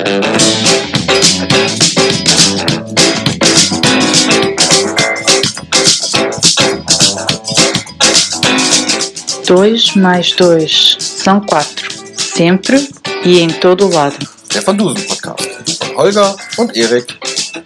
Dois mais dois são quatro. Sempre e em todo lado. Der Van Dusen Podcast von Holger und Erik.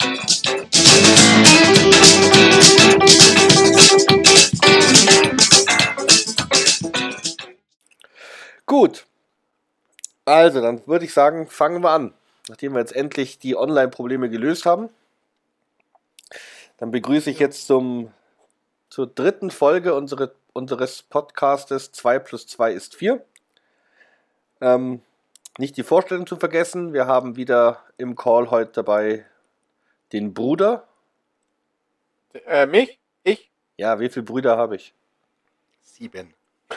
Gut, also dann würde ich sagen, fangen wir an. Nachdem wir jetzt endlich die Online-Probleme gelöst haben, dann begrüße ich jetzt zur dritten Folge unseres Podcastes 2 + 2 ist 4. Nicht die Vorstellung zu vergessen, wir haben wieder im Call heute dabei den Bruder. Mich? Ich? Ja, wie viele Brüder habe ich? 7.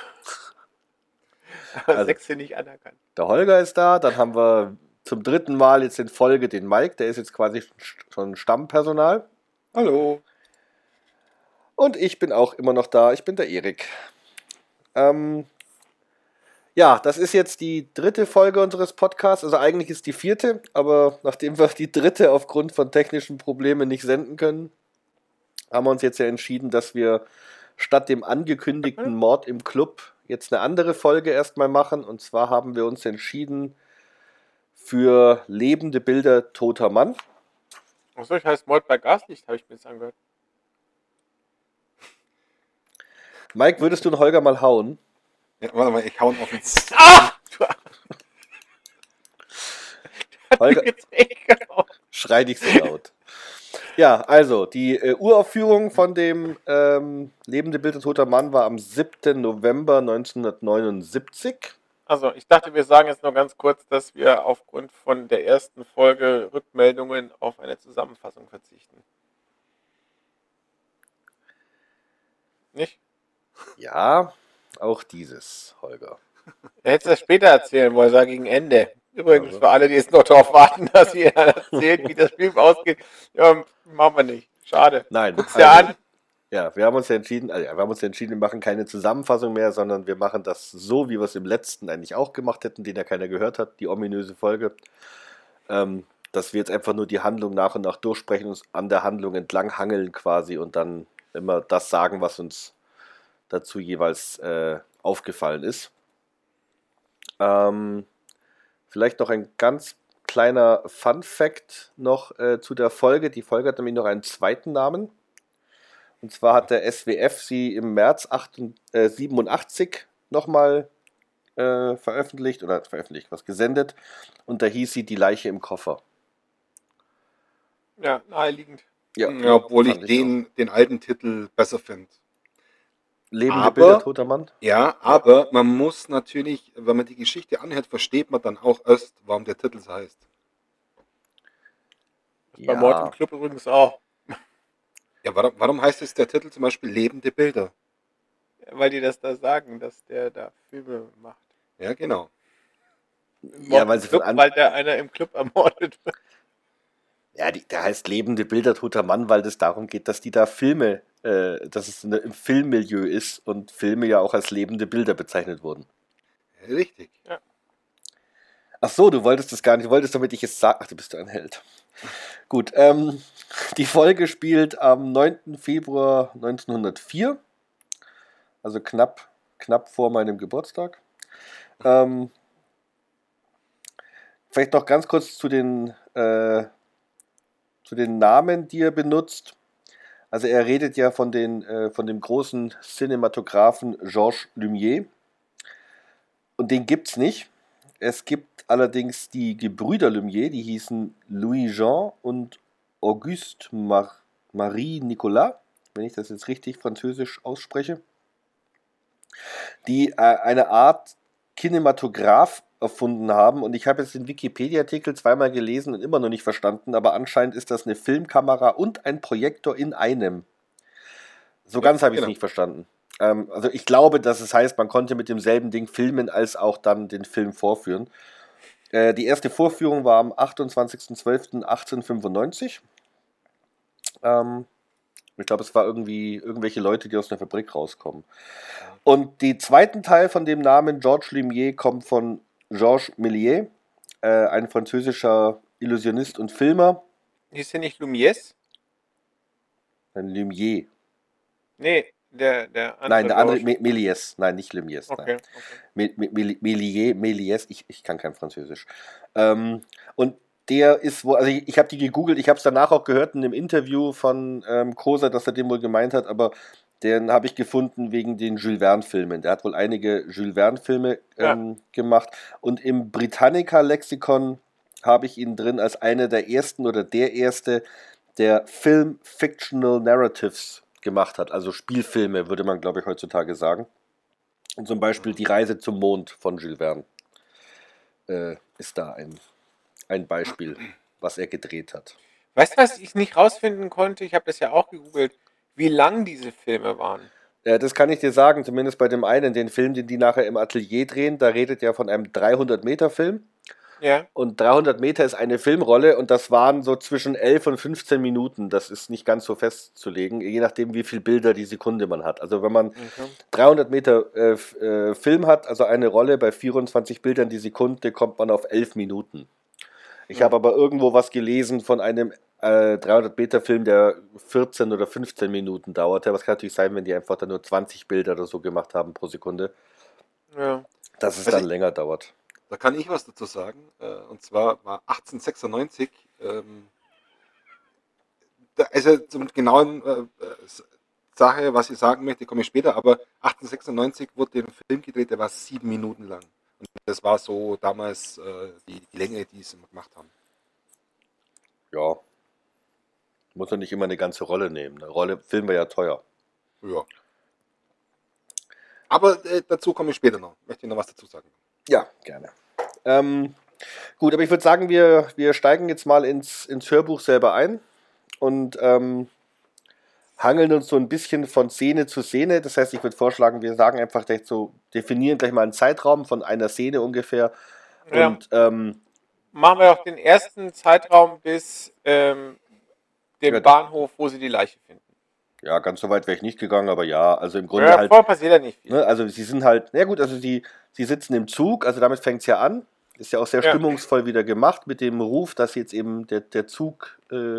Also, 6 sind nicht anerkannt. Der Holger ist da, dann haben wir zum dritten Mal jetzt in Folge den Mike, der ist jetzt quasi schon Stammpersonal. Hallo. Und ich bin auch immer noch da, ich bin der Erik. Ja, das ist jetzt die dritte Folge unseres Podcasts, also eigentlich ist die vierte, aber nachdem wir die dritte aufgrund von technischen Problemen nicht senden können, haben wir uns jetzt ja entschieden, dass wir statt dem angekündigten Mord im Club jetzt eine andere Folge erstmal machen. Und zwar haben wir uns entschieden für lebende Bilder toter Mann. Achso, ich heiße Mord bei Gaslicht, habe ich mir jetzt angehört. Mike, würdest du den Holger mal hauen? Ja, warte mal, ich hau ihn auf den Holger, schrei nicht so laut. Ja, also, die Uraufführung von dem lebende Bilder toter Mann war am 7. November 1979. Also, ich dachte, wir sagen jetzt nur ganz kurz, dass wir aufgrund von der ersten Folge Rückmeldungen auf eine Zusammenfassung verzichten. Nicht? Ja, auch dieses, Holger. Er hätte es später erzählen wollen, sage gegen Ende. Übrigens, für alle, die jetzt noch darauf warten, dass ihr erzählt, wie das Spiel ausgeht. Ja, machen wir nicht. Schade. Nein. Guck's dir an. Ja, wir haben uns ja entschieden, wir machen keine Zusammenfassung mehr, sondern wir machen das so, wie wir es im letzten eigentlich auch gemacht hätten, den ja keiner gehört hat, die ominöse Folge. Dass wir jetzt einfach nur die Handlung nach und nach durchsprechen, uns an der Handlung entlang hangeln quasi und dann immer das sagen, was uns dazu jeweils aufgefallen ist. Vielleicht noch ein ganz kleiner Fun-Fact noch zu der Folge. Die Folge hat nämlich noch einen zweiten Namen. Und zwar hat der SWF sie im März 87 nochmal gesendet. Und da hieß sie Die Leiche im Koffer. Ja, naheliegend. Ja, obwohl ich den alten Titel besser finde. Lebende Bilder toter Mann? Ja, aber man muss natürlich, wenn man die Geschichte anhört, versteht man dann auch erst, warum der Titel so heißt. Bei Mord im Club übrigens auch. Ja, warum heißt es der Titel zum Beispiel Lebende Bilder? Ja, weil die das da sagen, dass der da Filme macht. Ja, genau. Ja, weil der einer im Club ermordet wird. Ja, der heißt Lebende Bilder toter Mann, weil es darum geht, dass die da Filme, dass es im Filmmilieu ist und Filme ja auch als lebende Bilder bezeichnet wurden. Richtig. Ja. Ach so, du wolltest das gar nicht, du wolltest, damit ich es sage. Ach, du bist ein Held. Gut, die Folge spielt am 9. Februar 1904, also knapp vor meinem Geburtstag. Vielleicht noch ganz kurz zu den Namen, die er benutzt. Also er redet ja von dem großen Cinematographen Georges Lumière. Und den gibt's nicht. Es gibt allerdings die Gebrüder Lumière, die hießen Louis-Jean und Auguste Marie-Nicolas, wenn ich das jetzt richtig französisch ausspreche, die eine Art Kinematograph erfunden haben. Und ich habe jetzt den Wikipedia-Artikel zweimal gelesen und immer noch nicht verstanden, aber anscheinend ist das eine Filmkamera und ein Projektor in einem. So ganz habe ich es nicht verstanden. Also ich glaube, dass es heißt, man konnte mit demselben Ding filmen, als auch dann den Film vorführen. Die erste Vorführung war am 28.12.1895. Ich glaube, es war irgendwelche Leute, die aus einer Fabrik rauskommen. Und der zweite Teil von dem Namen Georges Lumière kommt von Georges Méliès. ein französischer Illusionist und Filmer, Hieß der nicht Lumière? ein Lumière. Nee, der andere. Nein, der andere, glaub ich. Méliès. Nein, nicht Lumière. Okay, Nein. okay. Méliès, ich kann kein Französisch. Und der ist wohl, also ich habe die gegoogelt, ich habe es danach auch gehört in einem Interview von Koser, dass er den wohl gemeint hat, aber den habe ich gefunden wegen den Jules Verne-Filmen. Der hat wohl einige Jules Verne-Filme Ja. gemacht. Und im Britannica-Lexikon habe ich ihn drin als einer der ersten oder der erste, der Film-Fictional Narratives gemacht hat. Also Spielfilme, würde man, glaube ich, heutzutage sagen. Und zum Beispiel Die Reise zum Mond von Jules Verne ist da ein Beispiel, was er gedreht hat. Weißt du, was ich nicht rausfinden konnte? Ich habe das ja auch gegoogelt, wie lang diese Filme waren. Das kann ich dir sagen, zumindest bei dem einen, den Film, den die nachher im Atelier drehen, da redet er von einem 300-Meter-Film. Ja. Und 300 Meter ist eine Filmrolle und das waren so zwischen 11 und 15 Minuten. Das ist nicht ganz so festzulegen, je nachdem, wie viele Bilder die Sekunde man hat. Also wenn man Okay. 300 Meter Film hat, also eine Rolle bei 24 Bildern die Sekunde, kommt man auf 11 Minuten. Ich habe aber irgendwo was gelesen von einem 300 Meter Film, der 14 oder 15 Minuten dauerte. Was kann natürlich sein, wenn die einfach dann nur 20 Bilder oder so gemacht haben pro Sekunde, Ja. dass es Also dann länger dauert. Da kann ich was dazu sagen. Und zwar war 1896, also zum genauen Sache, was ich sagen möchte, komme ich später, aber 1896 wurde ein Film gedreht, der war 7 Minuten lang. Und das war so damals die Länge, die sie gemacht haben. Ja. Muss ja nicht immer eine ganze Rolle nehmen. Film wäre ja teuer. Ja. Aber dazu komme ich später noch. Möchte ich noch was dazu sagen? Ja, gerne. Gut, aber ich würde sagen, wir steigen jetzt mal ins Hörbuch selber ein und hangeln uns so ein bisschen von Szene zu Szene. Das heißt, ich würde vorschlagen, wir sagen einfach gleich so, definieren gleich mal einen Zeitraum von einer Szene ungefähr. Ja. Und Machen wir auch den ersten Zeitraum bis dem Ja. Bahnhof, wo sie die Leiche finden. ja, ganz so weit wäre ich nicht gegangen, aber ja, also im Grunde Ja, halt. vorher passiert ja nicht viel. Ne, also sie sind halt, na gut, also sie sitzen im Zug, also damit fängt es ja an. Ist ja auch sehr Ja. stimmungsvoll wieder gemacht mit dem Ruf, dass jetzt eben der Zug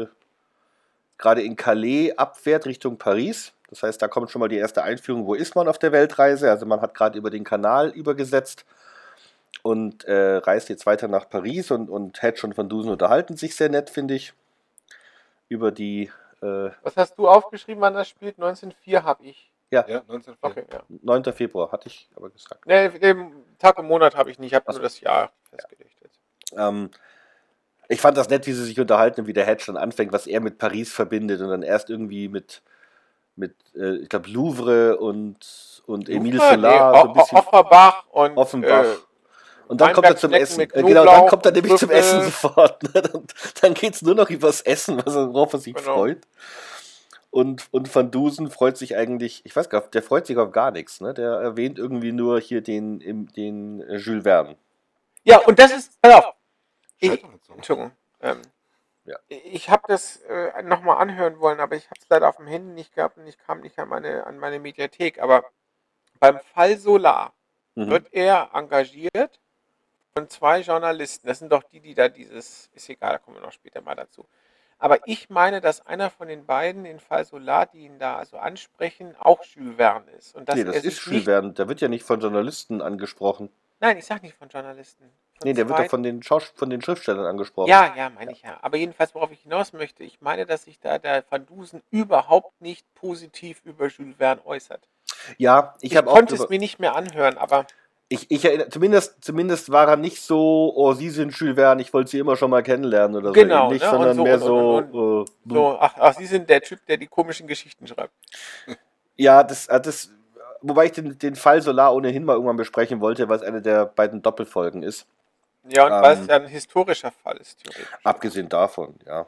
gerade in Calais abfährt Richtung Paris. Das heißt, da kommt schon mal die erste Einführung, wo ist man auf der Weltreise. Also man hat gerade über den Kanal übergesetzt und reist jetzt weiter nach Paris und Hedge und Van Dusen unterhalten sich sehr nett, finde ich, über die Was hast du aufgeschrieben, wann das spielt? 1904 habe ich. Ja, 1904. Okay, ja. 9. Februar, hatte ich aber gesagt. Ne, den Tag und Monat habe ich nicht, ich habe Ach so. nur das Jahr festgelegt. Jetzt. Ich fand das nett, wie sie sich unterhalten und wie der Hedge dann anfängt, was er mit Paris verbindet und dann erst irgendwie mit ich glaube, Louvre und Emile Louvre? Solar. Nee, so ein bisschen Offenbach und Offenbach. Und dann kommt er zum Weinbergschnecken Essen. mit Genau, dann Knoblauch, kommt er nämlich zum Trüffel. Essen sofort. Ne? Dann geht es nur noch übers Essen, worauf er sich Genau. freut. Und Van Dusen freut sich eigentlich, ich weiß gar nicht, der freut sich auf gar nichts. Ne? Der erwähnt irgendwie nur hier den Jules Verne. Ja, und das ist, pass auf, Schalt doch nicht so. Entschuldigung, Ja. ich habe das nochmal anhören wollen, aber ich habe es leider auf dem Handy nicht gehabt und ich kam nicht an meine Mediathek, aber beim Fall Solar wird er engagiert von 2 Journalisten. Das sind doch die da ist egal, da kommen wir noch später mal dazu. Aber ich meine, dass einer von den beiden in Fall Solar, die ihn da also ansprechen, auch Jules Verne ist. Und dass Nee, das er sich ist Jules Verne. Der wird ja nicht von Journalisten angesprochen. Nein, ich sag nicht von Journalisten. Von Nee, der wird zwei- doch von den Schriftstellern angesprochen. Ja, meine ich ja. Aber jedenfalls, worauf ich hinaus möchte, ich meine, dass sich da der Van Dusen überhaupt nicht positiv über Jules Verne äußert. Ja, ich Ich habe auch konnte es drüber- mir nicht mehr anhören, aber Ich erinnere, zumindest war er nicht so, oh, Sie sind Jules Verne, ich wollte Sie immer schon mal kennenlernen oder Genau, so ähnlich, ne, und sondern so- mehr und- so, so, ach, Sie sind der Typ, der die komischen Geschichten schreibt. ja, wobei ich den Fall Solar ohnehin mal irgendwann besprechen wollte, weil es eine der beiden Doppelfolgen ist. Ja, und weil es ja ein historischer Fall ist, theoretisch. Abgesehen davon, ja.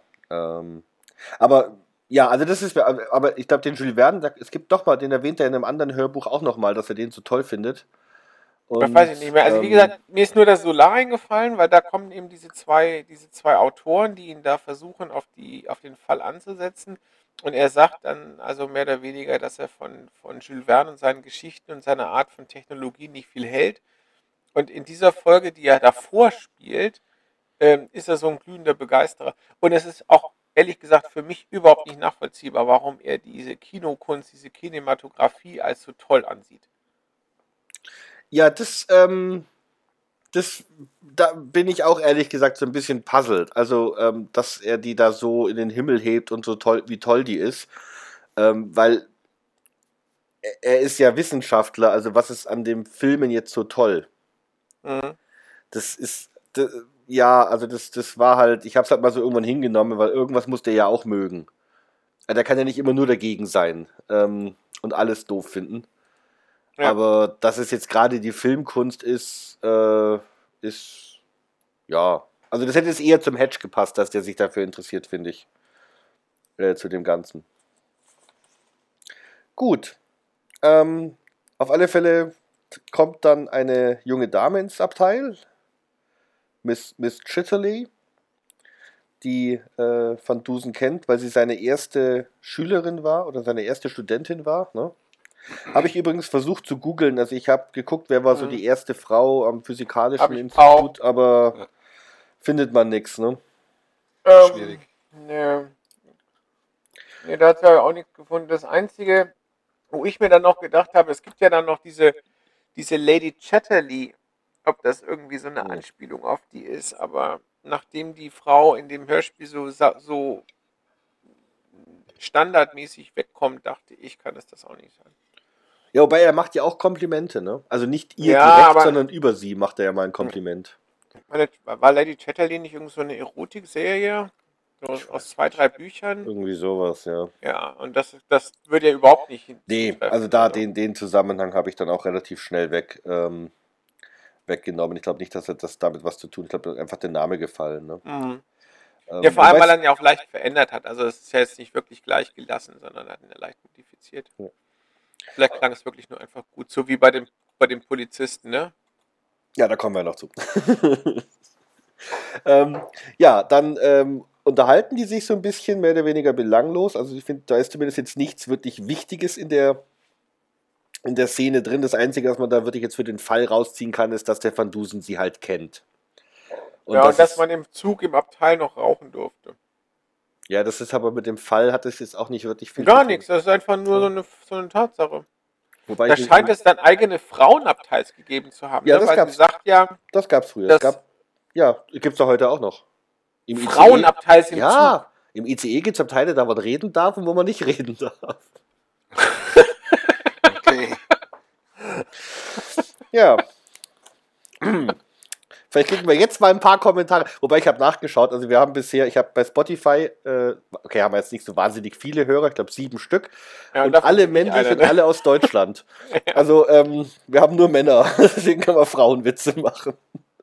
Aber ja, also das ist, aber ich glaube, den Jules Verne, es gibt doch mal, den erwähnt er in einem anderen Hörbuch auch nochmal, dass er den so toll findet. Das weiß ich nicht mehr. Also wie gesagt, mir ist nur das Solar eingefallen, weil da kommen eben diese zwei Autoren, die ihn da versuchen, auf den Fall anzusetzen. Und er sagt dann also mehr oder weniger, dass er von Jules Verne und seinen Geschichten und seiner Art von Technologie nicht viel hält. Und in dieser Folge, die er davor spielt, ist er so ein glühender Begeisterer. Und es ist auch, ehrlich gesagt, für mich überhaupt nicht nachvollziehbar, warum er diese Kinokunst, diese Kinematografie als so toll ansieht. Ja, da bin ich auch ehrlich gesagt so ein bisschen puzzled. Also, dass er die da so in den Himmel hebt und so toll, wie toll die ist. Weil er ist ja Wissenschaftler, also was ist an dem Filmen jetzt so toll? Mhm. Also das war halt, ich hab's halt mal so irgendwann hingenommen, weil irgendwas muss der ja auch mögen. Der kann ja nicht immer nur dagegen sein und alles doof finden. Ja. Aber dass es jetzt gerade die Filmkunst ist, ja. Also das hätte es eher zum Hedge gepasst, dass der sich dafür interessiert, finde ich. Zu dem Ganzen. Gut. Auf alle Fälle kommt dann eine junge Dame ins Abteil. Miss Chitterley, die Van Dusen kennt, weil sie seine erste Schülerin war oder seine erste Studentin war. Ne? Habe ich übrigens versucht zu googeln. Also ich habe geguckt, wer war so die erste Frau am Physikalischen Institut, aber findet man nichts. Ne? Schwierig. Nee, da hat es ja auch nichts gefunden. Das Einzige, wo ich mir dann noch gedacht habe, es gibt ja dann noch diese Lady Chatterley, ob das irgendwie so eine Anspielung auf die ist, aber nachdem die Frau in dem Hörspiel so standardmäßig wegkommt, dachte ich, kann es das auch nicht sein. Ja, wobei er macht ja auch Komplimente, ne? Also nicht ihr Ja, direkt, aber- sondern über sie macht er ja mal ein Kompliment. War Lady Chatterley nicht irgend so eine Erotikserie? So aus 2, 3 Büchern? Irgendwie sowas, ja. Ja, und das würde ja überhaupt nicht Nee, zutreffen, also da den Zusammenhang habe ich dann auch relativ schnell weggenommen. Ich glaube nicht, dass er das damit was zu tun hat. Ich glaube, einfach der Name gefallen. Ne? Mhm. Ja, vor allem, wobei weil er es- ihn ja auch leicht verändert hat. Also es ist ja jetzt nicht wirklich gleich gelassen, sondern er hat ihn ja leicht modifiziert. Ja. Vielleicht klang es wirklich nur einfach gut, so wie bei dem Polizisten, ne? Ja, da kommen wir noch zu. Dann unterhalten die sich so ein bisschen, mehr oder weniger belanglos. Also ich finde, da ist zumindest jetzt nichts wirklich Wichtiges in der Szene drin. Das Einzige, was man da wirklich jetzt für den Fall rausziehen kann, ist, dass der Van Dusen sie halt kennt. Und dass man im Zug im Abteil noch rauchen durfte. Ja, das ist aber mit dem Fall hat es jetzt auch nicht wirklich viel Gar zu tun. nichts, das ist einfach nur so eine Tatsache. Wobei Da scheint es dann eigene Frauenabteils gegeben zu haben. Ja, ne? das Weil gab's. sie sagt ja, Das gab's früher. Das- Gibt's doch heute auch noch. Im ICE Frauenabteils im Zug. Ja, im ICE gibt es Abteile, da man reden darf und wo man nicht reden darf. Okay. Ja. Vielleicht kriegen wir jetzt mal ein paar Kommentare. Wobei ich habe nachgeschaut, also wir haben bisher, ich habe bei Spotify, haben wir jetzt nicht so wahnsinnig viele Hörer, ich glaube 7 Stück. Ja, und davon alle bin ich männlich einer, und ne? alle aus Deutschland. Also wir haben nur Männer, deswegen können wir Frauenwitze machen.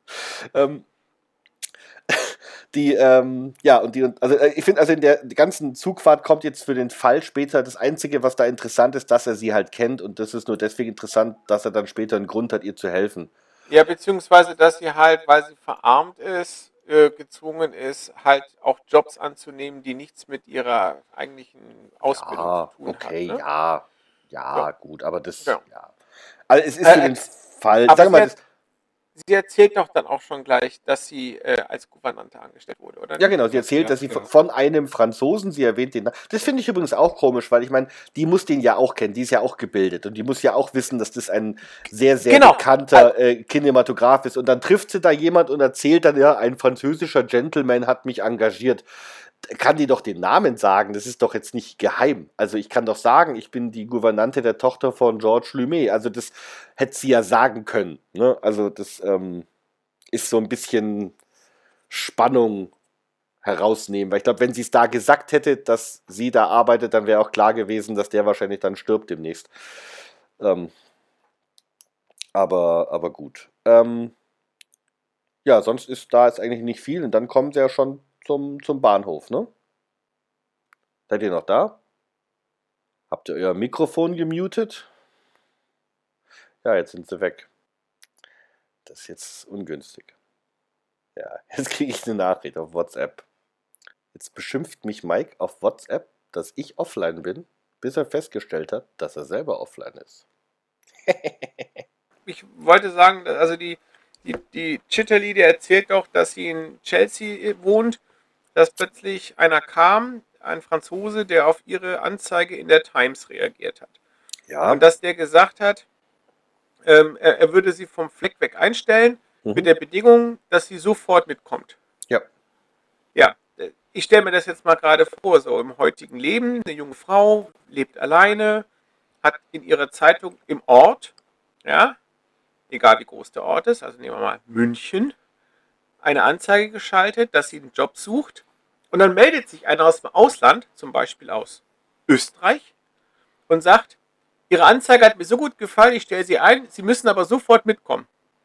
Also ich finde, also in der ganzen Zugfahrt kommt jetzt für den Fall später das Einzige, was da interessant ist, dass er sie halt kennt und das ist nur deswegen interessant, dass er dann später einen Grund hat, ihr zu helfen. Ja, beziehungsweise, dass sie halt, weil sie verarmt ist, gezwungen ist, halt auch Jobs anzunehmen, die nichts mit ihrer eigentlichen Ausbildung zu tun okay, hat. Ne? gut, aber das, Ja. Also es ist für den Fall, aber sagen wir mal, Sie erzählt doch dann auch schon gleich, dass sie als Gouvernante angestellt wurde, oder? ja genau, sie erzählt, dass sie von einem Franzosen, sie erwähnt den, das finde ich übrigens auch komisch, weil ich meine, die muss den ja auch kennen, die ist ja auch gebildet und die muss ja auch wissen, dass das ein sehr, sehr bekannter Kinematograf ist und dann trifft sie da jemand und erzählt dann, ja, ein französischer Gentleman hat mich engagiert. Kann die doch den Namen sagen, das ist doch jetzt nicht geheim. Also ich kann doch sagen, ich bin die Gouvernante der Tochter von Georges Lumet. Also das hätte sie ja sagen können. Ne? Also das ist so ein bisschen Spannung herausnehmen. Weil ich glaube, wenn sie es da gesagt hätte, dass sie da arbeitet, dann wäre auch klar gewesen, dass der wahrscheinlich dann stirbt demnächst. Aber gut. Ja, sonst ist da jetzt eigentlich nicht viel. Und dann kommen sie ja schon zum Bahnhof, ne? Seid ihr noch da? Habt ihr euer Mikrofon gemutet? Ja, jetzt sind sie weg. Das ist jetzt ungünstig. Ja, jetzt kriege ich eine Nachricht auf WhatsApp. Jetzt beschimpft mich Mike auf WhatsApp, dass ich offline bin, bis er festgestellt hat, dass er selber offline ist. Ich wollte sagen, also die die Chitterly, die erzählt doch, dass sie in Chelsea wohnt, dass plötzlich einer kam, ein Franzose, der auf ihre Anzeige in der Times reagiert hat. Ja. Und dass der gesagt hat, er würde sie vom Fleck weg einstellen, mit der Bedingung, dass sie sofort mitkommt. Ja. Ja, ich stelle mir das jetzt mal gerade vor, so im heutigen Leben, eine junge Frau lebt alleine, hat in ihrer Zeitung im Ort, ja, egal wie groß der Ort ist, also nehmen wir mal München, eine Anzeige geschaltet, dass sie einen Job sucht und dann meldet sich einer aus dem Ausland, zum Beispiel aus Österreich, und sagt, Ihre Anzeige hat mir so gut gefallen, ich stelle Sie ein, Sie müssen aber sofort mitkommen.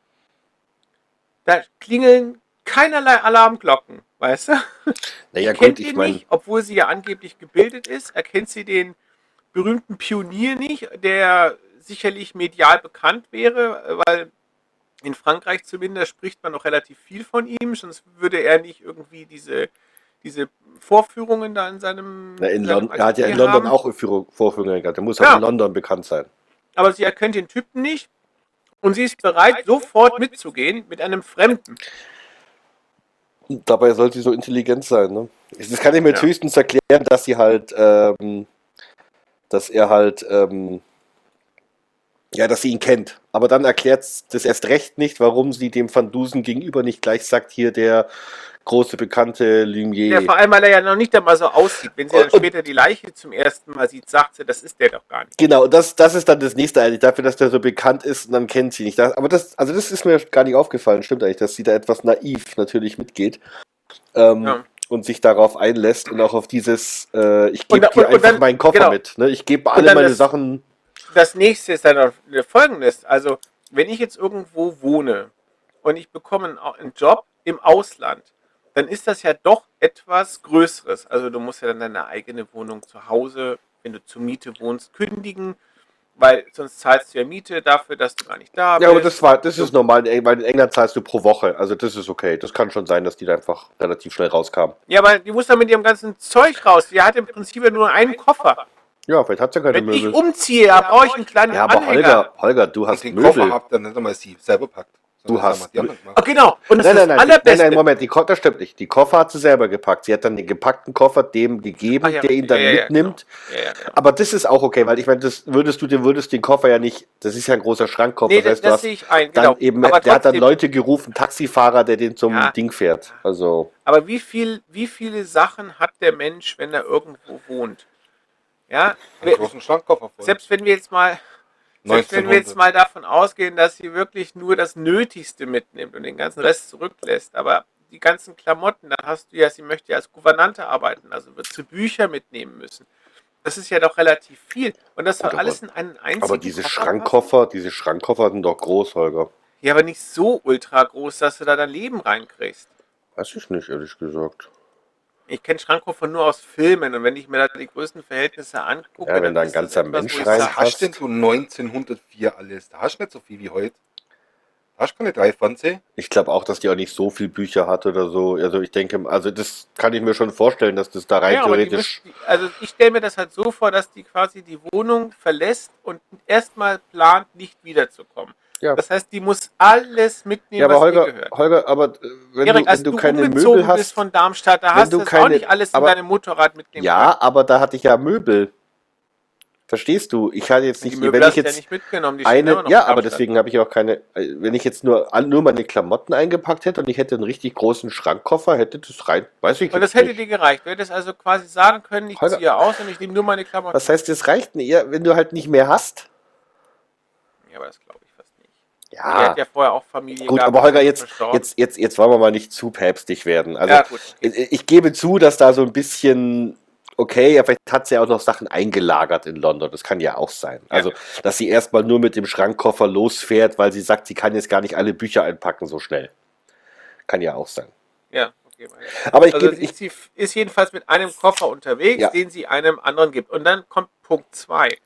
Da klingeln keinerlei Alarmglocken, weißt du? Naja, Kennt gut, ich ihn meine, nicht, obwohl sie ja angeblich gebildet ist, erkennt sie den berühmten Pionier nicht, der sicherlich medial bekannt wäre, weil in Frankreich zumindest spricht man noch relativ viel von ihm, sonst würde er nicht irgendwie diese Vorführungen da in seinem er hat ja in Atelier London haben. auch Vorführungen gehabt. Der muss Ja. auch in London bekannt sein. Aber sie erkennt den Typen nicht und sie ist bereit, sofort mitzugehen mit einem Fremden. Dabei soll sie so intelligent sein, ne? Das kann ich mir jetzt Ja. höchstens erklären, dass sie halt, dass er halt, ja, dass sie ihn kennt. Aber dann erklärt das erst recht nicht, warum sie dem Van Dusen gegenüber nicht gleich sagt, hier der große bekannte Ja, Lumière. vor allem, weil er ja noch nicht einmal so aussieht. Wenn sie dann Und- später die Leiche zum ersten Mal sieht, sagt sie, das ist der doch gar nicht. Genau, das ist dann das nächste eigentlich, dafür, dass der so bekannt ist und dann kennt sie nicht. Aber das ist mir gar nicht aufgefallen, stimmt eigentlich, dass sie da etwas naiv natürlich mitgeht. Ja. Und sich darauf einlässt und auch auf dieses, ich Und gebe da- dir und einfach dann- meinen Koffer genau. mit. Ne? Ich gebe Und alle dann meine das- Sachen. Das nächste ist dann noch Folgendes. Also, wenn ich jetzt irgendwo wohne und ich bekomme einen Job im Ausland, dann ist das ja doch etwas Größeres. Also, du musst ja dann deine eigene Wohnung zu Hause, wenn du zur Miete wohnst, kündigen, weil sonst zahlst du ja Miete dafür, dass du gar nicht da bist. Ja, aber das ist normal, weil in England zahlst du pro Woche. Also das ist okay. Das kann schon sein, dass die da einfach relativ schnell rauskam. Ja, aber die muss dann mit ihrem ganzen Zeug raus. Die hat im Prinzip ja nur einen Koffer. Ja, vielleicht hat sie ja keine Wenn ich Möbel. umziehe, ja, brauche ich einen kleinen Ja, aber Anhänger. Holger, du Und hast den Koffer Möbel. habt ihr nicht einmal sie selber packt. Du sondern das hast- haben die anderen gemacht. Oh, genau. Und das Nein, ist nein, das nein, Allerbeste. nein, Moment, das stimmt nicht. Die Koffer hat sie selber gepackt. Sie hat dann den gepackten Koffer dem gegeben, Ach ja, der ihn dann ja, ja, mitnimmt. genau. Ja, genau. Aber das ist auch okay, weil ich meine, das würdest den Koffer ja nicht, das ist ja ein großer Schrankkoffer. Nee, das heißt, du das hast sehe ich ein, dann genau. eben, Aber der hat dann trotzdem- Leute gerufen, Taxifahrer, der den zum Ja. Ding fährt. Also, Aber wie viele Sachen hat der Mensch, wenn er irgendwo wohnt? Ja, Einen großen Schrankkoffer voll. selbst wenn wir jetzt mal davon ausgehen, dass sie wirklich nur das Nötigste mitnimmt und den ganzen Rest zurücklässt, aber die ganzen Klamotten, dann hast du ja, sie möchte ja als Gouvernante arbeiten, also wird sie Bücher mitnehmen müssen. Das ist ja doch relativ viel. Und das soll Aber- alles in einen einzigen aber diese Koffer Schrankkoffer sind doch groß, Holger. passen? Ja, aber nicht so ultra groß, dass du da dein Leben reinkriegst. Weiß ich nicht, ehrlich gesagt. Ich kenne Schrankkoffer nur aus Filmen und wenn ich mir da die größten Verhältnisse angucke, Ja, wenn da ein ist das ganzer etwas, Mensch wo ich rein- sage, Was hast denn du 1904 alles? Da hast du nicht so viel wie heute. Da hast du keine 3 Fernseher. Ich glaube auch, dass die auch nicht so viel Bücher hat oder so. Also ich denke, also das kann ich mir schon vorstellen, dass das da rein Ja, aber theoretisch. also ich stelle mir das halt so vor, dass die quasi die Wohnung verlässt und erstmal plant, nicht wiederzukommen. Ja. Das heißt, die muss alles mitnehmen, Ja, aber was ihr gehört. Holger, aber wenn Erik, als du du keine umgezogen Möbel bist hast. von Darmstadt, da wenn hast du du das auch keine- nicht alles in aber- deinem Motorrad mitnehmen Ja, aber da hatte ich ja Möbel. Verstehst du? Ich hatte jetzt können. nicht, Die Möbel wenn hast ich du ja jetzt nicht mitgenommen. Die stehen immer eine, noch ja, in aber Darmstadt. deswegen habe ich auch keine, wenn ich jetzt nur meine Klamotten eingepackt hätte und ich hätte einen richtig großen Schrankkoffer, hätte das rein, weiß ich Und jetzt das hätte nicht. dir gereicht. Du hättest also quasi sagen können, ich Holger- ziehe aus und ich nehme nur meine Klamotten. Was heißt, das reicht nicht, ja, wenn du halt nicht mehr hast? Ja, aber das glaube ich fast nicht. Die Ja, hat ja vorher auch Familie gut, gehabt, aber Holger, die jetzt, ist verstorben. jetzt wollen wir mal nicht zu päpstlich werden. Also, Ja, gut. ich gebe zu, dass da so ein bisschen, okay, ja, vielleicht hat sie ja auch noch Sachen eingelagert in London. Das kann ja auch sein. Also, dass sie erstmal nur mit dem Schrankkoffer losfährt, weil sie sagt, sie kann jetzt gar nicht alle Bücher einpacken so schnell. Kann ja auch sein. Ja, okay. Meine. Aber Also sie ist jedenfalls mit einem Koffer unterwegs, Ja. den sie einem anderen gibt. Und dann kommt Punkt 2.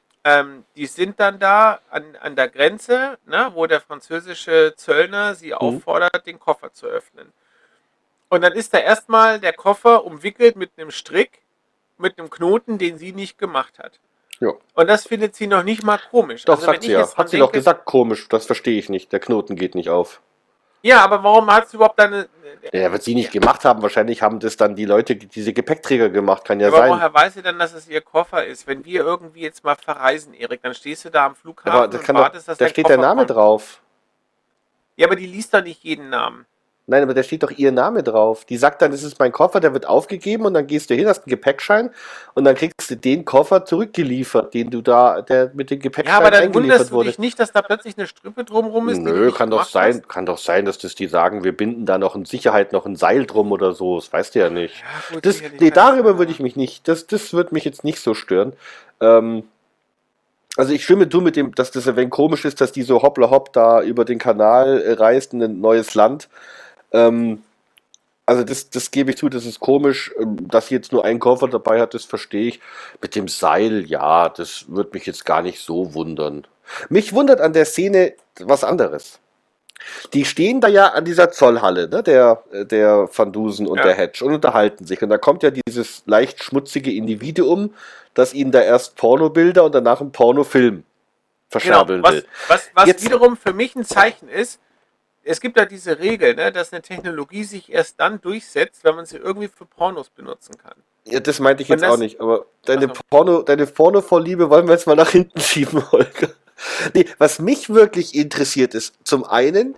Die sind dann da an der Grenze, ne, wo der französische Zöllner sie auffordert, den Koffer zu öffnen. Und dann ist da erstmal der Koffer umwickelt mit einem Strick, mit einem Knoten, den sie nicht gemacht hat. Ja. Und das findet sie noch nicht mal komisch. Doch, Also, sagt wenn sie ich ja. jetzt dran Hat sie doch denke, gesagt, komisch, das verstehe ich nicht. Der Knoten geht nicht auf. Ja, aber warum hat es überhaupt deine... Ja, wird sie nicht gemacht haben. Wahrscheinlich haben das dann die Leute, diese Gepäckträger gemacht. Kann ja Aber sein. woher weiß sie denn, dass es ihr Koffer ist? Wenn wir irgendwie jetzt mal verreisen, Erik, dann stehst du da am Flughafen Aber das und kann doch, wartest, dass da dein steht der Koffer Name kommt. drauf. Ja, aber die liest doch nicht jeden Namen. Nein, aber da steht doch ihr Name drauf. Die sagt dann, das ist mein Koffer, der wird aufgegeben und dann gehst du hin, hast einen Gepäckschein und dann kriegst du den Koffer zurückgeliefert, den du da, der mit dem Ja, Gepäckschein aber dann eingeliefert wunderst du wurde. dich nicht, dass da plötzlich eine Strüppe drumrum ist, die du Nö, nicht gemacht hast? kann doch sein, dass das die sagen, wir binden da noch in Sicherheit noch ein Seil drum oder so. Das weißt du ja nicht. Ja, gut, Das, sicherlich nee, kann das darüber sein, würde ich mich nicht, das würde mich jetzt nicht so stören. Also ich stimme du mit dem, dass das ein wenig komisch ist, dass die so hoppla hopp da über den Kanal reist in ein neues Land. Also das gebe ich zu, das ist komisch. Dass sie jetzt nur einen Koffer dabei hat, das verstehe ich. Mit dem Seil, ja, das würde mich jetzt gar nicht so wundern. Mich wundert an der Szene was anderes. Die stehen da ja an dieser Zollhalle, ne, der Van Dusen und Ja. der Hedge und unterhalten sich. Und da kommt ja dieses leicht schmutzige Individuum, das ihnen da erst Pornobilder und danach einen Pornofilm Genau, verschnabeln was, will. was Jetzt- wiederum für mich ein Zeichen ist, es gibt ja diese Regel, ne, dass eine Technologie sich erst dann durchsetzt, wenn man sie irgendwie für Pornos benutzen kann. Ja, das meinte ich Und jetzt das- auch nicht, aber deine Ach deine Pornovorliebe wollen wir jetzt mal nach hinten schieben, Holger. Nee, was mich wirklich interessiert ist, zum einen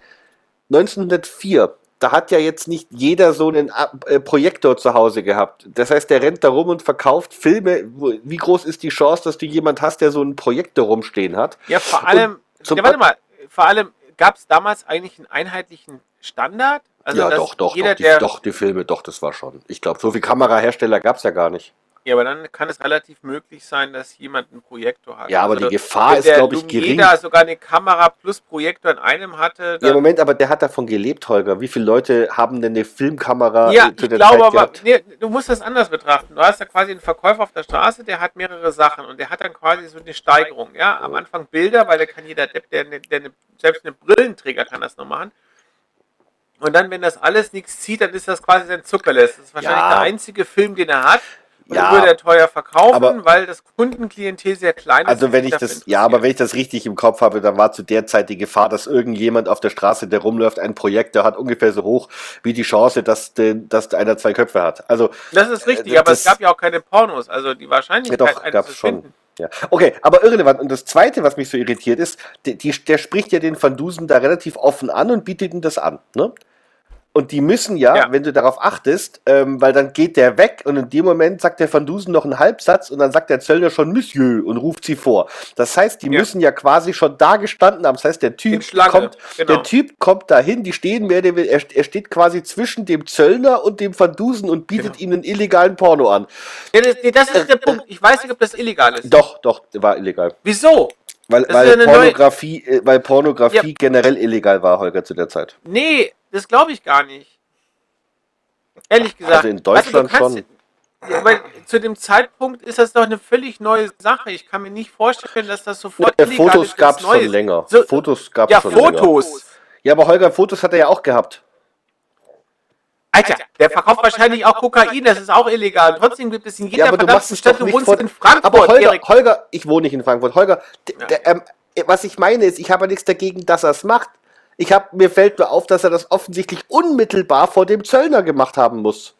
1904, da hat ja jetzt nicht jeder so einen Projektor zu Hause gehabt. Das heißt, der rennt da rum und verkauft Filme. Wie groß ist die Chance, dass du jemand hast, der so einen Projektor rumstehen hat? Ja, vor allem, zum- vor allem gab es damals eigentlich einen einheitlichen Standard? Also, Ja, dass doch, jeder, die Filme, doch, das war schon. Ich glaube, so viele Kamerahersteller gab es ja gar nicht. Ja, aber dann kann es relativ möglich sein, dass jemand einen Projektor hat. Ja, aber Also, die Gefahr wenn ist, der glaube ich, gering. Lumeda sogar eine Kamera plus Projektor in einem hatte, Ja, dann... Moment, aber der hat davon gelebt, Holger. Wie viele Leute haben denn eine Filmkamera Ja, zu ich der glaube Zeit aber, gehabt? nee, du musst das anders betrachten. Du hast da quasi einen Verkäufer auf der Straße, der hat mehrere Sachen und der hat dann quasi so eine Steigerung. Ja, am Anfang Bilder, weil da kann jeder Depp, selbst ein Brillenträger kann das noch machen. Und dann, wenn das alles nichts zieht, dann ist das quasi sein Zuckerless. Das ist wahrscheinlich Ja. der einzige Film, den er hat. Und Ja, den würde er teuer verkaufen, aber- weil das Kundenklientel sehr klein ist. Also und wenn sich ich dafür das, ja, aber interessiert. wenn ich das richtig im Kopf habe, dann war zu der Zeit die Gefahr, dass irgendjemand auf der Straße, der rumläuft, ein Projektor hat, ungefähr so hoch wie die Chance, dass einer zwei Köpfe hat. Also Das ist richtig, das- aber es gab ja auch keine Pornos. Also die ja, Wahrscheinlichkeit, doch, eines gab's zu schon. finden. Ja. Okay, aber irrelevant. Und das Zweite, was mich so irritiert ist, der spricht ja den Van Dusen da relativ offen an und bietet ihm das an. Ne? Und die müssen ja, wenn du darauf achtest, weil dann geht der weg und in dem Moment sagt der Van Dusen noch einen Halbsatz und dann sagt der Zöllner schon Monsieur und ruft sie vor. Das heißt, die müssen ja quasi schon da gestanden haben. Das heißt, der In Typ Schlange, genau. der Typ kommt dahin, die stehen mehr, er steht quasi zwischen dem Zöllner und dem Van Dusen und bietet ihm einen illegalen Porno an. Ja, das ist der Punkt. Ich weiß nicht, ob das illegal ist. Doch, war illegal. Wieso? Weil Das ist ja eine Pornografie generell illegal war, Holger, zu der Zeit. Nee, das glaube ich gar nicht. Ehrlich gesagt. Also in Deutschland du kannst- schon. Ja, weil zu dem Zeitpunkt ist das doch eine völlig neue Sache. Ich kann mir nicht vorstellen, dass das sofort illegal Fotos ist, gab es wenn's neu schon ist. länger. So, Fotos gab es ja, schon länger. Fotos. Ja, aber Holger, Fotos hat er ja auch gehabt. Alter, der verkauft wahrscheinlich auch Kokain, das ist auch illegal. Trotzdem gibt es in jeder Ja, aber du machst verdammten es Stadt, doch du nicht wohnst vor... in Frankfurt, Aber Erik. Holger, ich wohne nicht in Frankfurt. Holger, was ich meine ist, ich habe ja nichts dagegen, dass er es macht. Mir fällt nur auf, dass er das offensichtlich unmittelbar vor dem Zöllner gemacht haben muss.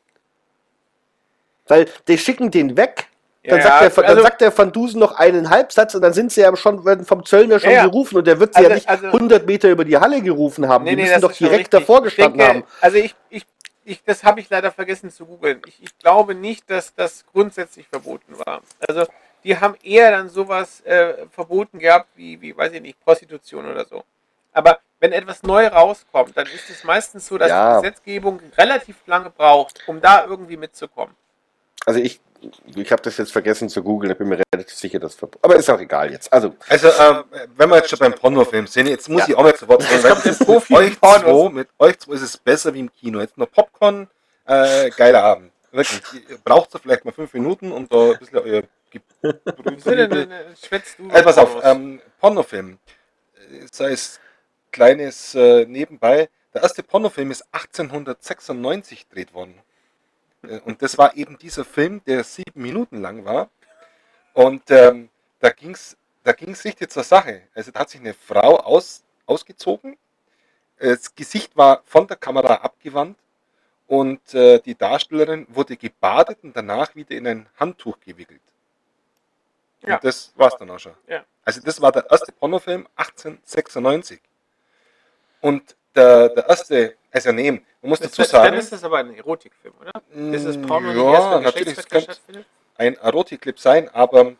Weil die schicken den weg, dann, Ja, sagt der Van Dusen noch einen Halbsatz und dann sind sie ja schon, werden vom Zöllner schon Ja. gerufen und der wird sie Also- ja nicht also- 100 Meter über die Halle gerufen haben. Die müssen das doch ist schon direkt richtig. davor gestanden Ich denke, haben. Also das habe ich leider vergessen zu googeln. Ich glaube nicht, dass das grundsätzlich verboten war. Also die haben eher dann sowas verboten gehabt, wie, weiß ich nicht, Prostitution oder so. Aber wenn etwas neu rauskommt, dann ist es meistens so, dass Ja. die Gesetzgebung relativ lange braucht, um da irgendwie mitzukommen. Also ich habe das jetzt vergessen zu googeln, ich bin mir relativ sicher, dass verboten. Aber ist auch egal jetzt. Also, Wenn wir jetzt schon beim Pornofilm sind, jetzt muss Ja. ich auch mal zu Wort kommen. kommt der Profi Mit Pornos. euch zwei ist es besser wie im Kino. Jetzt noch Popcorn, geiler Abend. Wirklich. Ihr braucht so vielleicht mal 5 Minuten, um da ein bisschen euer Schwätzt du Also pass auf, Pornos? Pornofilm. Sei es kleines nebenbei. Der erste Pornofilm ist 1896 gedreht worden. Und das war eben dieser Film, der 7 Minuten lang war. Und da ging's richtig zur Sache. Also da hat sich eine Frau ausgezogen, das Gesicht war von der Kamera abgewandt und die Darstellerin wurde gebadet und danach wieder in ein Handtuch gewickelt. Ja. Und das war's dann auch schon. Ja. Also das war der erste Pornofilm 1896. Und der erste, also man muss dazu sagen... Dann ist das aber ein Erotikfilm, oder? Ist es Porno ja, nicht erst, wenn natürlich, Geschlechtsverkehr es könnte stattfindet? ein Erotikclip sein, aber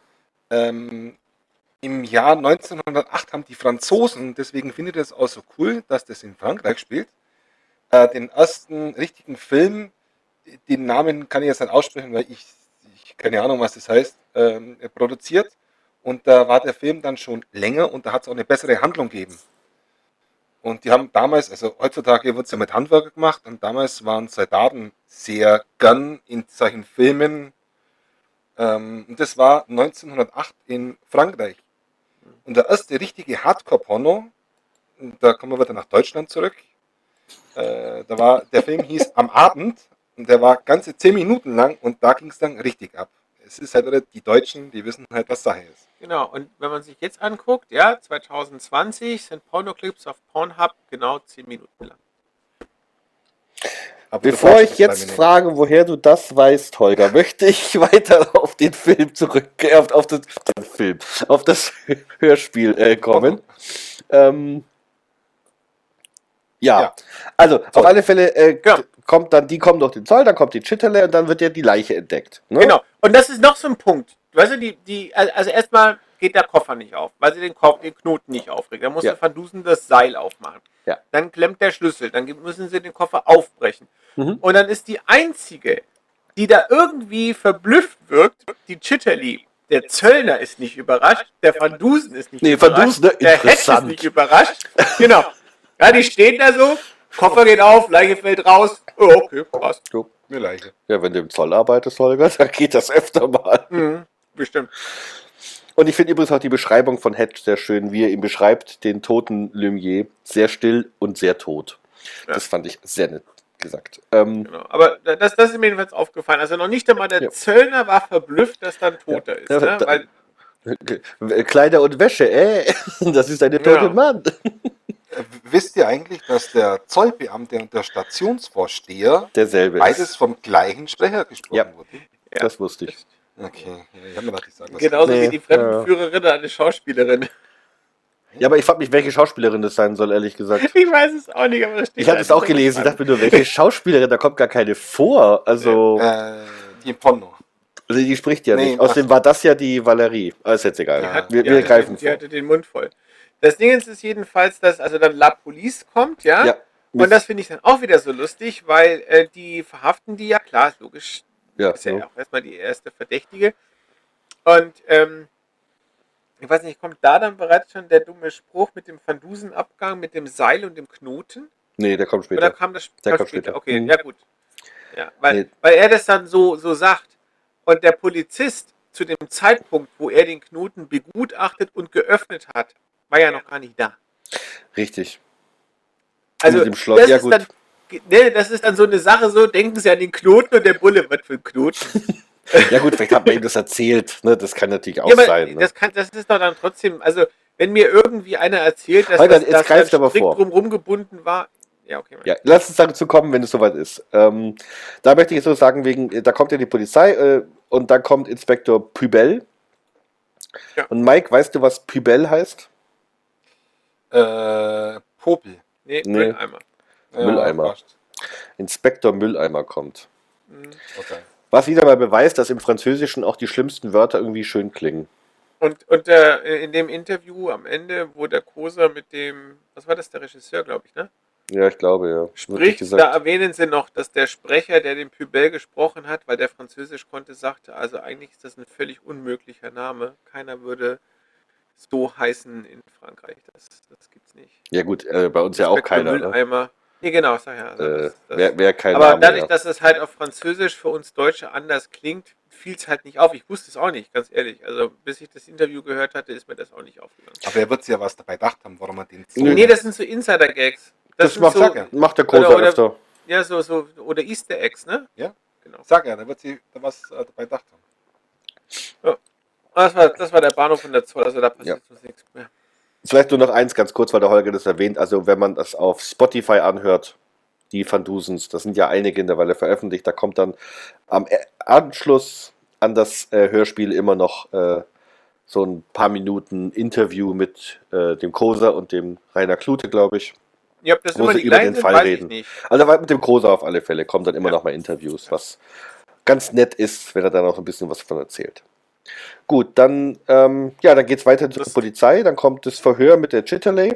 im Jahr 1908 haben die Franzosen, deswegen finde ich das auch so cool, dass das in Frankreich spielt, den ersten richtigen Film, den Namen kann ich jetzt nicht aussprechen, weil ich keine Ahnung, was das heißt, produziert. Und da war der Film dann schon länger und da hat es auch eine bessere Handlung gegeben. Und die haben damals, also heutzutage wird es ja mit Handwerker gemacht und damals waren Soldaten sehr gern in solchen Filmen. Und das war 1908 in Frankreich. Und der erste richtige Hardcore-Porno, da kommen wir wieder nach Deutschland zurück, der Film hieß Am Abend und der war ganze 10 Minuten lang und da ging es dann richtig ab. Es ist halt wieder, die Deutschen, die wissen halt, was Sache ist. Genau, und wenn man sich jetzt anguckt, ja, 2020 sind Pornoclips auf Pornhub genau 10 Minuten lang. Aber Bevor ich jetzt frage, woher du das weißt, Holger, möchte ich weiter auf den Film zurück, auf das Hörspiel kommen. Ja, also auf alle Fälle kommt dann, die kommen durch den Zoll, dann kommt die Chitterle und dann wird ja die Leiche entdeckt. Ne? Genau, und das ist noch so ein Punkt. Weißt du, also erstmal geht der Koffer nicht auf, weil sie den Knoten nicht aufregt. Dann muss der Van Dusen das Seil aufmachen. Ja. Dann klemmt der Schlüssel, dann müssen sie den Koffer aufbrechen. Und dann ist die einzige, die da irgendwie verblüfft wirkt, die Chitterly. Der Zöllner ist nicht überrascht, der Van Dusen ist nicht überrascht, Van Dusen, der Head ist nicht überrascht. Genau. Ja, die stehen da so, Koffer geht auf, Leiche fällt raus. Oh, okay, passt. Eine Leiche. Ja, wenn du im Zoll arbeitest, Holger, dann geht das öfter mal. Bestimmt. Und ich finde übrigens auch die Beschreibung von Hedge sehr schön, wie er ihn beschreibt, den toten Lumière, sehr still und sehr tot. Ja. Das fand ich sehr nett gesagt. Genau. Aber das ist mir jedenfalls aufgefallen. Also noch nicht einmal der Zöllner war verblüfft, dass dann Toter ist. Ne? Weil Kleider und Wäsche, das ist ein toter Mann. Wisst ihr eigentlich, dass der Zollbeamte und der Stationsvorsteher derselbe beides vom gleichen Sprecher gesprochen wurde? Ja, das wusste ich. Okay, ich habe mir gedacht, ich sage das. Genauso wie die Fremdenführerin eine Schauspielerin. Ja, aber ich frage mich, welche Schauspielerin das sein soll, ehrlich gesagt. Ich weiß es auch nicht, aber das steht. Ich hatte es auch gelesen, ich dachte mir nur, welche Schauspielerin, da kommt gar keine vor. Also. Die im Porno. Also die spricht ja nicht. Außerdem war das ja die Valerie. Aber ist jetzt egal. Wir greifen vor. Die hatte den Mund voll. Das Ding ist jedenfalls, dass also dann La Police kommt, ja. Und das finde ich dann auch wieder so lustig, weil die verhaften die ja, klar, ist logisch. Ja, ist ja auch erstmal die erste Verdächtige. Und ich weiß nicht, kommt da dann bereits schon der dumme Spruch mit dem Van Dusen-Abgang, mit dem Seil und dem Knoten? Nee, der kommt später. Oder kam das später? Okay, ja gut. Ja, weil er das dann so sagt. Und der Polizist zu dem Zeitpunkt, wo er den Knoten begutachtet und geöffnet hat, war ja noch gar nicht da. Richtig. Also mit dem Schloss. Das, ja, ist gut. dann, das ist dann so eine Sache, so denken sie an den Knoten und der Bulle, was für ein Knoten. Ja gut, vielleicht hat man ihm das erzählt, ne? Das kann natürlich auch sein. Ne? Das ist doch dann trotzdem, also wenn mir irgendwie einer erzählt, dass Holger, das strikt drumherum gebunden war, ja okay. Ja, lass uns dazu kommen, wenn es soweit ist. Da möchte ich jetzt so sagen, da kommt ja die Polizei und dann kommt Inspektor Pübel. Ja. Und Mike, weißt du, was Pübel heißt? Popel. Nee. Mülleimer. Mülleimer. Inspektor Mülleimer kommt. Okay. Was wieder mal beweist, dass im Französischen auch die schlimmsten Wörter irgendwie schön klingen. Und in dem Interview am Ende, wo der Koser mit dem, was war das, der Regisseur, glaube ich, ne? Ja, ich glaube, ja. Spricht, da erwähnen sie noch, dass der Sprecher, der den Pübel gesprochen hat, weil der Französisch konnte, sagte, also eigentlich ist das ein völlig unmöglicher Name. Keiner würde so heißen in Frankreich. Das gibt's nicht. Ja gut, bei uns ja auch keiner. Mülleimer. Nee, genau, sag ja. Also Wer kein aber Name, dadurch, dass es halt auf Französisch für uns Deutsche anders klingt, fiel es halt nicht auf. Ich wusste es auch nicht, ganz ehrlich. Also bis ich das Interview gehört hatte, ist mir das auch nicht aufgegangen. Aber er wird sich ja was dabei gedacht haben, warum man den so... Nee, das sind so Insider-Gags. Das macht der Koser öfter. Ja, so, oder Easter Eggs, ne? Ja, genau. Sag ja, da wird sie was dabei gedacht haben. Ja. Das war der Bahnhof in der Zoll, also da passiert uns nichts mehr. Vielleicht nur noch eins ganz kurz, weil der Holger das erwähnt. Also wenn man das auf Spotify anhört, die Van Dusens, das sind ja einige in der Weile veröffentlicht, da kommt dann am Anschluss an das Hörspiel immer noch so ein paar Minuten Interview mit dem Koser und dem Rainer Klute, glaube ich. Ja, ob das Wo immer sie die über gleichen den sind, Fall weiß reden. ich nicht. Also mit dem Koser auf alle Fälle kommen dann immer noch mal Interviews, was ganz nett ist, wenn er dann auch ein bisschen was davon erzählt. Gut, dann, dann geht es weiter zur Polizei, dann kommt das Verhör mit der Chitterley.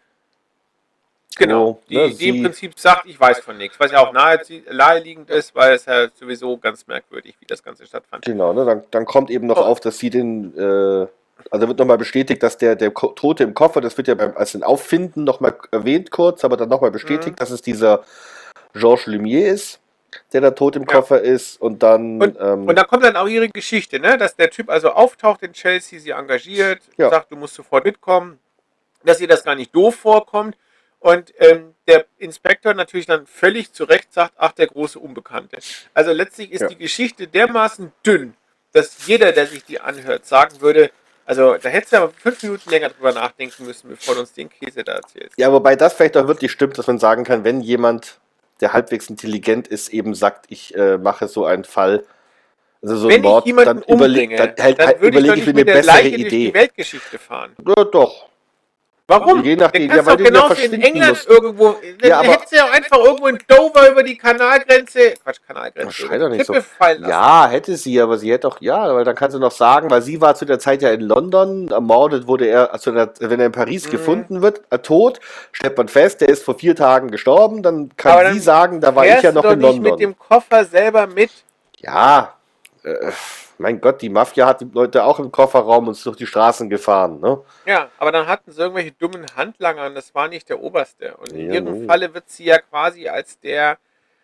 Genau, die im Prinzip sagt, ich weiß von nichts, was ja auch naheliegend ist, weil es ja sowieso ganz merkwürdig, wie das Ganze stattfand. Genau, ne, dann kommt eben noch auf, dass sie also wird nochmal bestätigt, dass der Tote im Koffer, das wird ja als den Auffinden nochmal erwähnt kurz, aber dann nochmal bestätigt, dass es dieser Georges Lumière ist, der da tot im Koffer ist und dann... Und dann kommt dann auch ihre Geschichte, ne? Dass der Typ also auftaucht in Chelsea, sie engagiert, sagt, du musst sofort mitkommen, dass ihr das gar nicht doof vorkommt und der Inspektor natürlich dann völlig zu Recht sagt, ach, der große Unbekannte. Also letztlich ist die Geschichte dermaßen dünn, dass jeder, der sich die anhört, sagen würde, also da hättest du aber 5 Minuten länger drüber nachdenken müssen, bevor du uns den Käse da erzählst. Ja, wobei das vielleicht auch wirklich stimmt, dass man sagen kann, wenn jemand, der halbwegs intelligent ist, eben sagt, ich mache so einen Fall, also so wenn einen Mord, ich jemanden umbringe, dann würde ich doch nicht mit der Leiche durch die Weltgeschichte fahren. Ja, doch. Warum? Je nachdem, der kannst doch genauso in England irgendwo, dann hättest du ja auch einfach irgendwo in Dover über die Kanalgrenze, über die Klippe fallen lassen. Ja, hätte sie, aber sie hätte doch, weil dann kannst du noch sagen, weil sie war zu der Zeit ja in London, ermordet wurde er, also wenn er in Paris gefunden wird, tot, stellt man fest, der ist vor 4 Tagen gestorben, dann kann sie sagen, da war ich ja noch in London. Nicht mit dem Koffer selber mit? Ja, mein Gott, die Mafia hat die Leute auch im Kofferraum und ist durch die Straßen gefahren, ne? Ja, aber dann hatten sie irgendwelche dummen Handlanger und das war nicht der Oberste. Und in ihrem Falle wird sie ja quasi als der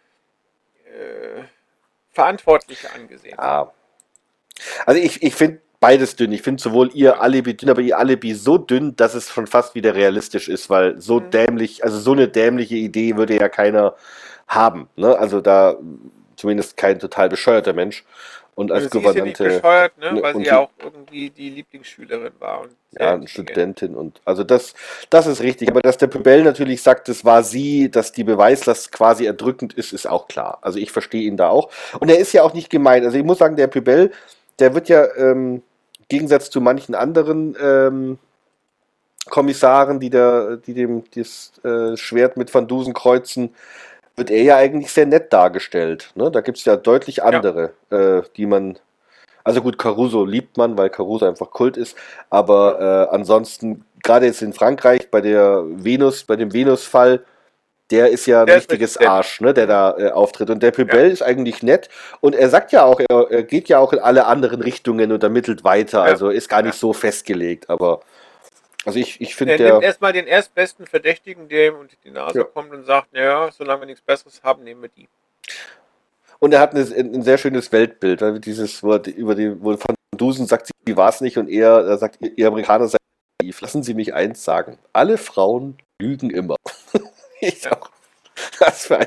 Verantwortliche angesehen. Ja. Also ich finde beides dünn. Ich finde sowohl ihr Alibi dünn, aber ihr Alibi so dünn, dass es schon fast wieder realistisch ist, weil so dämlich, also so eine dämliche Idee würde ja keiner haben, ne? Also da zumindest kein total bescheuerter Mensch. Und als Gouvernante. Sie ist ja nicht bescheuert, ne? Weil sie ja auch irgendwie die Lieblingsschülerin war. Und eine Studentin. Und also das ist richtig. Aber dass der Pubell natürlich sagt, das war sie, dass die Beweislast quasi erdrückend ist, ist auch klar. Also ich verstehe ihn da auch. Und er ist ja auch nicht gemein. Also ich muss sagen, der Pubell, der wird ja im Gegensatz zu manchen anderen Kommissaren, die dem das Schwert mit Van Dusen kreuzen, wird er ja eigentlich sehr nett dargestellt. Ne? Da gibt es ja deutlich andere, die man... Also gut, Caruso liebt man, weil Caruso einfach Kult ist, aber ansonsten, gerade jetzt in Frankreich, bei dem Venus-Fall, der ist ja ein richtiges Arsch, ne, der da auftritt. Und der Pubell ist eigentlich nett und er sagt ja auch, er geht ja auch in alle anderen Richtungen und ermittelt weiter, also ist gar nicht so festgelegt, aber... Also ich finde, der nimmt erstmal den erstbesten Verdächtigen, der ihm unter die Nase kommt und sagt, naja, solange wir nichts Besseres haben, nehmen wir die. Und er hat ein sehr schönes Weltbild, weil dieses Wort wo Van Dusen sagt, sie war es nicht und er sagt, ihr Amerikaner seid naiv. Lassen Sie mich eins sagen, alle Frauen lügen immer. Was für ein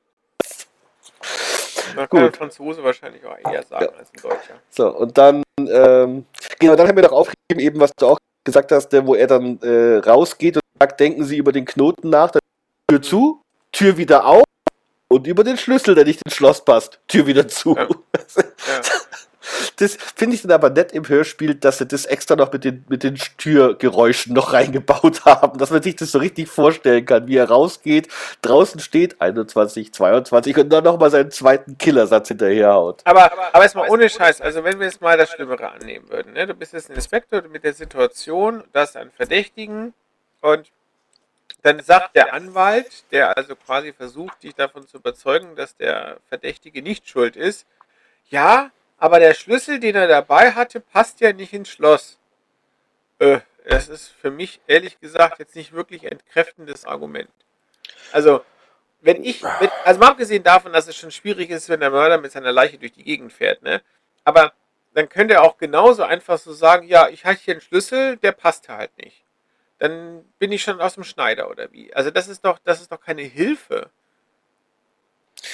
Man kann ein Franzose wahrscheinlich auch eher sagen als ein Deutscher. So, und dann, genau, dann haben wir noch aufgeschrieben, eben was du auch gesagt hast, wo er dann rausgeht und sagt, denken Sie über den Knoten nach, dann Tür zu, Tür wieder auf und über den Schlüssel, der nicht ins Schloss passt, Tür wieder zu. Ja. Das finde ich dann aber nett im Hörspiel, dass sie das extra noch mit den Türgeräuschen noch reingebaut haben, dass man sich das so richtig vorstellen kann, wie er rausgeht, draußen steht 21, 22 und dann nochmal seinen zweiten Killersatz hinterherhaut. Aber jetzt mal ohne Scheiß, also wenn wir jetzt mal das Schlimmere annehmen würden, ne? Du bist jetzt ein Inspektor mit der Situation, du hast einen Verdächtigen und dann sagt der Anwalt, der also quasi versucht, dich davon zu überzeugen, dass der Verdächtige nicht schuld ist, ja, aber der Schlüssel, den er dabei hatte, passt ja nicht ins Schloss. Das ist für mich, ehrlich gesagt, jetzt nicht wirklich ein entkräftendes Argument. Also, also mal abgesehen davon, dass es schon schwierig ist, wenn der Mörder mit seiner Leiche durch die Gegend fährt, ne? Aber dann könnte er auch genauso einfach so sagen, ja, ich habe hier einen Schlüssel, der passt halt nicht. Dann bin ich schon aus dem Schneider, oder wie? Also das ist doch keine Hilfe.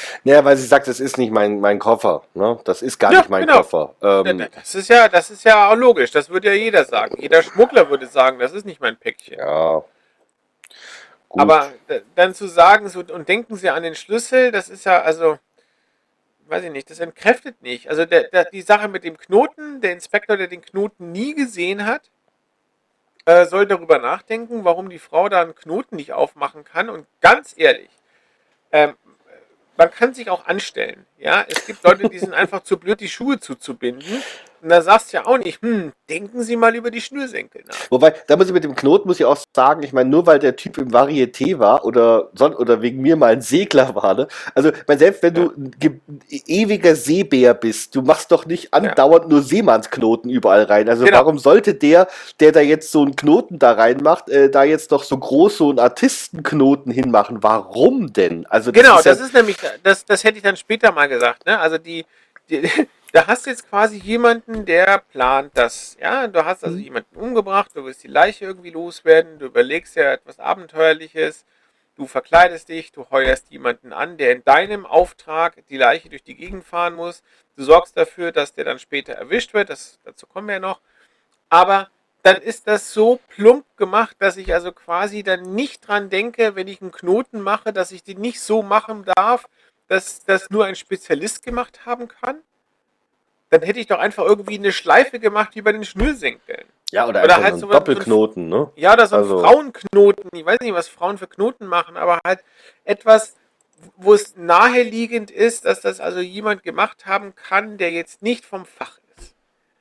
Naja, weil sie sagt, das ist nicht mein Koffer. Ne? Das ist gar nicht mein Koffer. Das ist ja auch logisch. Das würde ja jeder sagen. Jeder Schmuggler würde sagen, das ist nicht mein Päckchen. Ja. Gut. Aber dann zu sagen, so, und denken Sie an den Schlüssel, das ist ja, also, weiß ich nicht, das entkräftet nicht. Also die Sache mit dem Knoten, der Inspektor, der den Knoten nie gesehen hat, soll darüber nachdenken, warum die Frau da einen Knoten nicht aufmachen kann. Und ganz ehrlich, man kann sich auch anstellen. Ja, es gibt Leute, die sind einfach zu blöd, die Schuhe zuzubinden. Und da sagst du ja auch nicht, denken Sie mal über die Schnürsenkel nach. Wobei, da muss ich mit dem Knoten, muss ich auch sagen, ich meine, nur weil der Typ im Varieté war oder wegen mir mal ein Segler war, ne? Also, ich meine, selbst wenn du ein ewiger Seebär bist, du machst doch nicht andauernd nur Seemannsknoten überall rein. Also, warum sollte der da jetzt so einen Knoten da reinmacht, da jetzt doch so groß so einen Artistenknoten hinmachen? Warum denn? Also, das ist nämlich, das hätte ich dann später mal gesagt, ne? Also da hast du jetzt quasi jemanden, der plant das. Ja, du hast also jemanden umgebracht, du willst die Leiche irgendwie loswerden, du überlegst ja etwas Abenteuerliches, du verkleidest dich, du heuerst jemanden an, der in deinem Auftrag die Leiche durch die Gegend fahren muss. Du sorgst dafür, dass der dann später erwischt wird, dazu kommen wir ja noch. Aber dann ist das so plump gemacht, dass ich also quasi dann nicht dran denke, wenn ich einen Knoten mache, dass ich den nicht so machen darf, dass das nur ein Spezialist gemacht haben kann. Dann hätte ich doch einfach irgendwie eine Schleife gemacht wie bei den Schnürsenkeln. Ja, oder einfach halt so einen Doppelknoten, ne? Ja, oder so ein Frauenknoten. Ich weiß nicht, was Frauen für Knoten machen, aber halt etwas, wo es naheliegend ist, dass das also jemand gemacht haben kann, der jetzt nicht vom Fach ist.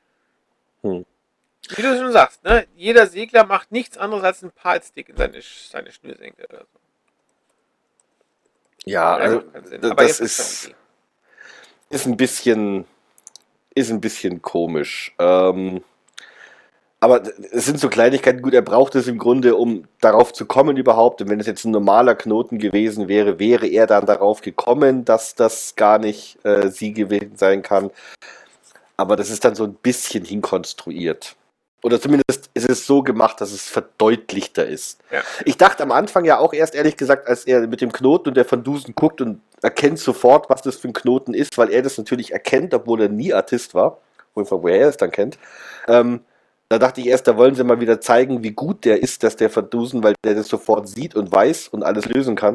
Wie du schon sagst, ne? Jeder Segler macht nichts anderes als ein Palstick in seine Schnürsenkel oder so. Ja, also das ist ein bisschen komisch. Aber es sind so Kleinigkeiten, gut, er braucht es im Grunde, um darauf zu kommen überhaupt. Und wenn es jetzt ein normaler Knoten gewesen wäre, wäre er dann darauf gekommen, dass das gar nicht sie gewesen sein kann. Aber das ist dann so ein bisschen hinkonstruiert. Oder zumindest ist es so gemacht, dass es verdeutlichter ist. Ja. Ich dachte am Anfang ja auch erst, ehrlich gesagt, als er mit dem Knoten und der Van Dusen guckt und erkennt sofort, was das für ein Knoten ist, weil er das natürlich erkennt, obwohl er nie Artist war, woher er es dann kennt. Da dachte ich erst, da wollen sie mal wieder zeigen, wie gut der ist, dass der Van Dusen, weil der das sofort sieht und weiß und alles lösen kann.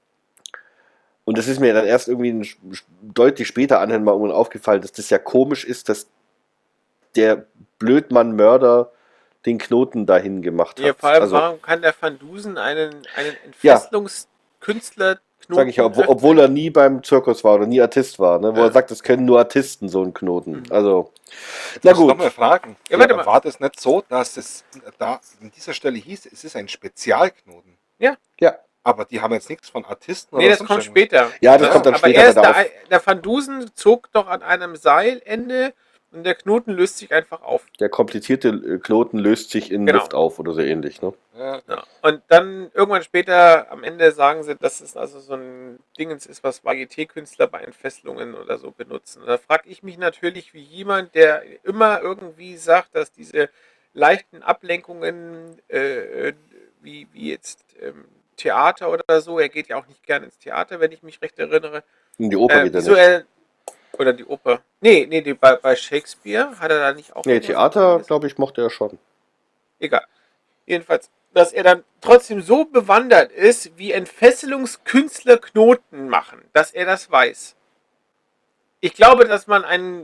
Und das ist mir dann erst irgendwie deutlich später anhören mal aufgefallen, dass das ja komisch ist, dass der Blödmann-Mörder den Knoten dahin gemacht hat. Ja, vor allem, warum kann der Van Dusen einen Entfesselungskünstler Knoten... Sag ich ja, obwohl er nie beim Zirkus war oder nie Artist war, ne? Wo er sagt, das können nur Artisten, so einen Knoten. Also, na gut. Ich muss noch mal fragen, war das nicht so, dass es da an dieser Stelle hieß, es ist ein Spezialknoten? Ja. Aber die haben jetzt nichts von Artisten oder das kommt später. Ja, das kommt dann später. Aber der Van Dusen zog doch an einem Seilende und der Knoten löst sich einfach auf. Der komplizierte Knoten löst sich in Luft auf oder so ähnlich, ne? Ja. Und dann irgendwann später am Ende sagen sie, dass es also so ein Dingens ist, was Varieté-Künstler bei Entfesselungen oder so benutzen. Und da frage ich mich natürlich, wie jemand, der immer irgendwie sagt, dass diese leichten Ablenkungen, wie jetzt Theater oder so, er geht ja auch nicht gerne ins Theater, wenn ich mich recht erinnere. In die Oper geht er nicht. Oder die Oper. Nee, bei Shakespeare hat er da nicht auch... Nee, Theater, glaube ich, mochte er schon. Egal. Jedenfalls, dass er dann trotzdem so bewandert ist, wie Entfesselungskünstler Knoten machen, dass er das weiß. Ich glaube, dass man einen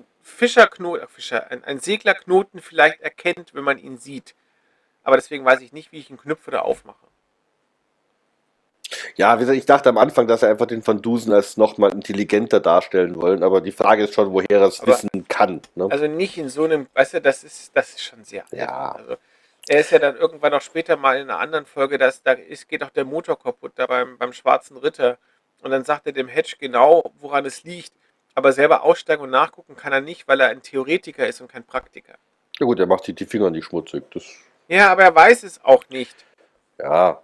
einen Seglerknoten vielleicht erkennt, wenn man ihn sieht. Aber deswegen weiß ich nicht, wie ich einen Knüpf oder aufmache. Ja, wie gesagt, ich dachte am Anfang, dass er einfach den Van Dusen als nochmal intelligenter darstellen wollen, aber die Frage ist schon, woher er es wissen kann. Ne? Also nicht in so einem, weißt du, das ist schon sehr alt. Ja. Also, er ist ja dann irgendwann auch später mal in einer anderen Folge, geht auch der Motor kaputt, da beim Schwarzen Ritter. Und dann sagt er dem Hedge genau, woran es liegt. Aber selber aussteigen und nachgucken kann er nicht, weil er ein Theoretiker ist und kein Praktiker. Ja gut, er macht die Finger nicht schmutzig. Ja, aber er weiß es auch nicht. Ja.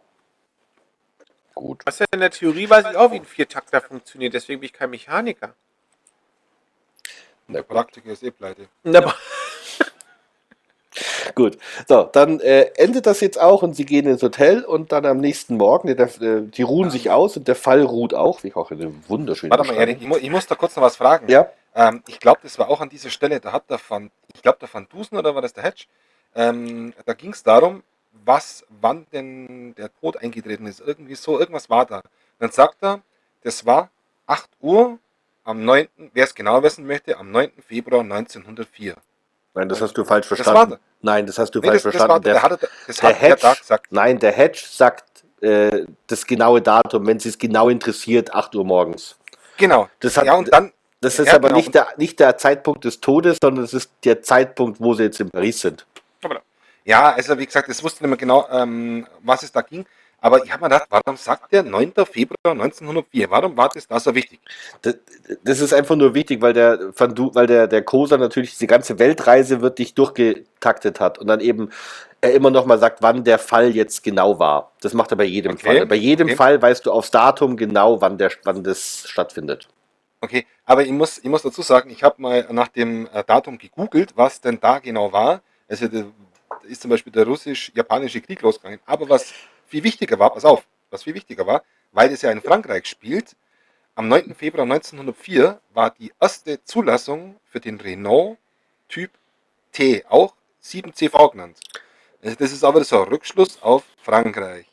Gut. Was ja in der Theorie weiß ich auch, wie ein Viertakter funktioniert, deswegen bin ich kein Mechaniker. Der Praktiker ist pleite. Gut, so, dann endet das jetzt auch und sie gehen ins Hotel und dann am nächsten Morgen, die ruhen sich aus und der Fall ruht auch, wie auch eine wunderschöne Warte mal, Erik, ich muss da kurz noch was fragen. Ja. Ich glaube, das war auch an dieser Stelle, da hat der Van Dusen oder war das der Hedge, da ging es darum, wann denn der Tod eingetreten ist. Irgendwie so, irgendwas war da. Dann sagt er, das war 8 Uhr am 9., wer es genau wissen möchte, am 9. Februar 1904. Nein, das hast du falsch verstanden. Nein, das hast du falsch verstanden. Der Hedge gesagt. Nein, der Hedge sagt das genaue Datum, wenn es es genau interessiert, 8 Uhr morgens. Genau. Das ist ja, aber genau. nicht der Zeitpunkt des Todes, sondern es ist der Zeitpunkt, wo sie jetzt in Paris sind. Ja, also wie gesagt, ich wusste nicht mehr genau, was es da ging. Aber ich habe mir gedacht, warum sagt der 9. Februar 1904? Warum war das da so wichtig? Das ist einfach nur wichtig, weil der Kosa natürlich diese ganze Weltreise wirklich durchgetaktet hat und dann eben er immer noch mal sagt, wann der Fall jetzt genau war. Das macht er bei jedem Fall. Bei jedem Fall weißt du aufs Datum genau, wann das stattfindet. Okay, aber ich muss dazu sagen, ich habe mal nach dem Datum gegoogelt, was denn da genau war. Also da ist zum Beispiel der russisch-japanische Krieg losgegangen. Aber was viel wichtiger war, weil es ja in Frankreich spielt, am 9. Februar 1904 war die erste Zulassung für den Renault Typ T, auch 7CV genannt. Also das ist aber so ein Rückschluss auf Frankreich.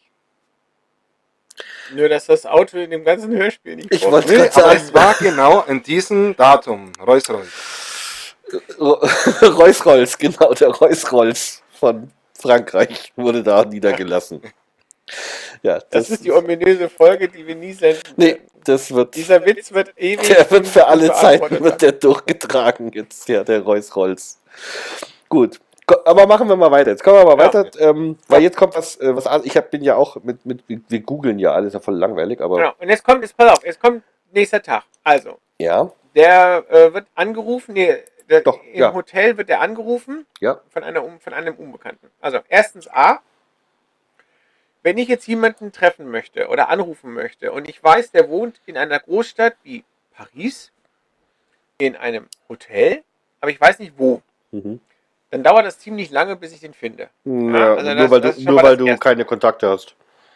Nur, dass das Auto in dem ganzen Hörspiel nicht vorkommt. Nee, aber es war genau in diesem Datum. Rolls-Royce. Rolls-Royce, genau, der Rolls-Royce von Frankreich wurde da niedergelassen. Ja, das ist die ominöse Folge, die wir nie senden. Nee, dieser Witz wird ewig. Der wird für alle Zeiten durchgetragen jetzt, ja, der Rolls-Royce. Gut. Aber machen wir mal weiter. Jetzt kommen wir mal weiter, weil jetzt kommt was bin ja auch wir googeln ja alles, ja voll langweilig, aber. Genau, und jetzt kommt nächster Tag. Also. Ja. Der wird angerufen, im Hotel wird er angerufen von einem Unbekannten. Also erstens A, wenn ich jetzt jemanden treffen möchte oder anrufen möchte und ich weiß, der wohnt in einer Großstadt wie Paris, in einem Hotel, aber ich weiß nicht wo. Dann dauert das ziemlich lange, bis ich den finde. Ja, also nur weil du keine Kontakte hast.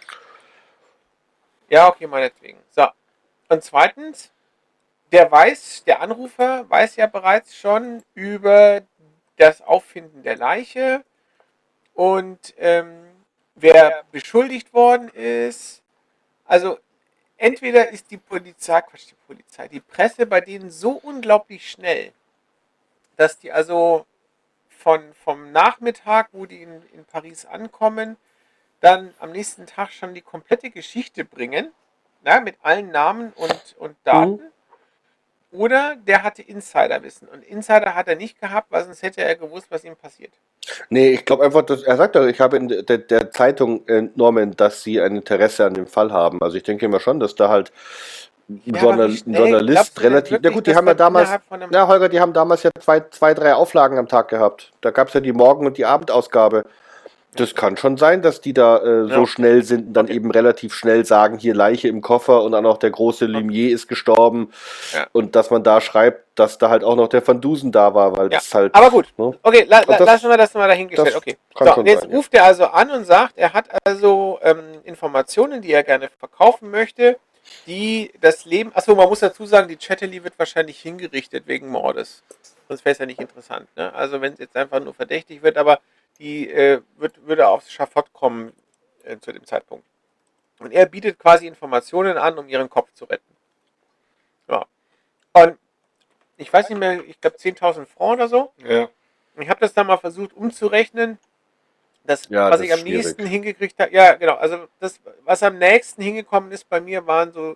Ja, okay, meinetwegen. So. Und zweitens, der Anrufer weiß ja bereits schon über das Auffinden der Leiche und wer beschuldigt worden ist. Also entweder ist die Presse bei denen so unglaublich schnell, dass die also vom Nachmittag, wo die in Paris ankommen, dann am nächsten Tag schon die komplette Geschichte bringen, mit allen Namen und Daten. Oder der hatte Insiderwissen. Und Insider hat er nicht gehabt, weil sonst hätte er gewusst, was ihm passiert. Nee, ich glaube einfach, er sagt doch, ich habe in der Zeitung entnommen, dass sie ein Interesse an dem Fall haben. Also ich denke immer schon, dass da halt ein Journalist relativ. Na gut, die haben ja damals. Ja, Holger, die haben damals ja 3 Auflagen am Tag gehabt. Da gab es ja die Morgen- und die Abendausgabe. Das kann schon sein, dass die da so schnell sind und dann eben relativ schnell sagen, hier Leiche im Koffer und dann auch der große Lumière ist gestorben. Ja. Und dass man da schreibt, dass da halt auch noch der Van Dusen da war, weil das halt. Aber gut, okay, lassen wir das mal dahingestellt. Okay. So, und jetzt ruft er also an und sagt, er hat also Informationen, die er gerne verkaufen möchte, die das Leben. Achso, man muss dazu sagen, die Chatterley wird wahrscheinlich hingerichtet wegen Mordes. Sonst wäre es ja nicht interessant. Ne? Also wenn es jetzt einfach nur verdächtig wird, aber die würde aufs Schafott kommen zu dem Zeitpunkt. Und er bietet quasi Informationen an, um ihren Kopf zu retten. Ja. Und ich weiß nicht mehr, ich glaube 10.000 Francs oder so. Ja. Ich habe das dann mal versucht umzurechnen. Was ich am nächsten hingekriegt habe, also das, was am nächsten hingekommen ist bei mir, waren so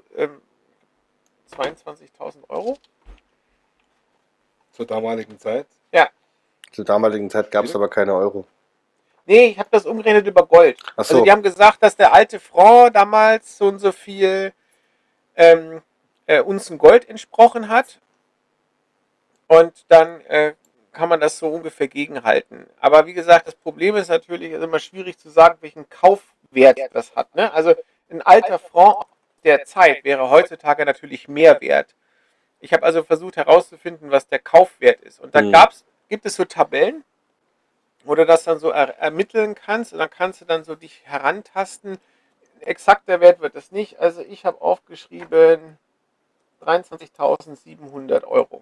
22.000 Euro. Zur damaligen Zeit? Ja. Zur damaligen Zeit gab es aber keine Euro. Nee, ich habe das umgerechnet über Gold. Ach so. Also die haben gesagt, dass der alte Franc damals so und so viel Unzen Gold entsprochen hat. Und dann kann man das so ungefähr gegenhalten. Aber wie gesagt, das Problem ist natürlich, es ist immer schwierig zu sagen, welchen Kaufwert das hat. Ne? Also ein alter Franc der Zeit wäre heutzutage natürlich mehr wert. Ich habe also versucht herauszufinden, was der Kaufwert ist. Und dann gibt es so Tabellen, wo du das dann so ermitteln kannst und dann kannst du dann so dich herantasten. Exakter Wert wird es nicht. Also ich habe aufgeschrieben 23.700 Euro.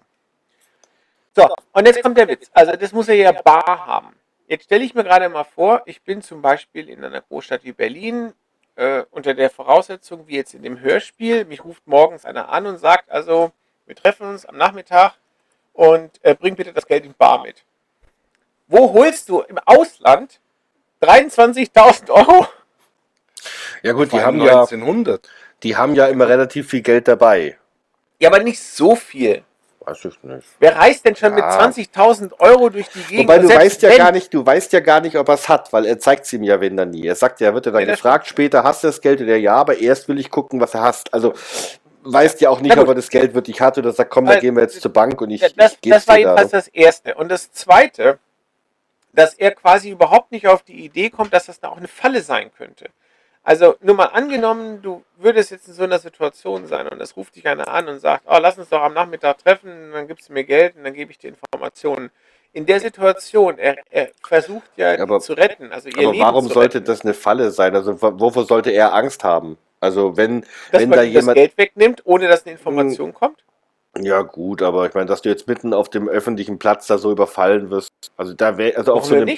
So, und jetzt kommt der Witz. Also das muss er ja bar haben. Jetzt stelle ich mir gerade mal vor, ich bin zum Beispiel in einer Großstadt wie Berlin, unter der Voraussetzung, wie jetzt in dem Hörspiel, mich ruft morgens einer an und sagt, also wir treffen uns am Nachmittag und bring bitte das Geld in bar mit. Wo holst du im Ausland 23.000 Euro? Ja gut, die haben 1900. Die haben ja immer relativ viel Geld dabei. Ja, aber nicht so viel. Weiß ich nicht. Wer reist denn schon mit 20.000 Euro durch die Gegend? Wobei du weißt ja gar nicht, ob er es hat, weil er zeigt es ihm ja, wenn dann nie. Er sagt ja, er wird ja dann gefragt, später hast du das Geld oder ja, aber erst will ich gucken, was er hast. Also weißt ja auch nicht, ob er das Geld wirklich hat oder sagt, komm, da gehen wir jetzt zur Bank und das war jedenfalls das Erste. Und das Zweite, dass er quasi überhaupt nicht auf die Idee kommt, dass das auch eine Falle sein könnte. Also nur mal angenommen, du würdest jetzt in so einer Situation sein und es ruft dich einer an und sagt, oh, lass uns doch am Nachmittag treffen, dann gibst du mir Geld und dann gebe ich dir Informationen. In der Situation, er versucht ja, die zu retten. Also ihr Leben warum zu sollte retten. Das eine Falle sein? Also wovor sollte er Angst haben? Also wenn dass wenn man da ihm jemand das Geld wegnimmt, ohne dass eine Information kommt? Ja gut, aber ich meine, dass du jetzt mitten auf dem öffentlichen Platz da so überfallen wirst, also da wäre, also auf so einem... nicht?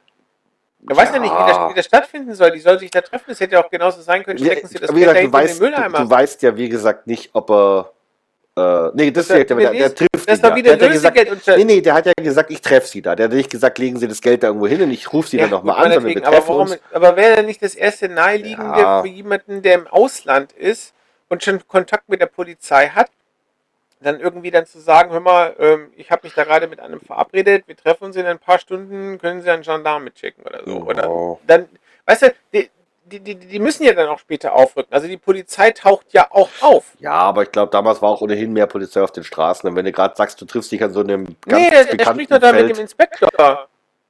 Er weiß ja nicht, wie das stattfinden soll. Die soll sich da treffen. Es hätte ja auch genauso sein können, stecken sie das Geld da hinten in den Mülleimer. Du weißt ja, wie gesagt, nicht, ob er... nee, der trifft das ist doch wieder Lösegeld. Nee, der hat ja gesagt, ich treffe sie da. Der hat nicht gesagt, legen Sie das Geld da irgendwo hin und ich rufe sie dann nochmal an, sondern wir treffen uns. Aber wäre denn nicht das erste Naheliegende für jemanden, der im Ausland ist und schon Kontakt mit der Polizei hat, dann irgendwie dann zu sagen, hör mal, ich habe mich da gerade mit einem verabredet, wir treffen uns in ein paar Stunden, können Sie einen Gendarm mitschicken oder so. Oder dann, weißt du, die müssen ja dann auch später aufrücken. Also die Polizei taucht ja auch auf. Ja, aber ich glaube, damals war auch ohnehin mehr Polizei auf den Straßen. Und wenn du gerade sagst, du triffst dich an so einem ganz bekannten der spricht doch da mit dem Inspektor.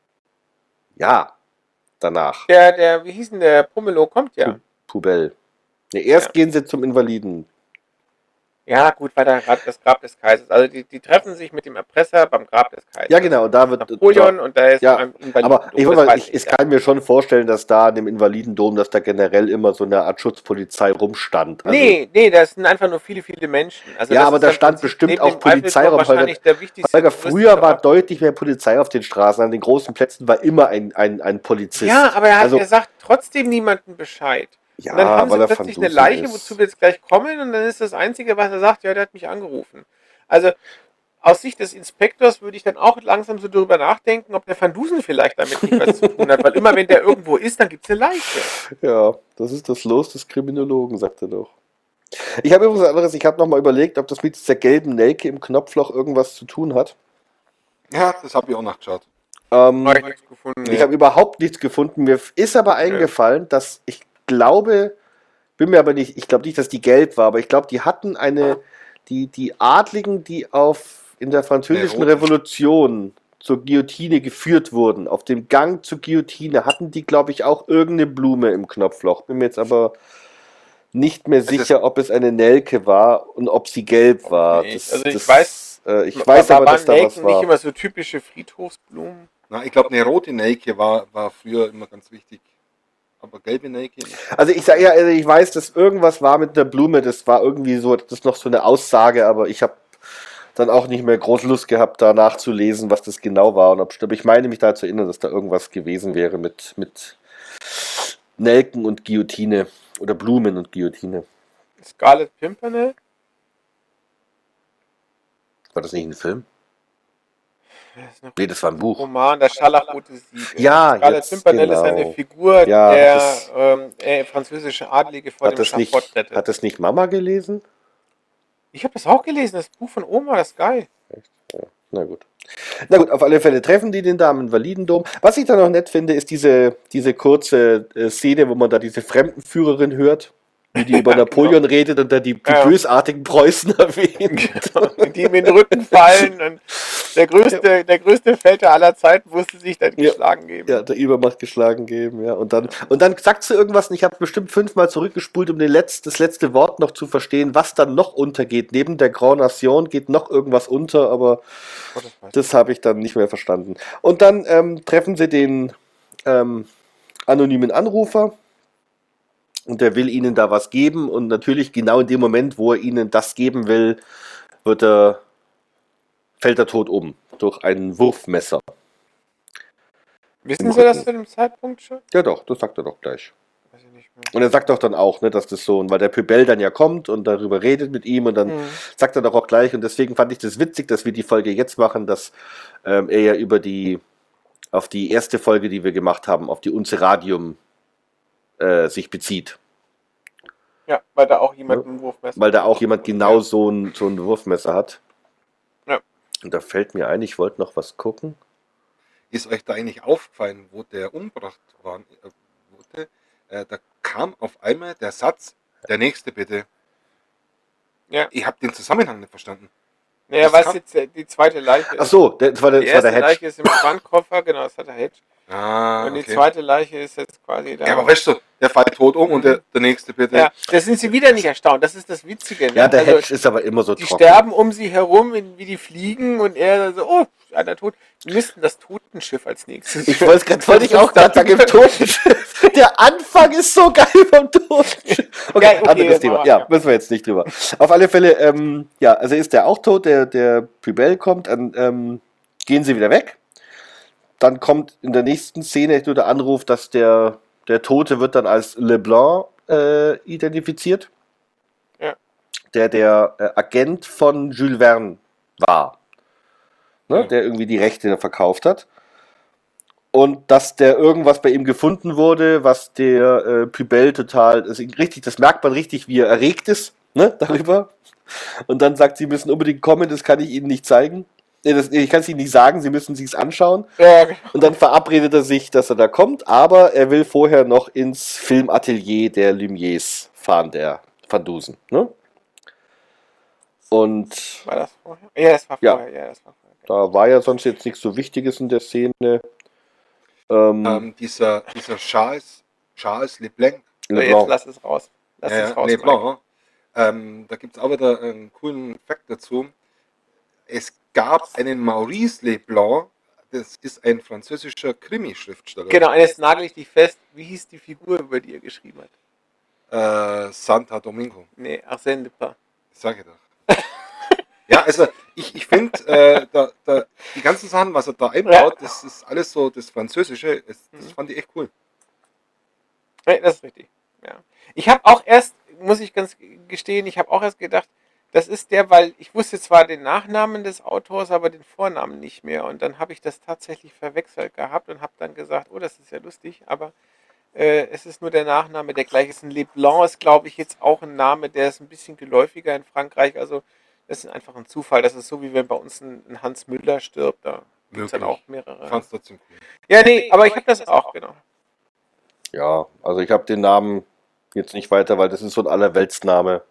Ja, danach. Der wie hieß denn der? Pomelo kommt ja. Pubell. Nee, erst gehen sie zum Invaliden. Ja, gut, weil da gerade das Grab des Kaisers. Also die treffen sich mit dem Erpresser beim Grab des Kaisers. Ja, genau, und da wird Napoleon und da ist ein Invalidendom. Aber ich kann mir schon vorstellen, dass da in dem Invalidendom, dass da generell immer so eine Art Schutzpolizei rumstand. Also, nee, das sind einfach nur viele, viele Menschen. Also ja, aber da stand bestimmt auch Polizei rum. Holger, früher war deutlich mehr Polizei auf den Straßen. An den großen Plätzen war immer ein Polizist. Ja, aber er sagt trotzdem niemandem Bescheid. Ja, und dann haben sie plötzlich eine Leiche, wozu wir jetzt gleich kommen, und dann ist das Einzige, was er sagt, ja, der hat mich angerufen. Also aus Sicht des Inspektors würde ich dann auch langsam so darüber nachdenken, ob der Van Dusen vielleicht damit nicht was zu tun hat, weil immer wenn der irgendwo ist, dann gibt es eine Leiche. Ja, das ist das Los des Kriminologen, sagt er doch. Ich habe übrigens anderes, ich habe nochmal überlegt, ob das mit dieser gelben Nelke im Knopfloch irgendwas zu tun hat. Ja, das habe ich auch nachgeschaut. Ich habe überhaupt nichts gefunden. Mir ist aber eingefallen, dass ich glaube, bin mir aber nicht, ich glaube nicht, dass die gelb war, aber ich glaube, die hatten die Adligen, die in der französischen Revolution zur Guillotine geführt wurden, auf dem Gang zur Guillotine, hatten die, glaube ich, auch irgendeine Blume im Knopfloch. Bin mir jetzt aber nicht mehr sicher, ob es eine Nelke war und ob sie gelb war. Ich weiß aber, dass da was war. Nicht immer so typische Friedhofsblumen. Na, ich glaube, eine rote Nelke war früher immer ganz wichtig. Aber gelbe Nelke nicht. Also ich sage ja, ich weiß, dass irgendwas war mit der Blume, das war irgendwie so, das ist noch so eine Aussage, aber ich habe dann auch nicht mehr groß Lust gehabt, da nachzulesen, was das genau war. Und ich meine mich da zu erinnern, dass da irgendwas gewesen wäre mit Nelken und Guillotine oder Blumen und Guillotine. Scarlet Pimpernel? War das nicht ein Film? Nee, das war ein Buch. Roman, der Scharlachrote Sieg. Ja, Scarlet Pimpernel ist eine Figur, der französische Adlige vor dem Schafott rettet. Hat das nicht Mama gelesen? Ich habe das auch gelesen, das Buch von Oma, das ist geil. Echt? Ja, na gut. Na gut, auf alle Fälle treffen die den da im Invalidendom. Was ich da noch nett finde, ist diese kurze Szene, wo man da diese Fremdenführerin hört. wie die über Napoleon redet und dann die bösartigen Preußen erwähnt. Die ihm in den Rücken fallen und der größte Feldherr aller Zeiten musste sich dann geschlagen geben. Ja, der Übermacht geschlagen geben, ja. Und dann sagt sie irgendwas und ich habe bestimmt 5-mal zurückgespult, um das letzte Wort noch zu verstehen, was dann noch untergeht. Neben der Grand Nation geht noch irgendwas unter, aber das habe ich dann nicht mehr verstanden. Und dann treffen sie den anonymen Anrufer und der will ihnen da was geben und natürlich genau in dem Moment, wo er ihnen das geben will, fällt er tot um durch ein Wurfmesser. Wissen Sie das zu dem Zeitpunkt schon? Ja doch, das sagt er doch gleich. Weiß ich nicht mehr. Und er sagt doch dann auch, ne, dass das so, weil der Pubell dann ja kommt und darüber redet mit ihm und dann sagt er doch auch gleich und deswegen fand ich das witzig, dass wir die Folge jetzt machen, dass er ja auf die erste Folge, die wir gemacht haben, auf die Unze Radium sich bezieht. Ja, weil da auch jemand ein Wurfmesser hat. Weil da auch jemand genau so ein Wurfmesser hat. Ja. Und da fällt mir ein, ich wollte noch was gucken. Ist euch da eigentlich aufgefallen, wo der umgebracht wurde? Da kam auf einmal der Satz, der nächste bitte. Ja. Ich habe den Zusammenhang nicht verstanden. Naja, was jetzt die zweite Leiche ist. Ach so, das war der erste Hedge. Leiche ist im Schrankkoffer, genau, das hat der Hedge. Und die zweite Leiche ist jetzt quasi da. Ja, aber weißt du, der fällt tot um und der nächste bitte. Ja, da sind sie wieder nicht erstaunt, das ist das Witzige. Ne? Ja, der Hedge ist aber immer so die trocken. Die sterben um sie herum, wie die fliegen und er so, oh, einer tot. Wir müssten das Totenschiff als nächstes. Ich wollte ich auch gerade sagen, im Totenschiff. Der Anfang ist so geil vom Totenschiff. Okay, anderes Thema. Ja, müssen wir jetzt nicht drüber. Auf alle Fälle, also ist der auch tot, der Pubell kommt, dann gehen sie wieder weg. Dann kommt in der nächsten Szene nur der Anruf, dass der Tote wird dann als Leblanc identifiziert. Ja. Der Agent von Jules Verne war. Ne, der irgendwie die Rechte verkauft hat. Und dass der irgendwas bei ihm gefunden wurde, was der Pubell total, das merkt man richtig, wie er erregt ist, ne, darüber. Und dann sagt, sie müssen unbedingt kommen, das kann ich ihnen nicht zeigen. Ich kann es ihnen nicht sagen, sie müssen sich's anschauen. Ja, genau. Und dann verabredet er sich, dass er da kommt, aber er will vorher noch ins Filmatelier der Lumières fahren, der Van Dusen. Ne? Und war das vorher? Ja, das war vorher. Ja, das war vorher. Da war ja sonst jetzt nichts so Wichtiges in der Szene. Dieser Charles Leblanc. Jetzt lass es raus. Leblanc. Da gibt es auch wieder einen coolen Fakt dazu. Es gab einen Maurice Leblanc, das ist ein französischer Krimi-Schriftsteller. Genau, jetzt nagel ich dich fest. Wie hieß die Figur, über die er geschrieben hat? Santa Domingo. Nee, Arsène Lupin. Sag ich doch. Ja, also ich finde, die ganzen Sachen, was er da einbaut, das ist alles so das Französische, das fand ich echt cool. Ja, das ist richtig. Ja. Ich habe auch erst, muss ich ganz gestehen, gedacht, das ist der, weil ich wusste zwar den Nachnamen des Autors, aber den Vornamen nicht mehr. Und dann habe ich das tatsächlich verwechselt gehabt und habe dann gesagt, oh, das ist ja lustig, aber es ist nur der Nachname, der gleich ist. Ein Leblanc ist, glaube ich, jetzt auch ein Name, der ist ein bisschen geläufiger in Frankreich. Also das ist einfach ein Zufall. Das ist so, wie wenn bei uns ein Hans Müller stirbt. Da gibt es dann auch mehrere. Ich fand's trotzdem cool. Ja, nee, aber ich habe das auch, genau. Ja, also ich habe den Namen jetzt nicht weiter, weil das ist so ein Allerweltsname.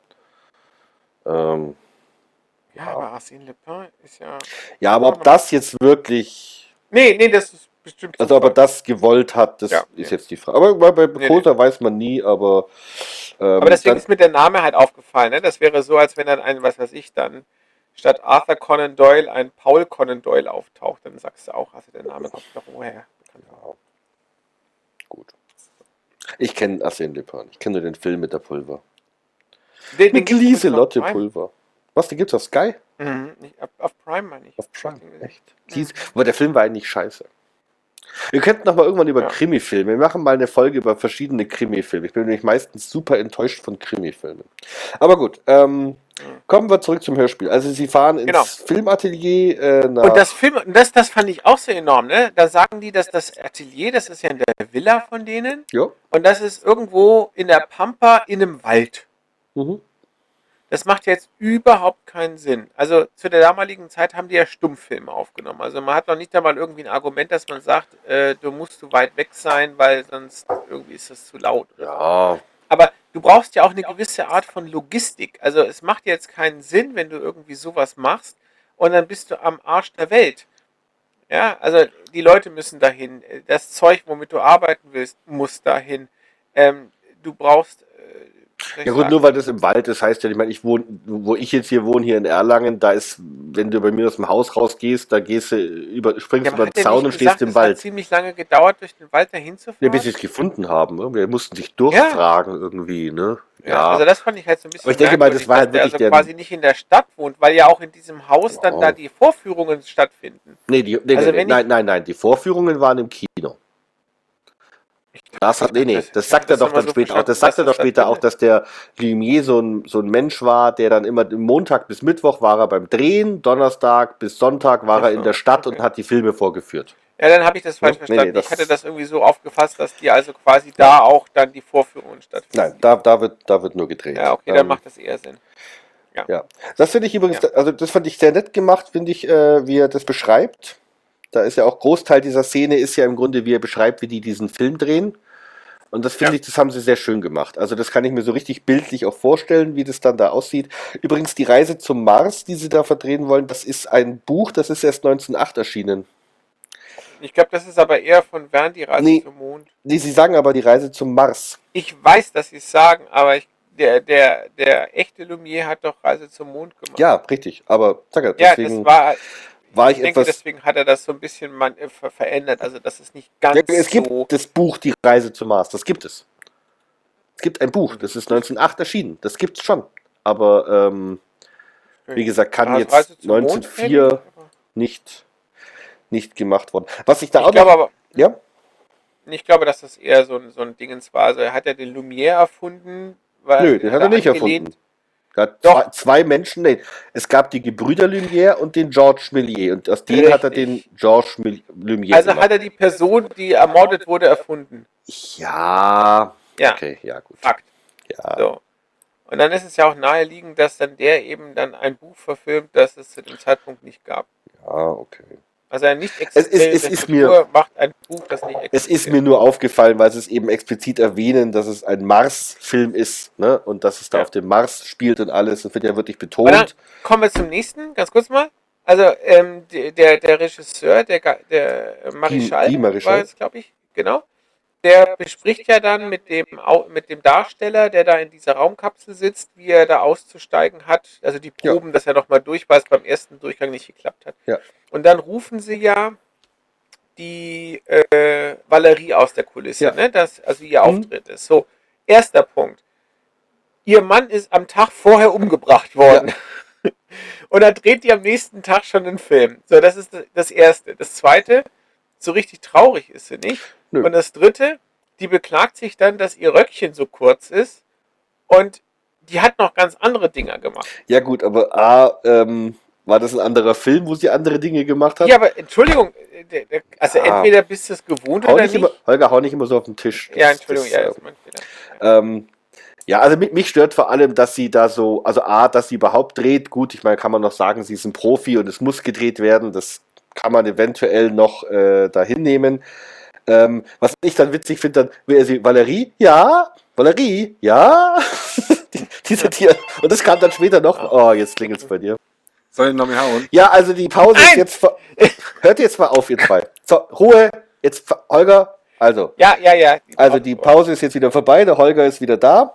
Ja, aber Arsène Lupin ist ja... Ja, aber ob das jetzt wirklich... Nee, das ist bestimmt... Also ob er das gewollt hat, das ist jetzt die Frage. Aber bei Bokota weiß man nie, aber... aber deswegen ist mir der Name halt aufgefallen. Ne? Das wäre so, als wenn dann dann statt Arthur Conan Doyle ein Paul Conan Doyle auftaucht. Dann sagst du auch, also der Name kommt doch woher. Ja. Gut. Ich kenne Arsène Lupin. Ich kenne nur den Film mit der Pulver. Mit Lieselotte Pulver. Was, den gibt's auf Sky? Mhm. Auf Prime meine ich. Auf Prime, echt. Aber der Film war eigentlich scheiße. Wir könnten noch mal irgendwann über Krimi-Filme. Wir machen mal eine Folge über verschiedene Krimi-Filme. Ich bin nämlich meistens super enttäuscht von Krimi-Filmen. Aber gut, kommen wir zurück zum Hörspiel. Also sie fahren ins Filmatelier nach... Und das fand ich auch so enorm, ne? Da sagen die, dass das Atelier, das ist ja in der Villa von denen. Ja. Und das ist irgendwo in der Pampa in einem Wald. Mhm. Das macht jetzt überhaupt keinen Sinn. Also zu der damaligen Zeit haben die ja Stummfilme aufgenommen. Also man hat noch nicht einmal irgendwie ein Argument, dass man sagt, du musst zu weit weg sein, weil sonst irgendwie ist das zu laut. Ja. Aber du brauchst ja auch eine gewisse Art von Logistik. Also es macht jetzt keinen Sinn, wenn du irgendwie sowas machst und dann bist du am Arsch der Welt. Ja, also die Leute müssen dahin. Das Zeug, womit du arbeiten willst, muss dahin. Du brauchst, Ja gut, nur weil das im Wald ist, heißt ja, ich meine, wo ich jetzt hier wohne, hier in Erlangen, da ist, wenn du bei mir aus dem Haus rausgehst, da gehst du springst ja, aber über hat den der Zaun nicht und gesagt, stehst im es hat Wald. ziemlich lange gedauert, durch den Wald dahin zu Ja, fahren? bis sie es gefunden haben. Ne? Wir mussten sich durchfragen irgendwie, ne? Ja, also das fand ich halt so ein bisschen Aber ich denke mal, das merkwürdig, war dass halt der wirklich also quasi nicht in der Stadt wohnt, weil ja auch in diesem Haus dann da die Vorführungen stattfinden. Also nein, die Vorführungen waren im Kino. Das sagt er doch dann später auch. Das sagt er doch später auch, dass der Lumière so ein Mensch war, der dann immer Montag bis Mittwoch war er beim Drehen, Donnerstag bis Sonntag war er in der Stadt und hat die Filme vorgeführt. Ja, dann habe ich das falsch verstanden. Ich hatte das irgendwie so aufgefasst, dass die also quasi da auch dann die Vorführungen stattfinden. Nein, da wird nur gedreht. Ja, okay, dann macht das eher Sinn. Ja. Das finde ich übrigens, also das fand ich sehr nett gemacht, finde ich, wie er das beschreibt. Da ist ja auch Großteil dieser Szene ist ja im Grunde, wie er beschreibt, wie die diesen Film drehen. Und das finde ich, das haben sie sehr schön gemacht. Also das kann ich mir so richtig bildlich auch vorstellen, wie das dann da aussieht. Übrigens, die Reise zum Mars, die sie da verdrehen wollen, das ist ein Buch, das ist erst 1908 erschienen. Ich glaube, das ist aber eher von Verne, die Reise zum Mond. Nee, sie sagen aber die Reise zum Mars. Ich weiß, dass sie es sagen, aber der echte Lumière hat doch Reise zum Mond gemacht. Ja, richtig. Aber sag ja, deswegen war ich denke, deswegen hat er das so ein bisschen verändert. Also das ist nicht ganz so. Es gibt das Buch Die Reise zum Mars. Das gibt es. Es gibt ein Buch. Das ist 1908 erschienen. Das gibt's schon. Aber wie gesagt, kann jetzt 1904 nicht gemacht worden. Was ich da auch noch... Ja? Ich glaube, dass das eher so ein Dingens war. Also er hat ja den Lumière erfunden. Nö, den hat er nicht erfunden. Da zwei Menschen, es gab die Gebrüder Lumière und den Georges Méliès. Und aus denen hat er den Georges Lumière also gemacht. Hat er die Person, die ermordet wurde, erfunden? Ja. Okay, ja, gut. Fakt. Ja. So. Und dann ist es ja auch naheliegend, dass dann der eben dann ein Buch verfilmt, das es zu dem Zeitpunkt nicht gab. Ja, okay. Also ein nicht existierende macht ein Buch, das nicht existiert. Es ist mir nur aufgefallen, weil sie es eben explizit erwähnen, dass es ein Mars-Film ist, ne? Und dass es da auf dem Mars spielt und alles. Das wird ja wirklich betont. Dann kommen wir zum nächsten, ganz kurz mal. Also der Regisseur, der Marischal, war es, glaube ich, genau. Der bespricht ja dann mit dem Darsteller, der da in dieser Raumkapsel sitzt, wie er da auszusteigen hat. Also die Proben, dass er nochmal durch, weil es beim ersten Durchgang nicht geklappt hat. Ja. Und dann rufen sie ja die Valerie aus der Kulisse, ne? Also ihr Auftritt ist. So, erster Punkt. Ihr Mann ist am Tag vorher umgebracht worden. Ja. Und dann dreht die am nächsten Tag schon einen Film. So, das ist das Erste. Das Zweite, so richtig traurig ist sie nicht. Nö. Und das Dritte, die beklagt sich dann, dass ihr Röckchen so kurz ist und die hat noch ganz andere Dinger gemacht. Ja gut, aber war das ein anderer Film, wo sie andere Dinge gemacht hat? Ja, aber Entschuldigung, also entweder bist du es gewohnt oder nicht. Holger, hau nicht immer so auf den Tisch. Ja, Entschuldigung, das ist mein Fehler. Ja, also mich stört vor allem, dass sie da so, also dass sie überhaupt dreht. Gut, ich meine, kann man noch sagen, sie ist ein Profi und es muss gedreht werden. Das kann man eventuell noch da hinnehmen. Was ich dann witzig finde, dann wäre sie Valerie, ja, diese Tier. Und das kam dann später noch. Oh, jetzt klingelt es bei dir. Soll ich noch mehr hauen? Ja, also die Pause ist jetzt. Hört jetzt mal auf, ihr zwei. So, Ruhe. Jetzt, Holger. Also. Ja. Also die Pause ist jetzt wieder vorbei. Der Holger ist wieder da.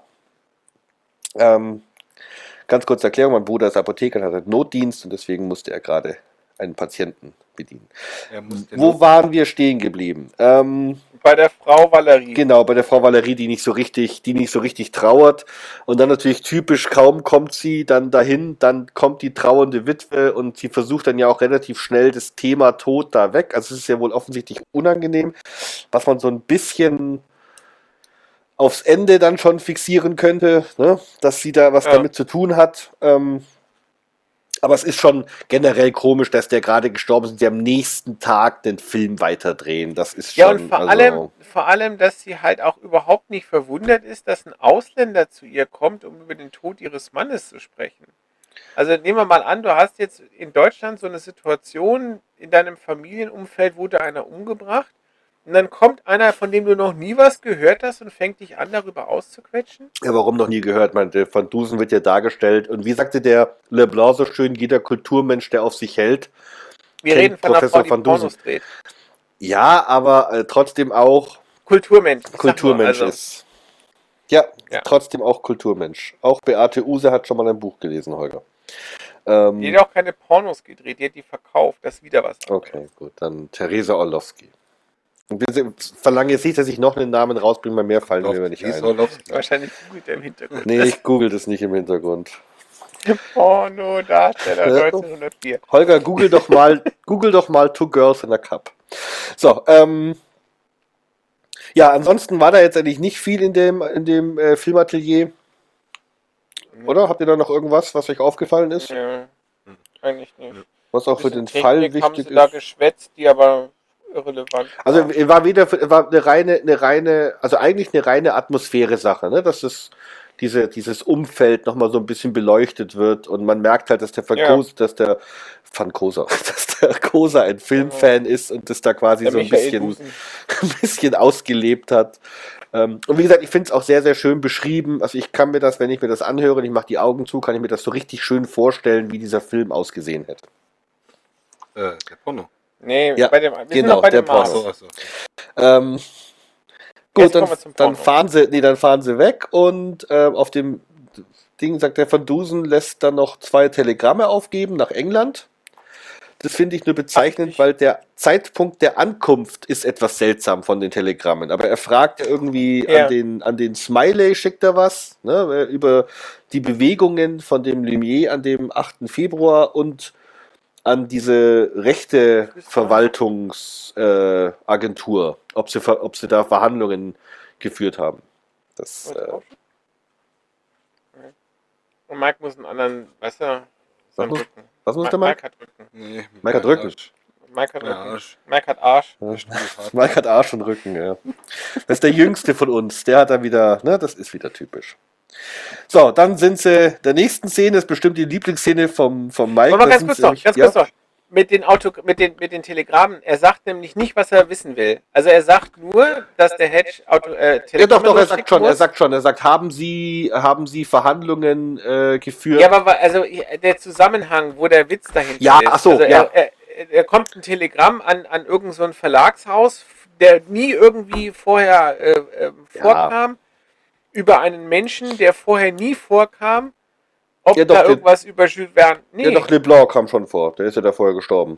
Ganz kurze Erklärung: Mein Bruder ist Apotheker und hat einen Notdienst und deswegen musste er gerade einen Patienten bedienen. Wo waren wir stehen geblieben? Bei der Frau Valerie. Genau, bei der Frau Valerie, die nicht so richtig trauert. Und dann natürlich typisch, kaum kommt sie dann dahin, dann kommt die trauernde Witwe und sie versucht dann ja auch relativ schnell das Thema Tod da weg. Also es ist ja wohl offensichtlich unangenehm, was man so ein bisschen aufs Ende dann schon fixieren könnte, ne? Dass sie da was damit zu tun hat. Aber es ist schon generell komisch, dass der gerade gestorben ist und sie am nächsten Tag den Film weiterdrehen. Das ist schon... Ja, und vor allem, dass sie halt auch überhaupt nicht verwundert ist, dass ein Ausländer zu ihr kommt, um über den Tod ihres Mannes zu sprechen. Also nehmen wir mal an, du hast jetzt in Deutschland so eine Situation in deinem Familienumfeld, wurde einer umgebracht Und dann kommt einer, von dem du noch nie was gehört hast und fängt dich an, darüber auszuquetschen? Ja, warum noch nie gehört? Der Van Dusen wird ja dargestellt. Und wie sagte der Leblanc so schön, jeder Kulturmensch, der auf sich hält. Wir reden von einer Frau, die Pornos dreht. Ja, aber trotzdem auch Kulturmensch. Kulturmensch ist. Ja, trotzdem auch Kulturmensch. Auch Beate Uhse hat schon mal ein Buch gelesen, Holger. Die hat auch keine Pornos gedreht, die hat die verkauft. Das ist wieder was. Okay, gut. Dann Theresa Orlowski. Und wir verlangen jetzt nicht, dass ich noch einen Namen rausbringe, weil mehr fallen mir nicht ein. Wahrscheinlich googelt er im Hintergrund. Nee, ich google das nicht im Hintergrund. Porno-Darsteller 1904. Holger, google doch mal Two Girls in a Cup. So, ja, ansonsten war da jetzt eigentlich nicht viel in dem Filmatelier. Oder? Habt ihr da noch irgendwas, was euch aufgefallen ist? Ja, eigentlich nicht. Was auch für den Fall wichtig haben sie da geschwätzt, die aber irrelevant. Also war eine reine, also eigentlich eine reine Atmosphäre-Sache, ne? Dass dieses Umfeld nochmal so ein bisschen beleuchtet wird und man merkt halt, dass der Van Koser ein Filmfan ist und das da quasi so ein bisschen ausgelebt hat. Und wie gesagt, ich finde es auch sehr, sehr schön beschrieben. Also ich kann mir das, wenn ich mir das anhöre und ich mache die Augen zu, kann ich mir das so richtig schön vorstellen, wie dieser Film ausgesehen hätte. Der Porno. Nee, ja, bei dem Porno. Gut, dann fahren sie weg und auf dem Ding, sagt der Van Dusen, lässt dann noch 2 Telegramme aufgeben nach England. Das finde ich nur bezeichnend, weil der Zeitpunkt der Ankunft ist etwas seltsam von den Telegrammen. Aber er fragt irgendwie an den Smiley, schickt er was, ne, über die Bewegungen von dem Lumière an dem 8. Februar und an diese rechte Verwaltungsagentur, ob sie da Verhandlungen geführt haben. Und Mike muss einen anderen, weißt du, Rücken. Was muss der Mike? Mike hat Rücken. Nee, Mike hat Rücken. Mike hat Rücken. Mike hat Arsch. Mike hat Arsch und Rücken, ja. Das ist der Jüngste von uns. Der hat dann wieder, ne, das ist wieder typisch. So, dann sind sie, der nächsten Szene ist bestimmt die Lieblingsszene vom Mike. Aber ganz kurz noch. Mit den Telegrammen, er sagt nämlich nicht, was er wissen will. Also er sagt nur, dass der Hedge Telegramme er sagt schon, haben Sie Verhandlungen geführt? Ja, aber also der Zusammenhang, wo der Witz dahinter ist. Also er kommt ein Telegramm an irgend so ein Verlagshaus, der nie irgendwie vorher vorkam, über einen Menschen, der vorher nie vorkam. Ob da irgendwas über Jules Verne... Nee. Ja, doch, Leblanc kam schon vor. Der ist ja da vorher gestorben.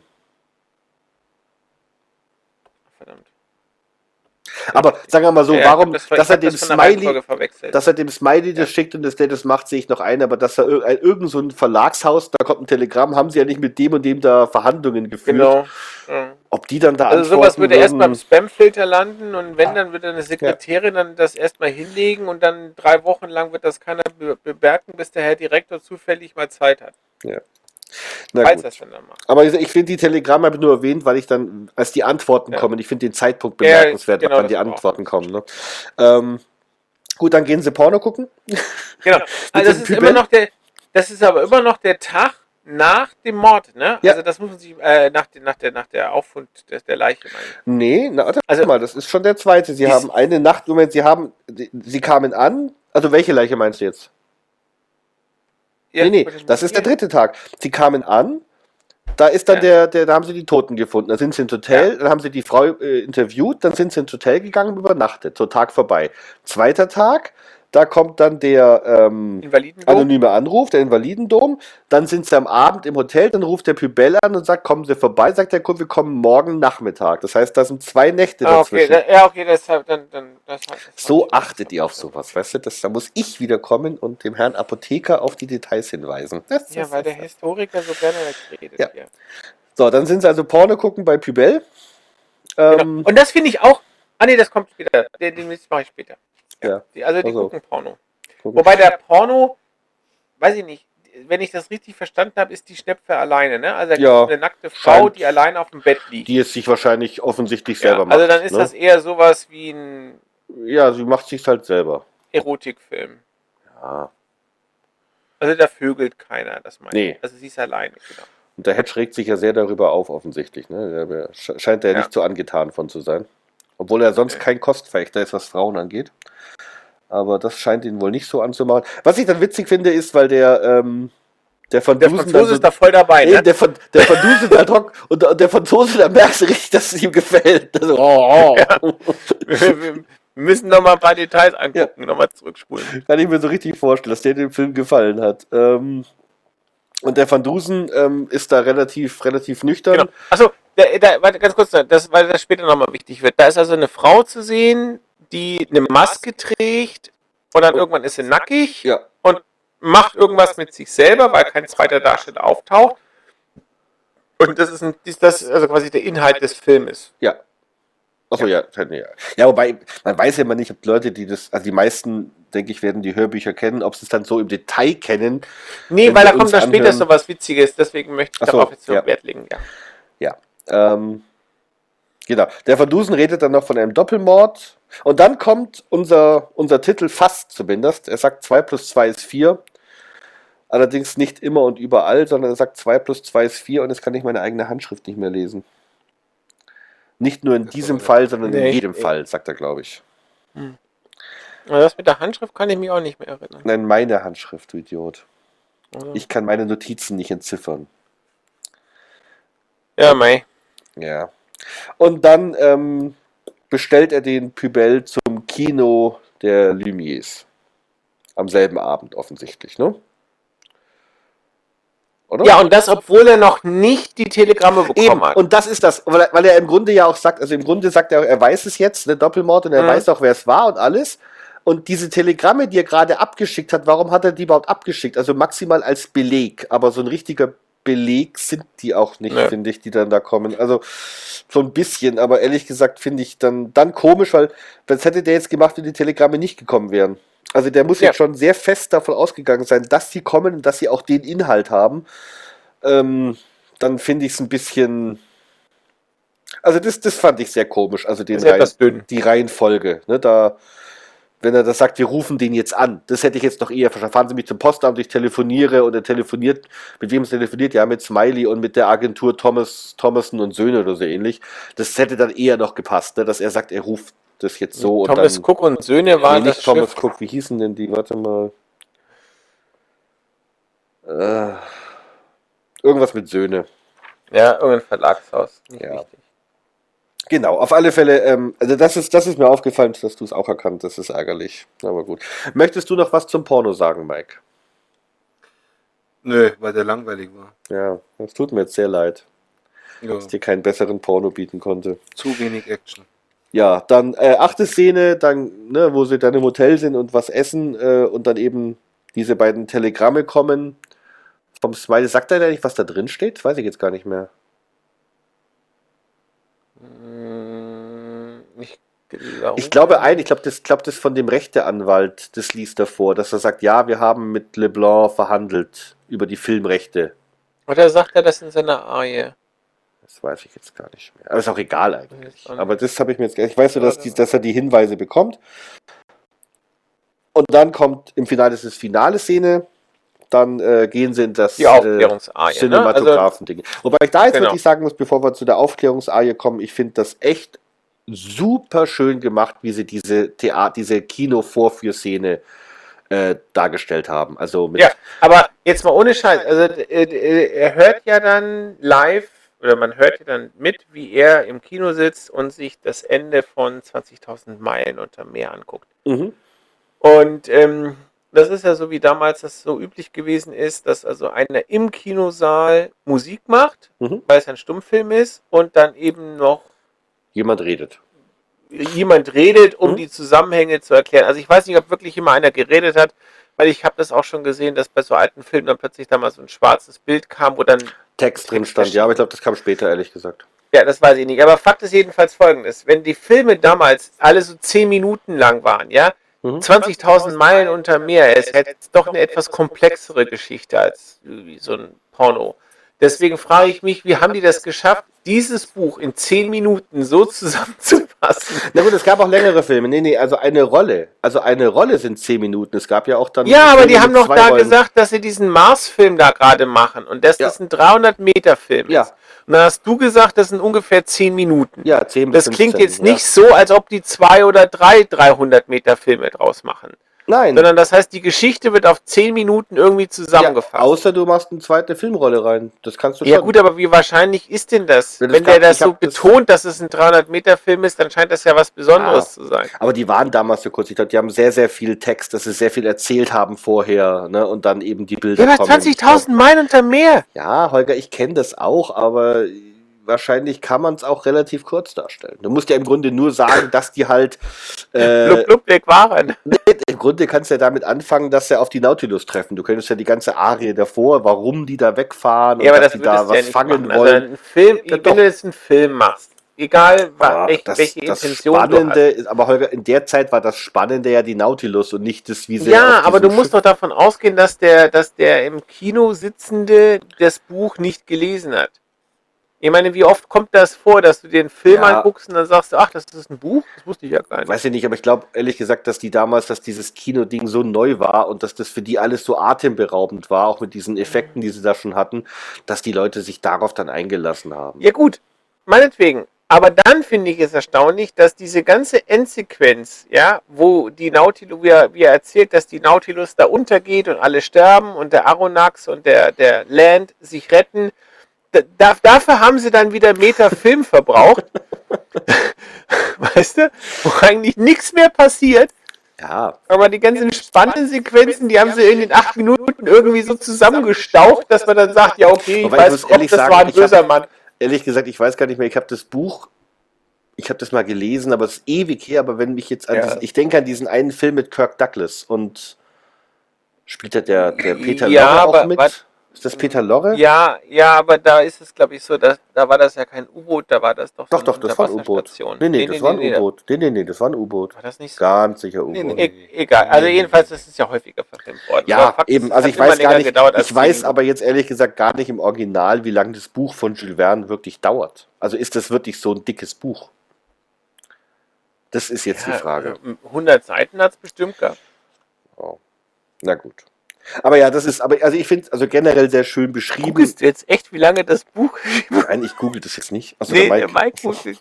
Verdammt. Aber sagen wir mal so, warum, dass er dem Smiley das schickt und der das macht, sehe ich noch ein, aber dass er irgend so ein Verlagshaus, da kommt ein Telegramm, haben sie ja nicht mit dem und dem da Verhandlungen geführt. Genau. Ja. Ob die dann da also sowas würde erst beim Spamfilter landen und wenn, dann würde eine Sekretärin dann das erstmal hinlegen und dann 3 Wochen lang wird das keiner bemerken, bis der Herr Direktor zufällig mal Zeit hat. Ja. Falls das dann macht. Aber ich finde die Telegramme habe ich nur erwähnt, weil ich dann, als die Antworten kommen, ich finde den Zeitpunkt bemerkenswert, wann die Antworten kommen. Ne? Gut, dann gehen sie Porno gucken. Genau. Also das ist aber immer noch der Tag nach dem Mord, ne? Ja. Also das muss man sich nach der Auffund der Leiche meinen. Nee, warte mal, das ist schon der zweite. Sie haben eine Nacht, Moment, sie kamen an. Also welche Leiche meinst du jetzt? Ja, nee, das ist der 3. Tag. Sie kamen an, da ist dann da haben sie die Toten gefunden. Dann sind sie ins Hotel, dann haben sie die Frau interviewt, dann sind sie ins Hotel gegangen und übernachtet. So, Tag vorbei. 2. Tag, da kommt dann der anonyme Anruf, der Invalidendom. Dann sind sie am Abend im Hotel, dann ruft der Pübel an und sagt, kommen Sie vorbei. Sagt der Kunde, wir kommen morgen Nachmittag. Das heißt, da sind 2 Nächte dazwischen. So achtet ihr auf sowas, weißt du? Da muss ich wieder kommen und dem Herrn Apotheker auf die Details hinweisen. Weil der Historiker so gerne redet. Ja. So, dann sind sie also Porno gucken bei Pübel. Genau. Und das finde ich auch... das kommt später. Den mache ich später. Ja. Die gucken Porno. Wobei der Porno, weiß ich nicht, wenn ich das richtig verstanden habe, ist die Schnepfe alleine, ne? Also da gibt es eine nackte Frau, die allein auf dem Bett liegt. Die es sich wahrscheinlich offensichtlich selber macht. Also dann ist das eher sowas wie ein... Ja, sie macht sich halt selber. Erotikfilm. Ja. Also da vögelt keiner, das meine ich. Nee. Also sie ist alleine, genau. Und der Hedge regt sich ja sehr darüber auf, offensichtlich, ne? Der scheint ja nicht so angetan von zu sein. Obwohl er sonst kein Kostverächter ist, was Frauen angeht. Aber das scheint ihn wohl nicht so anzumachen. Was ich dann witzig finde, ist, weil der Franzose ist da voll dabei, ne? Der Franzose da trocken und der Franzose, da merkst du richtig, dass es ihm gefällt. Also, Ja. Wir müssen noch mal ein paar Details angucken, noch mal zurückspulen. Kann ich mir so richtig vorstellen, dass der dem Film gefallen hat. Und der Van Dusen ist da relativ nüchtern. Genau. Achso, warte, ganz kurz, weil das später nochmal wichtig wird. Da ist also eine Frau zu sehen, die eine Maske trägt und dann irgendwann ist sie nackig und macht irgendwas mit sich selber, weil kein zweiter Darsteller auftaucht. Und das ist also quasi der Inhalt des Filmes. Ja. Achso, ja. Ja, wobei, man weiß ja immer nicht, ob Leute, die das, also die meisten, denke ich, werden die Hörbücher kennen, ob sie es dann so im Detail kennen. Nee, weil da kommt dann später so was Witziges, deswegen möchte ich darauf jetzt noch Wert legen, Ja. Genau. Der Van Dusen redet dann noch von einem Doppelmord. Und dann kommt unser Titel fast zumindest. Er sagt 2 + 2 ist 4. Allerdings nicht immer und überall, sondern er sagt 2 + 2 ist 4 und jetzt kann ich meine eigene Handschrift nicht mehr lesen. Nicht nur in diesem Fall, sondern in jedem Fall, sagt er, glaube ich. Das mit der Handschrift kann ich mich auch nicht mehr erinnern. Nein, meine Handschrift, du Idiot. Ich kann meine Notizen nicht entziffern. Ja, mei. Ja. Und dann bestellt er den Pubell zum Kino der Lumières. Am selben Abend offensichtlich, ne? Oder? Ja, und das, obwohl er noch nicht die Telegramme bekommen hat. Und das ist das, weil er im Grunde ja auch sagt, also im Grunde sagt er, er weiß es jetzt, ne, Doppelmord, und er weiß auch, wer es war und alles. Und diese Telegramme, die er gerade abgeschickt hat, warum hat er die überhaupt abgeschickt? Also maximal als Beleg, aber so ein richtiger Beleg sind die auch nicht, finde ich, die dann da kommen. Also so ein bisschen, aber ehrlich gesagt finde ich dann komisch, weil was hätte der jetzt gemacht, wenn die Telegramme nicht gekommen wären? Also der muss jetzt schon sehr fest davon ausgegangen sein, dass sie kommen und dass sie auch den Inhalt haben. Dann finde ich es ein bisschen... Also das fand ich sehr komisch, also die Reihenfolge. Ne, wenn er das sagt, wir rufen den jetzt an, das hätte ich jetzt noch eher verstanden. Fahren Sie mich zum Postamt, ich telefoniere und er telefoniert. Mit wem es telefoniert? Ja, mit Smiley und mit der Agentur Thomason und Söhne oder so ähnlich. Das hätte dann eher noch gepasst, ne, dass er sagt, er ruft das jetzt so. Thomas Cook und Söhne waren nicht Thomas Cook, wie hießen denn die? Warte mal. Irgendwas mit Söhne. Ja, irgendein Verlagshaus. Nicht wichtig. Genau, auf alle Fälle, also das ist mir aufgefallen, dass du es auch erkannt, das ist ärgerlich, aber gut. Möchtest du noch was zum Porno sagen, Mike? Nö, weil der langweilig war. Ja, das tut mir jetzt sehr leid, dass ich dir keinen besseren Porno bieten konnte. Zu wenig Action. Ja, dann 8. Szene, dann, ne, wo sie dann im Hotel sind und was essen und dann eben diese beiden Telegramme kommen vom Smiley. Sagt er nicht, was da drin steht? Weiß ich jetzt gar nicht mehr. Ich glaube, das von dem Rechteanwalt, das liest er vor, dass er sagt, ja, wir haben mit LeBlanc verhandelt über die Filmrechte. Oder sagt er das in seiner Arie? Das weiß ich jetzt gar nicht mehr. Aber ist auch egal eigentlich. Aber das habe ich mir jetzt... Ich weiß nur, dass er die Hinweise bekommt. Und dann kommt im Finale, das ist finale Szene. Dann gehen sie in das Cinematographen-Ding. Wobei ich da jetzt wirklich sagen muss, bevor wir zu der Aufklärungsarie kommen, ich finde das echt super schön gemacht, wie sie diese Kino-Vorführszene dargestellt haben. Also mit aber jetzt mal ohne Scheiß. Also er hört ja dann live, oder man hört ja dann mit, wie er im Kino sitzt und sich das Ende von 20.000 Meilen unter Meer anguckt. Und das ist ja so, wie damals das so üblich gewesen ist, dass also einer im Kinosaal Musik macht, weil es ein Stummfilm ist, und dann eben noch jemand redet, um die Zusammenhänge zu erklären. Also ich weiß nicht, ob wirklich immer einer geredet hat, weil ich habe das auch schon gesehen, dass bei so alten Filmen dann plötzlich da mal so ein schwarzes Bild kam, wo dann Text drin stand. Ja, aber ich glaube, das kam später, ehrlich gesagt. Ja, das weiß ich nicht. Aber Fakt ist jedenfalls Folgendes. Wenn die Filme damals alle so 10 Minuten lang waren, ja, 20.000 Meilen unter Meer, es hätte doch eine etwas komplexere Geschichte als so ein Porno. Deswegen frage ich mich, wie haben die das geschafft, dieses Buch in 10 Minuten so zusammenzufassen, lassen. Na gut, es gab auch längere Filme. Nee, also eine Rolle. Also eine Rolle sind 10 Minuten. Es gab ja auch dann... Ja, aber Filme die haben mit doch 2 da Rollen. gesagt, dass sie diesen Mars-Film da gerade machen und dass das ein 300-Meter-Film Ja. ist. Und dann hast du gesagt, das sind ungefähr 10 Minuten. Ja, 10 bis Das klingt 15, jetzt nicht so, als ob die 2 oder 3 300-Meter-Filme draus machen. Nein. Sondern das heißt, die Geschichte wird auf 10 Minuten irgendwie zusammengefasst. Außer du machst eine zweite Filmrolle rein. Das kannst du schon. Ja gut, aber wie wahrscheinlich ist denn das? Ja, das Wenn der gab- das ich so hab das- betont, dass es ein 300-Meter-Film ist, dann scheint das ja was Besonderes zu sein. Aber die waren damals so kurz. Ich glaube, die haben sehr, sehr viel Text, dass sie sehr viel erzählt haben vorher, ne? Und dann eben die Bilder Ja, aber 20.000 Meilen unter Meer. Ja, Holger, ich kenne das auch, aber wahrscheinlich kann man es auch relativ kurz darstellen. Du musst ja im Grunde nur sagen, dass die halt... Blub, blub, weg waren. Im Grunde kannst du ja damit anfangen, dass sie auf die Nautilus treffen. Du könntest ja die ganze Arie davor, warum die da wegfahren Ja, aber dass das die da würdest du was ja nicht fangen machen. wollen. Also ein Film, Ja, wenn doch. du jetzt einen Film machst, egal Das welche Intention Spannende du ist, aber Holger, in der Zeit war das Spannende ja die Nautilus und nicht das, wie hast. sie Ja, auf aber du diesem musst Schiff- doch davon ausgehen, dass der im Kino Sitzende das Buch nicht gelesen hat. Ich meine, wie oft kommt das vor, dass du dir einen Film Ja. anguckst und dann sagst du, ach, das ist ein Buch? Das wusste ich ja gar nicht. Weiß ich nicht, aber ich glaube ehrlich gesagt, dass die damals, dass dieses Kinoding so neu war und dass das für die alles so atemberaubend war, auch mit diesen Effekten, die sie da schon hatten, dass die Leute sich darauf dann eingelassen haben. Ja gut, meinetwegen. Aber dann finde ich es erstaunlich, dass diese ganze Endsequenz, ja, wo die Nautilus, wie er erzählt, dass die Nautilus da untergeht und alle sterben und der Aronnax und der Land sich retten, dafür haben sie dann wieder Meter Film verbraucht. Weißt du? Wo eigentlich nichts mehr passiert. Ja, Aber die ganzen spannenden Sequenzen, die haben sie in den 8 Minuten irgendwie so zusammengestaucht, dass man dann sagt, ja okay, ich Wobei ich weiß, muss Gott, ehrlich das sagen, war ein ich hab- böser Mann. ehrlich gesagt, ich weiß gar nicht mehr, ich habe das Buch, ich habe das mal gelesen, aber es ist ewig her, aber wenn mich jetzt an Ja. diesen, ich denke an diesen einen Film mit Kirk Douglas und spielt da der Peter Ja, Lorre aber auch mit? was- Ist das Peter Lorre? Ja, aber da ist es, glaube ich, so, da war das ja kein U-Boot, da war das doch so Doch, das war ein U-Boot. Unterwasserstation. Nee, das war ein U-Boot. Nee, das war ein U-Boot. War das nicht so? Ganz sicher U-Boot. Egal, also jedenfalls, das ist ja häufiger verfilmt worden. Ja, Aber Fakt ist, eben, es also hat ich immer weiß gar länger nicht, gedauert als ich weiß 10 aber jetzt ehrlich gesagt gar nicht im Original, wie lange das Buch von Jules Verne wirklich dauert. Also ist das wirklich so ein dickes Buch? Das ist jetzt die Frage. 100 Seiten hat es bestimmt gehabt. Oh. Na gut. Aber ja, das ist, aber also ich finde es also generell sehr schön beschrieben. Googlest du jetzt echt, wie lange das Buch Nein, ich google das jetzt nicht. Also Nee, der der Mike. Mike googelt.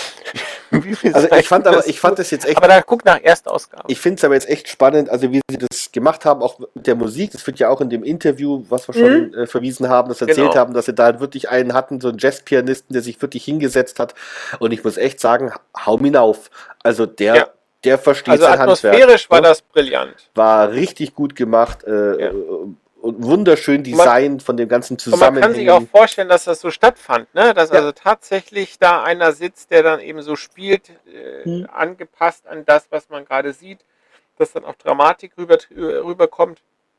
Wie viel Also ich Seiten fand das jetzt echt. Aber da guck nach Erstausgabe. Ich finde es aber jetzt echt spannend, also wie sie das gemacht haben, auch mit der Musik. Das wird ja auch in dem Interview, was wir schon verwiesen haben, das erzählt Genau. haben, dass sie da halt wirklich einen hatten, so einen Jazzpianisten, der sich wirklich hingesetzt hat. Und ich muss echt sagen, hau ihn auf. Also der versteht Also sein Handwerk. atmosphärisch war ne? das brillant. War richtig gut gemacht. Und wunderschön Design von dem ganzen Und man kann sich auch Zusammenhängen. vorstellen, dass das so stattfand, ne? Dass Ja. also tatsächlich da einer sitzt, der dann eben so spielt, angepasst an das, was man gerade sieht, dass dann auch Dramatik rüberkommt.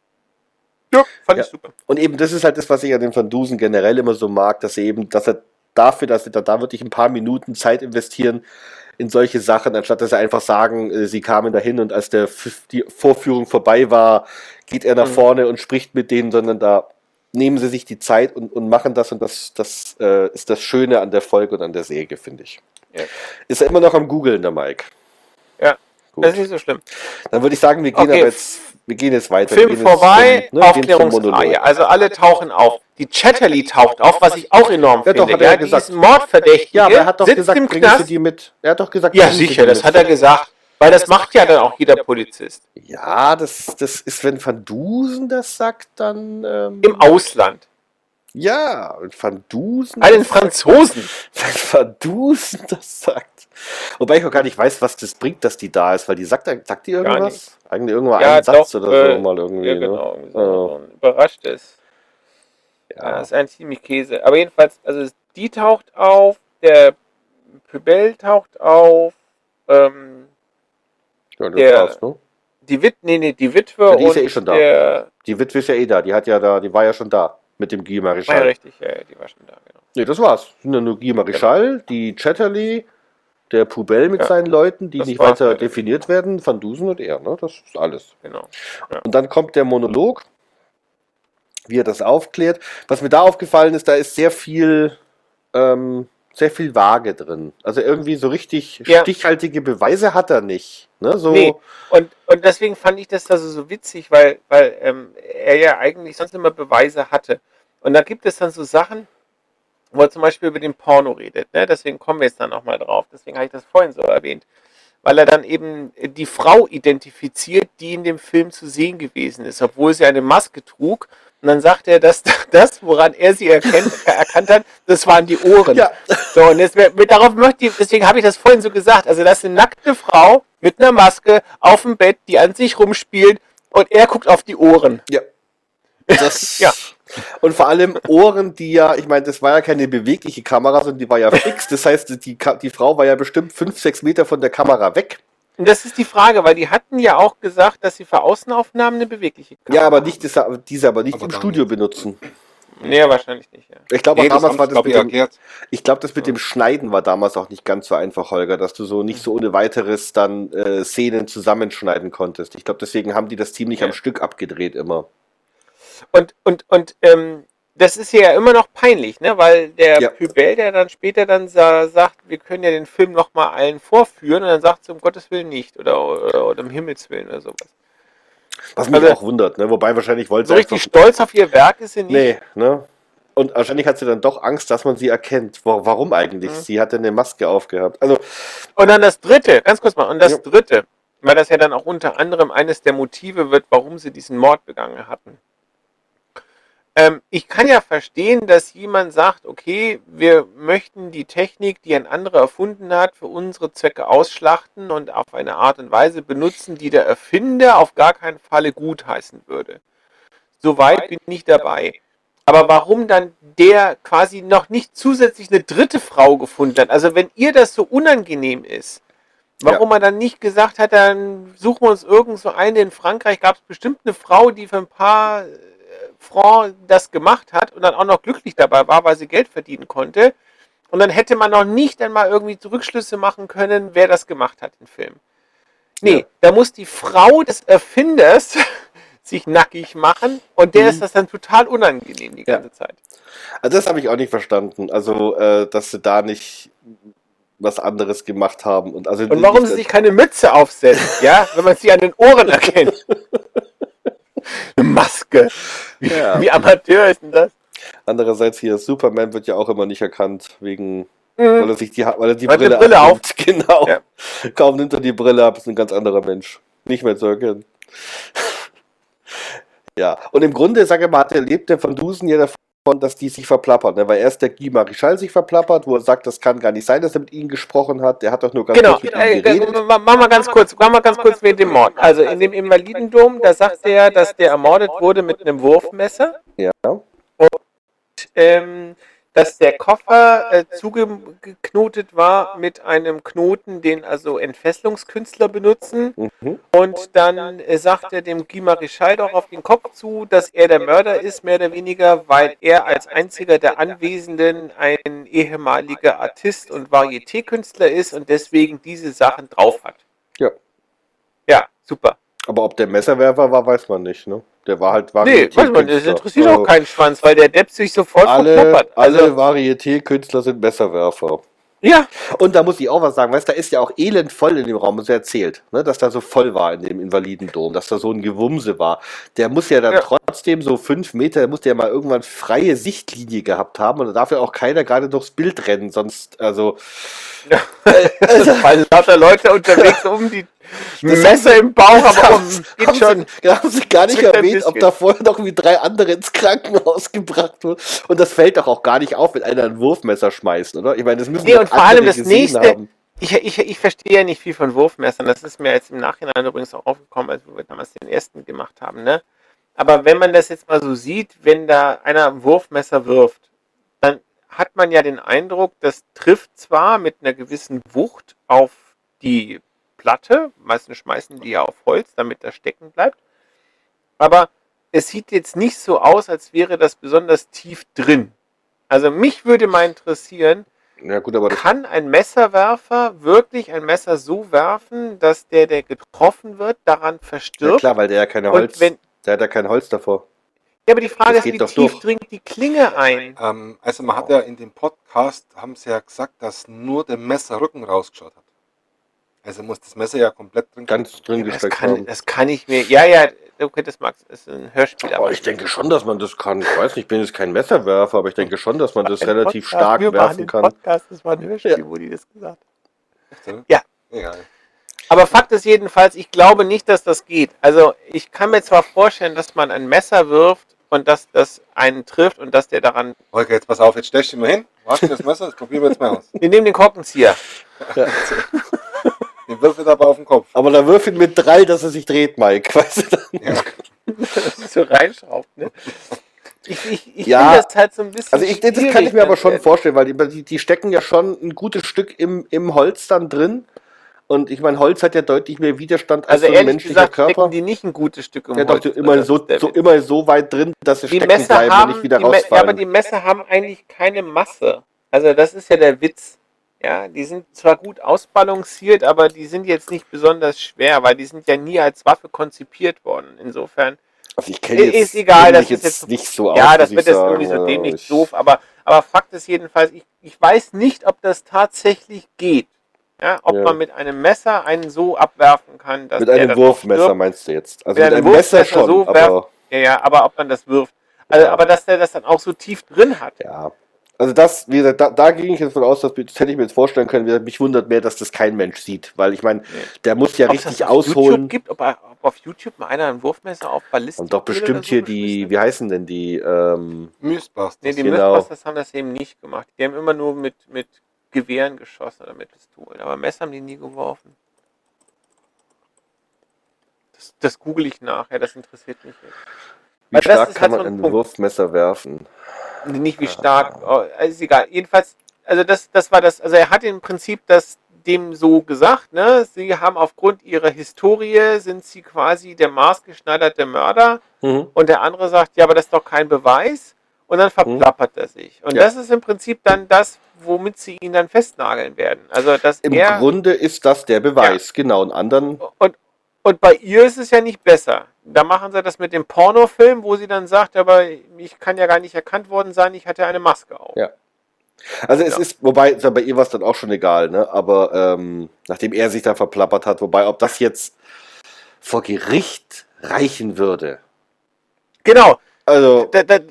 Ja, fand ich super. Und eben das ist halt das, was ich an den Van Dusen generell immer so mag, dass er dafür, dass wir da wirklich ein paar Minuten Zeit investieren in solche Sachen, anstatt dass sie einfach sagen, sie kamen dahin und als die Vorführung vorbei war, geht er nach vorne und spricht mit denen, sondern da nehmen sie sich die Zeit und machen das und das ist das Schöne an der Folge und an der Serie, finde ich. Ja. Ist er immer noch am Googeln, der Mike? Ja, Gut. das ist nicht so schlimm. Dann würde ich sagen, wir gehen jetzt weiter. Film Wir gehen jetzt vorbei, zum, ne, gehen zum Aufklärungsreihe. Monolog. Also alle tauchen auf. Die Chatterley taucht auf, was ich auch enorm Ja, doch, finde. hat er ja Die gesagt. ist Mordverdächtige, Ja, aber er hat doch sitzt gesagt, im bringen Sie Knast. die mit. Er hat doch gesagt, Ja, bringen Sie sicher, die das mit. hat er gesagt. Weil das macht ja dann auch jeder Polizist. Ja, das ist, wenn Van Dusen das sagt, dann. Im Ausland. Ja, und Van Dusen. Bei den Franzosen. Wenn Van Dusen das sagt. Wobei ich auch gar nicht weiß, was das bringt, dass die da ist, weil die sagt die Gar irgendwas? nicht. Eigentlich irgendwann Ja, einen Satz doch, oder so mal irgendwie. Ja, genau. Ne? So überrascht ist. Ja, das ist eigentlich ziemlich Käse. Aber jedenfalls, also die taucht auf, der Pubell taucht auf, Ja, das der- war's, ne? die Witwe Ja, die ist und ja eh schon da. der... Die Witwe ist ja eh da, die war ja schon da mit dem Guy Ah, ja, Marichal. richtig, ja, die war schon da, genau. Nee, das war's. Sind ja nur Guy Marichal, die Chatterley, der Pubell mit Ja, seinen Leuten, die das nicht war's weiter eigentlich. definiert werden, Van Dusen und er, ne? Das ist alles. Genau. Und dann kommt der Monolog, wie er das aufklärt. Was mir da aufgefallen ist, da ist sehr viel sehr viel Waage drin. Also irgendwie so richtig stichhaltige Beweise hat er nicht. Ne? So. Nee. Und deswegen fand ich das also so witzig, weil er ja eigentlich sonst immer Beweise hatte. Und da gibt es dann so Sachen, wo er zum Beispiel über den Porno redet. Ne? Deswegen kommen wir jetzt dann auch mal drauf. Deswegen habe ich das vorhin so erwähnt. Weil er dann eben die Frau identifiziert, die in dem Film zu sehen gewesen ist, obwohl sie eine Maske trug. Und dann sagt er, dass das, woran er sie erkannt hat, das waren die Ohren. Ja. So, und deswegen habe ich das vorhin so gesagt. Also das ist eine nackte Frau mit einer Maske auf dem Bett, die an sich rumspielt und er guckt auf die Ohren. Ja. Ja. Und vor allem Ohren, die ja, ich meine, das war ja keine bewegliche Kamera, sondern die war ja fix. Das heißt, die Frau war ja bestimmt 5-6 Meter von der Kamera weg. Und das ist die Frage, weil die hatten ja auch gesagt, dass sie für Außenaufnahmen eine bewegliche Kamera haben. Ja, aber diese aber nicht im Studio benutzen. Nee, wahrscheinlich nicht, ja. Ich glaube, damals war das mit dem Schneiden war damals auch nicht ganz so einfach, Holger, dass du so nicht so ohne weiteres dann Szenen zusammenschneiden konntest. Ich glaube, deswegen haben die das Team nicht am Stück abgedreht immer. Und das ist ja immer noch peinlich, ne? Weil der Pübel, der dann später dann sagt, wir können ja den Film nochmal allen vorführen und dann sagt sie, um Gottes Willen nicht oder um Himmels Willen oder sowas. Was mich auch wundert, ne? Wobei wahrscheinlich wollte sie so richtig stolz auf ihr Werk ist sie nicht. Nee, ne? Und wahrscheinlich hat sie dann doch Angst, dass man sie erkennt. Warum eigentlich? Sie hatte eine Maske aufgehabt. Also. Und dann das Dritte, ganz kurz mal, Dritte, weil das ja dann auch unter anderem eines der Motive wird, warum sie diesen Mord begangen hatten. Ich kann ja verstehen, dass jemand sagt, okay, wir möchten die Technik, die ein anderer erfunden hat, für unsere Zwecke ausschlachten und auf eine Art und Weise benutzen, die der Erfinder auf gar keinen Falle gutheißen würde. Soweit bin ich dabei. Aber warum dann der quasi noch nicht zusätzlich eine dritte Frau gefunden hat? Also wenn ihr das so unangenehm ist, warum man dann nicht gesagt hat, dann suchen wir uns irgend so eine. In Frankreich gab es bestimmt eine Frau, die für ein paar Franc das gemacht hat und dann auch noch glücklich dabei war, weil sie Geld verdienen konnte. Und dann hätte man noch nicht einmal irgendwie Rückschlüsse machen können, wer das gemacht hat im Film. Nee, da muss die Frau des Erfinders sich nackig machen und der ist das dann total unangenehm die ganze Zeit. Also das habe ich auch nicht verstanden. Also, dass sie da nicht was anderes gemacht haben. Und warum sie sich keine Mütze aufsetzt, ja, wenn man sie an den Ohren erkennt. Eine Maske. Wie Amateur ist denn das? Andererseits hier, Superman wird ja auch immer nicht erkannt, wegen, weil er die Brille auf. Genau. Ja. Kaum nimmt er die Brille ab, ist ein ganz anderer Mensch. Nicht mehr zu erkennen. Ja, und im Grunde, sage ich mal, lebt der Van Dusen ja davon, dass die sich verplappern, ne? Weil erst der Guy Marichal sich verplappert, wo er sagt, das kann gar nicht sein, dass er mit ihnen gesprochen hat. Der hat doch nur ganz kurz mit ihm geredet. Machen wir ganz kurz wegen dem Mord. Also in dem Invalidendom, da sagt er, dass der ermordet wurde mit einem Wurfmesser. Ja. Und dass der Koffer zugeknotet war mit einem Knoten, den also Entfesselungskünstler benutzen. Und dann sagt er dem Guy Marichal doch auf den Kopf zu, dass er der Mörder ist, mehr oder weniger, weil er als einziger der Anwesenden ein ehemaliger Artist und Varieté-Künstler ist und deswegen diese Sachen drauf hat. Ja. Ja, super. Aber ob der Messerwerfer war, weiß man nicht, ne? Der war halt Varieté-Künstler. Nee, weiß man, das interessiert auch keinen Schwanz, weil der Depp sich sofort verkloppert. Alle Varieté-Künstler sind Messerwerfer. Ja. Und da muss ich auch was sagen, weißt du, da ist ja auch elend voll in dem Raum, so erzählt, ne, dass da so voll war in dem Invalidendom, dass da so ein Gewumse war. Der muss ja dann trotzdem so 5 Meter, der muss ja mal irgendwann freie Sichtlinie gehabt haben und da darf ja auch keiner gerade durchs Bild rennen, sonst, also... weil lauter Leute unterwegs die Messer im Bauch, aber geht schon. Da haben sie gar nicht erwähnt, ob da vorher noch irgendwie 3 andere ins Krankenhaus gebracht wurden. Und das fällt doch auch gar nicht auf, wenn einer ein Wurfmesser schmeißt, oder? Ich meine, das müssen und vor allem das nächste haben. Ich verstehe ja nicht viel von Wurfmessern. Das ist mir jetzt im Nachhinein übrigens auch aufgekommen, als wir damals den ersten gemacht haben, ne? Aber wenn man das jetzt mal so sieht, wenn da einer ein Wurfmesser wirft, dann hat man ja den Eindruck, das trifft zwar mit einer gewissen Wucht auf die Platte, meistens schmeißen die ja auf Holz, damit das stecken bleibt, aber es sieht jetzt nicht so aus, als wäre das besonders tief drin. Also mich würde mal interessieren, kann ein Messerwerfer wirklich ein Messer so werfen, dass der getroffen wird, daran verstirbt? Ja klar, weil der ja keine Holz, der hat ja kein Holz davor. Ja, aber die Frage Das ist, geht wie doch tief durch. dringt die Klinge ein? Also man hat ja in dem Podcast, haben sie ja gesagt, dass nur der Messerrücken rausgeschaut hat. Also muss das Messer ja komplett drin Ganz drin Ja, gesteckt haben. das kann ich mir. Ja, du könntest, Max, das ist ein Hörspiel. Aber ich denke schon, dass man das kann. Ich weiß nicht, ich bin jetzt kein Messerwerfer, aber ich denke schon, dass man das Ein relativ Podcast, stark wir machen werfen den kann. Podcast, das war ein Hörspiel, Ja. wo die das gesagt haben. haben. Ja. Egal. Aber Fakt ist jedenfalls, ich glaube nicht, dass das geht. Also ich kann mir zwar vorstellen, dass man ein Messer wirft und dass das einen trifft und dass der daran... Holger, jetzt pass auf, jetzt stell dich mal hin. Hast du das Messer? Das probieren wir jetzt mal aus. Wir nehmen den Korkenzieher. Ja. Den würfelt aber auf den Kopf. Aber da wirf ihn mit 3, dass er sich dreht, Mike. Weißt du dann? Ja. so reinschraubt, ne? Ich Ja. finde das halt so ein bisschen Also das kann ich schwierig, mir aber schon ganz vorstellen, weil die stecken ja schon ein gutes Stück im Holz dann drin. Und ich meine, Holz hat ja deutlich mehr Widerstand als Also so ein ehrlich menschlicher gesagt Körper. stecken die nicht ein gutes Stück im Ja, doch, Holz. immer Das so, ist der so, Witz. immer so weit drin, dass sie Die stecken Messer bleiben und haben, nicht wieder ja, aber rausfallen. die Messer haben eigentlich keine Masse. Also das ist ja der Witz. Ja, die sind zwar gut ausbalanciert, aber die sind jetzt nicht besonders schwer, weil die sind ja nie als Waffe konzipiert worden. Insofern Also ich kenne jetzt, ist egal, das mich ist jetzt jetzt nicht so aus, ja, das muss wird ich jetzt sagen. irgendwie so dämlich Ich- doof, aber Fakt ist jedenfalls, ich weiß nicht, ob das tatsächlich geht. Ja, ob Ja. man mit einem Messer einen so abwerfen kann, dass Mit der einem dann Wurfmesser stirbt. meinst du jetzt? Also Mit mit einem einem Messer Wurfmesser schon, so aber Ja, aber ob man das wirft. Also, Ja. aber dass der das dann auch so tief drin hat. ja. Also das, wie gesagt, da ging ich jetzt von aus, das hätte ich mir jetzt vorstellen können. Wie gesagt, mich wundert mehr, dass das kein Mensch sieht, weil ich meine, der muss ja Ob es richtig das auf ausholen. YouTube gibt, ob auf YouTube mal einer ein Wurfmesser auf Ballistik Und doch bestimmt hier die, wie heißen denn die, Mythbusters. Nee, die genau. Mythbusters haben das eben nicht gemacht. Die haben immer nur mit Gewehren geschossen oder mit Pistolen. Aber Messer haben die nie geworfen. Das google ich nachher, das interessiert mich jetzt. wie Weil das stark ist kann halt so man ein ein Punkt. Wurfmesser werfen? Nicht wie stark, ist egal. Jedenfalls, also das war das, also er hat im Prinzip das dem so gesagt, ne? Sie haben aufgrund ihrer Historie, sind sie quasi der maßgeschneiderte Mörder. Mhm. Und der andere sagt, ja, aber das ist doch kein Beweis. Und dann verplappert er sich. Und Ja. das ist im Prinzip dann das, womit sie ihn dann festnageln werden. Also, dass Im er... Grunde ist das der Beweis, genau. Und anderen, Und bei ihr ist es ja nicht besser. Da machen sie das mit dem Pornofilm, wo sie dann sagt, aber ich kann ja gar nicht erkannt worden sein, ich hatte eine Maske auf. Ja. also es Ja. ist, wobei, bei ihr war es dann auch schon egal, ne? Aber nachdem er sich da verplappert hat, wobei, ob das jetzt vor Gericht reichen würde. Genau. Also,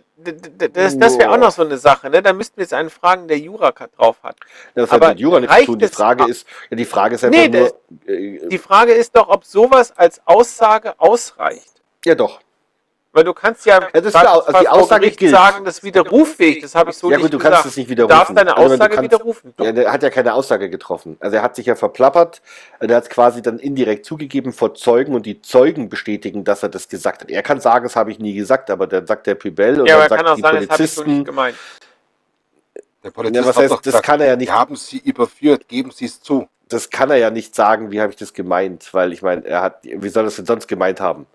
Das wäre auch noch so eine Sache. Ne? Da müssten wir jetzt einen fragen, der Jura drauf hat. das hat aber mit Jura nichts zu tun. Die reicht es Frage ab- ist, ja, die Frage ist einfach Nee, nur, Die Frage ist doch, ob sowas als Aussage ausreicht. ja doch. Weil du kannst ja, das ist klar, also die vor Aussage Gericht gilt. sagen, das widerrufsfähig, das habe ich so Ja nicht gut, du gesagt. kannst es nicht Du widerrufen. darfst deine Also, du Aussage kannst- widerrufen. Ja, der hat ja keine Aussage getroffen. Also er hat sich ja verplappert, der hat es quasi dann indirekt zugegeben vor Zeugen und die Zeugen bestätigen, dass er das gesagt hat. Er kann sagen, das habe ich nie gesagt, aber dann sagt der Pibel und Ja, aber dann er kann sagt auch die sagen, das habe ich so nicht Polizisten, gemeint. Der Polizist Ja, was hat heißt, doch das gesagt, kann er ja nicht. wir haben sie überführt, geben sie es zu. das kann er ja nicht sagen, wie habe ich das gemeint, weil ich meine, wie soll er es denn sonst gemeint haben?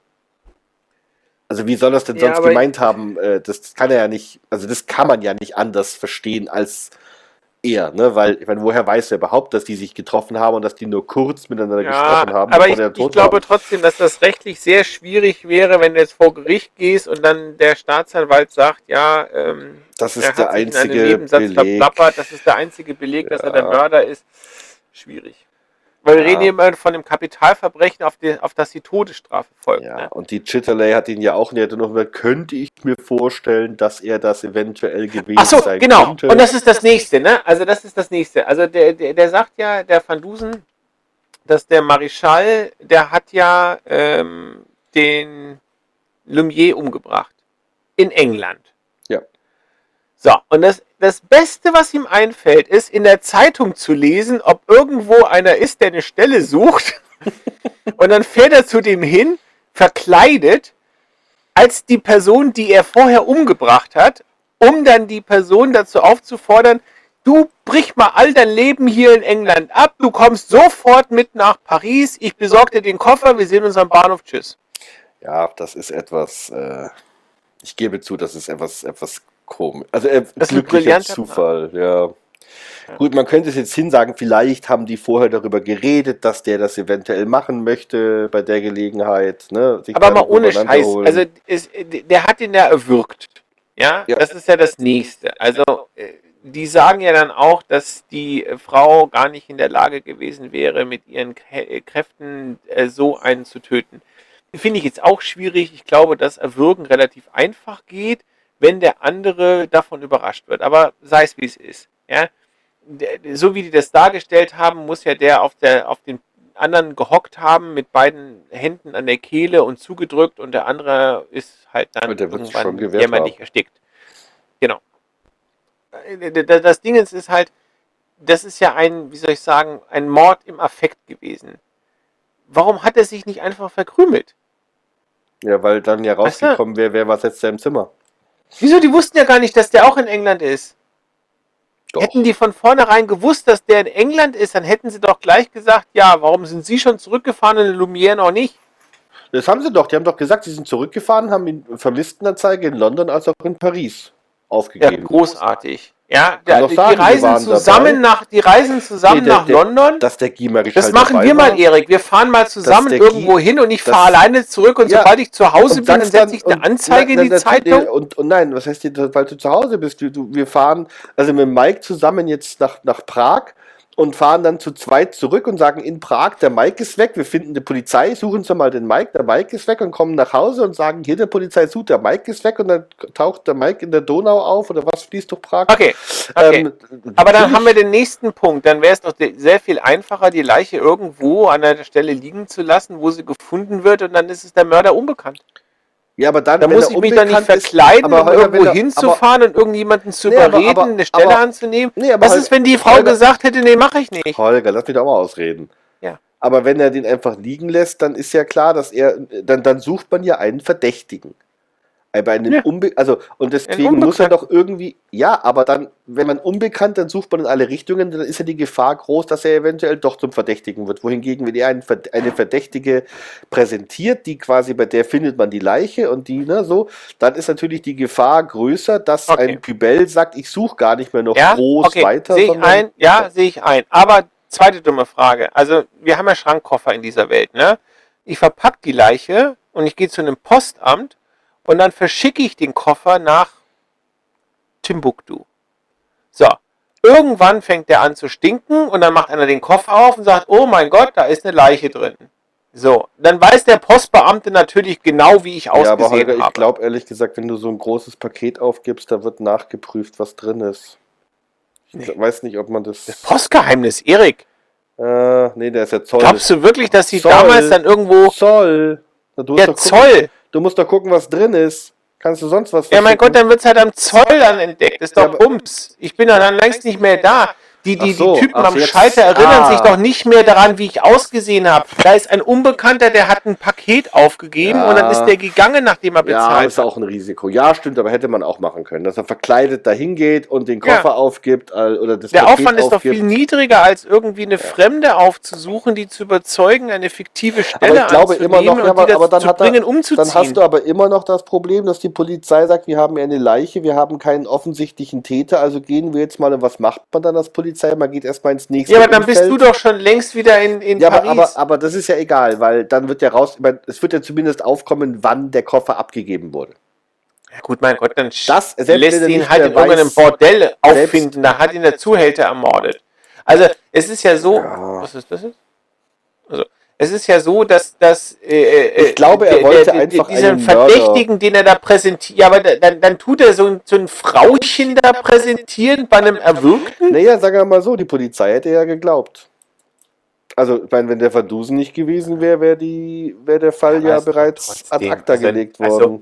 Also wie soll er es denn Ja, sonst aber gemeint haben? Das kann er ja nicht, also das kann man ja nicht anders verstehen als er, ne? Weil, ich meine, woher weiß er überhaupt, dass die sich getroffen haben und dass die nur kurz miteinander Ja, gesprochen haben, aber bevor der ich tot glaube war? trotzdem, dass das rechtlich sehr schwierig wäre, wenn du jetzt vor Gericht gehst und dann der Staatsanwalt sagt, ja, Das er ist der hat sich in einem einzige Nebensatz Beleg. verplappert, das ist der einzige Beleg, dass er der Ja. Mörder ist. Schwierig. Weil wir Ja. reden immer von dem Kapitalverbrechen, auf das die Todesstrafe folgt. Ja, Ne? und die Chitterley hat ihn ja auch nicht noch gesagt, könnte ich mir vorstellen, dass er das eventuell gewesen Ach so, sein genau. könnte. Und das ist das Nächste, ne? Also das ist das Nächste. Also der sagt ja, der Van Dusen, dass der Marischal, der hat ja den Lumière umgebracht. In England. Ja. So, und das Beste, was ihm einfällt, ist, in der Zeitung zu lesen, ob irgendwo einer ist, der eine Stelle sucht. Und dann fährt er zu dem hin, verkleidet, als die Person, die er vorher umgebracht hat, um dann die Person dazu aufzufordern, du brich mal all dein Leben hier in England ab, du kommst sofort mit nach Paris, ich besorge dir den Koffer, wir sehen uns am Bahnhof, tschüss. Ja, das ist etwas, ich gebe zu, das ist etwas komisch. Also ist ein glücklicher brillanter Zufall, ja. Gut, man könnte es jetzt hinsagen, vielleicht haben die vorher darüber geredet, dass der das eventuell machen möchte bei der Gelegenheit. Ne? Aber mal ohne Scheiß, also der hat ihn ja erwürgt. Ja, das ist ja das Nächste. Also die sagen ja dann auch, dass die Frau gar nicht in der Lage gewesen wäre, mit ihren Kräften so einen zu töten. Finde ich jetzt auch schwierig. Ich glaube, dass Erwürgen relativ einfach geht, wenn der andere davon überrascht wird. Aber sei es wie es ist. Ja? So wie die das dargestellt haben, muss ja der auf den anderen gehockt haben, mit beiden Händen an der Kehle und zugedrückt, und der andere ist halt dann irgendwann jämmerlich erstickt. Genau. Das Ding ist halt, das ist ja ein Mord im Affekt gewesen. Warum hat er sich nicht einfach verkrümelt? Ja, weil dann ja rausgekommen wäre, wer war jetzt da im Zimmer. Wieso? Die wussten ja gar nicht, dass der auch in England ist. Doch. Hätten die von vornherein gewusst, dass der in England ist, dann hätten sie doch gleich gesagt, ja, warum sind sie schon zurückgefahren und in Lumière noch nicht? Das haben sie doch. Die haben doch gesagt, sie sind zurückgefahren, haben die Vermisstenanzeige in London als auch in Paris aufgegeben. Ja, großartig. Ja, die reisen zusammen nach London. Dass der Giemerisch das halt machen wir mal, Erik. Wir fahren mal zusammen irgendwo hin und ich fahre alleine zurück und sobald ich zu Hause bin, dann setze ich eine Anzeige in die Zeitung. Und nein, was heißt, sobald du zu Hause bist? Wir fahren also mit Mike zusammen jetzt nach Prag und fahren dann zu zweit zurück und sagen in Prag, der Mike ist weg, wir finden die Polizei, suchen sie mal den Mike, der Mike ist weg, und kommen nach Hause und sagen, hier der Polizei sucht, der Mike ist weg, und dann taucht der Mike in der Donau auf oder was, fließt durch Prag. Okay. Aber dann haben wir den nächsten Punkt, dann wäre es doch sehr viel einfacher, die Leiche irgendwo an einer Stelle liegen zu lassen, wo sie gefunden wird, und dann ist es der Mörder unbekannt. Ja, aber dann, da muss ich mich doch nicht verkleiden, um irgendwo hinzufahren und irgendjemanden zu überreden, eine Stelle anzunehmen. Was ist, wenn die Frau gesagt hätte, nee, mache ich nicht? Holger, lass mich doch mal ausreden. Ja. Aber wenn er den einfach liegen lässt, dann ist ja klar, dass dann sucht man ja einen Verdächtigen. Aber und deswegen muss er doch irgendwie, aber dann, wenn man unbekannt, dann sucht man in alle Richtungen, dann ist ja die Gefahr groß, dass er eventuell doch zum Verdächtigen wird. Wohingegen, wenn er eine Verdächtige präsentiert, die quasi, bei der findet man die Leiche und die, dann ist natürlich die Gefahr größer, dass ein Pübel sagt, ich suche gar nicht mehr noch groß weiter. Sehe ich ein. Aber zweite dumme Frage. Also, wir haben ja Schrankkoffer in dieser Welt, ne? Ich verpacke die Leiche und ich gehe zu einem Postamt. Und dann verschicke ich den Koffer nach Timbuktu. So, irgendwann fängt der an zu stinken und dann macht einer den Koffer auf und sagt, oh mein Gott, da ist eine Leiche drin. So, dann weiß der Postbeamte natürlich genau, wie ich ausgesehen habe. Ja, aber Holger, ich glaube ehrlich gesagt, wenn du so ein großes Paket aufgibst, da wird nachgeprüft, was drin ist. Ich weiß nicht, ob man das... Das Postgeheimnis, Erik. Nee, der ist ja Zoll. Glaubst du wirklich, dass sie damals dann irgendwo... Zoll. Zoll. Du musst doch gucken, was drin ist. Kannst du sonst was verschicken? Ja, mein Gott, dann wird es halt am Zoll dann entdeckt. Das ist doch Bums. Ich bin ja dann längst nicht mehr da. Die Typen am Schalter erinnern sich doch nicht mehr daran, wie ich ausgesehen habe. Da ist ein Unbekannter, der hat ein Paket aufgegeben und dann ist der gegangen, nachdem er bezahlt hat. Ja, ist auch ein Risiko. Ja, stimmt, aber hätte man auch machen können, dass er verkleidet dahin geht und den Koffer aufgibt oder das Der Paket Aufwand ist doch viel niedriger, als irgendwie eine Fremde aufzusuchen, die zu überzeugen, eine fiktive Stelle anzunehmen und die dazu bringen, umzuziehen. Dann hast du aber immer noch das Problem, dass die Polizei sagt, wir haben eine Leiche, wir haben keinen offensichtlichen Täter, also gehen wir jetzt mal, und was macht man dann als Polizei? Man geht erstmal ins nächste Ja, aber dann bist du doch schon längst wieder in Paris. Aber das ist ja egal, weil dann wird ja es wird ja zumindest aufkommen, wann der Koffer abgegeben wurde. Ja gut, mein Gott, dann lässt ihn halt in irgendeinem Bordell auffinden, da hat ihn der Zuhälter ermordet. Also, es ist ja so... Ja. Was ist das jetzt? Also, es ist ja so, dass ich glaube, er wollte einfach diesen Verdächtigen, den er da präsentiert, ja, aber dann tut er so ein Frauchen da präsentieren bei einem Erwürgten? Naja, sagen wir mal so, die Polizei hätte ja geglaubt. Also, ich meine, wenn der Verdusen nicht gewesen wäre, wäre der Fall ja bereits ad acta gelegt worden.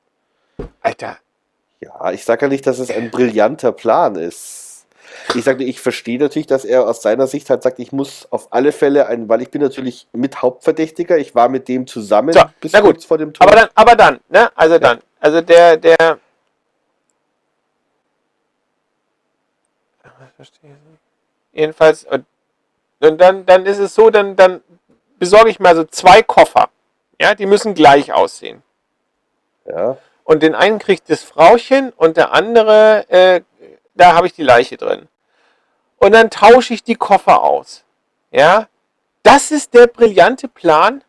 Alter. Ja, ich sage ja nicht, dass es ein brillanter Plan ist. Ich sage, ich verstehe natürlich, dass er aus seiner Sicht halt sagt, ich muss auf alle Fälle weil ich bin natürlich mit Hauptverdächtiger, ich war mit dem zusammen bis kurz vor dem Tod. Aber dann, ne? Also der jedenfalls, und dann ist es so, dann besorge ich mal so 2 Koffer. Ja, die müssen gleich aussehen. Ja. Und den einen kriegt das Frauchen und der andere, da habe ich die Leiche drin. und dann tausche ich die Koffer aus. Ja, das ist der brillante Plan.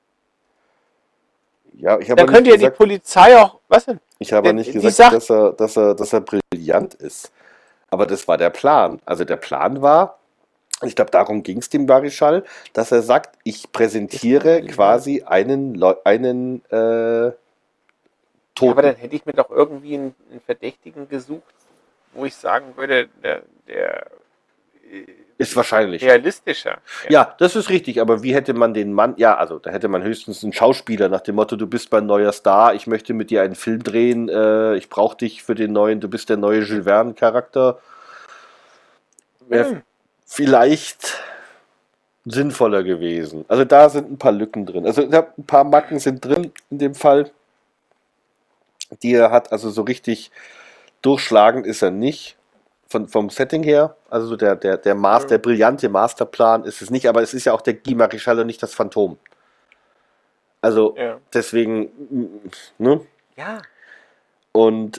Ja, ich habe Dann könnte ja die Polizei auch, was denn? Ich habe nicht gesagt, dass er brillant ist. Aber das war der Plan. Also der Plan war, ich glaube, darum ging es dem Marischal, dass er sagt, ich präsentiere quasi einen Toten. Ja, aber dann hätte ich mir doch irgendwie einen Verdächtigen gesucht, wo ich sagen würde, der ist wahrscheinlich realistischer. Ja, das ist richtig, aber wie hätte man den Mann, ja, also da hätte man höchstens einen Schauspieler nach dem Motto, du bist mein neuer Star, ich möchte mit dir einen Film drehen, ich brauche dich für den neuen, du bist der neue Jules Verne-Charakter. Wäre vielleicht sinnvoller gewesen. Also da sind ein paar Lücken drin. Also ein paar Macken sind drin in dem Fall. Die er hat, also so richtig durchschlagend ist er nicht. Vom Setting her, also der brillante Masterplan ist es nicht, aber es ist ja auch der Guy Marichal und nicht das Phantom. Also deswegen, ne? Ja. Und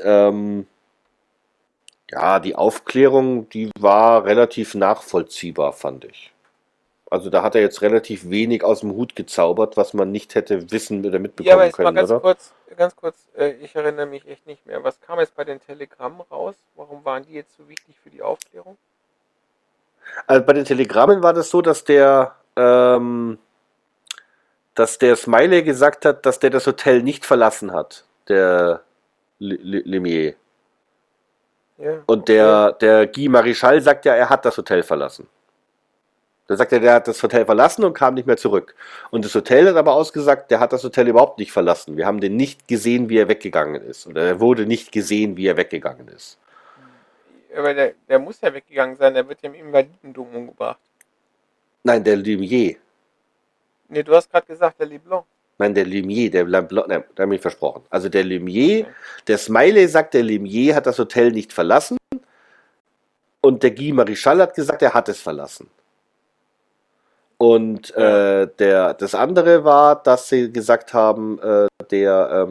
ja, die Aufklärung, die war relativ nachvollziehbar, fand ich. Also da hat er jetzt relativ wenig aus dem Hut gezaubert, was man nicht hätte wissen oder mitbekommen können. Ja, aber jetzt können, mal ganz kurz, ich erinnere mich echt nicht mehr. Was kam jetzt bei den Telegrammen raus? Warum waren die jetzt so wichtig für die Aufklärung? Also bei den Telegrammen war das so, dass der Smiley gesagt hat, dass der das Hotel nicht verlassen hat, der Lemieux. Ja, und der Guy Marichal sagt ja, er hat das Hotel verlassen. Da sagt er, der hat das Hotel verlassen und kam nicht mehr zurück. Und das Hotel hat aber ausgesagt, der hat das Hotel überhaupt nicht verlassen. Wir haben den nicht gesehen, wie er weggegangen ist. Oder er wurde nicht gesehen, wie er weggegangen ist. Aber der muss ja weggegangen sein, der wird ja im Invalidendom umgebracht. Nein, der Lemieux. Nee, du hast gerade gesagt, der Leblanc. Nein, der Lemieux, der Leblanc, nein, da habe ich versprochen. Also der Lemieux, der Smiley sagt, der Lemieux hat das Hotel nicht verlassen. Und der Guy Marichal hat gesagt, er hat es verlassen. Und das andere war, dass sie gesagt haben, der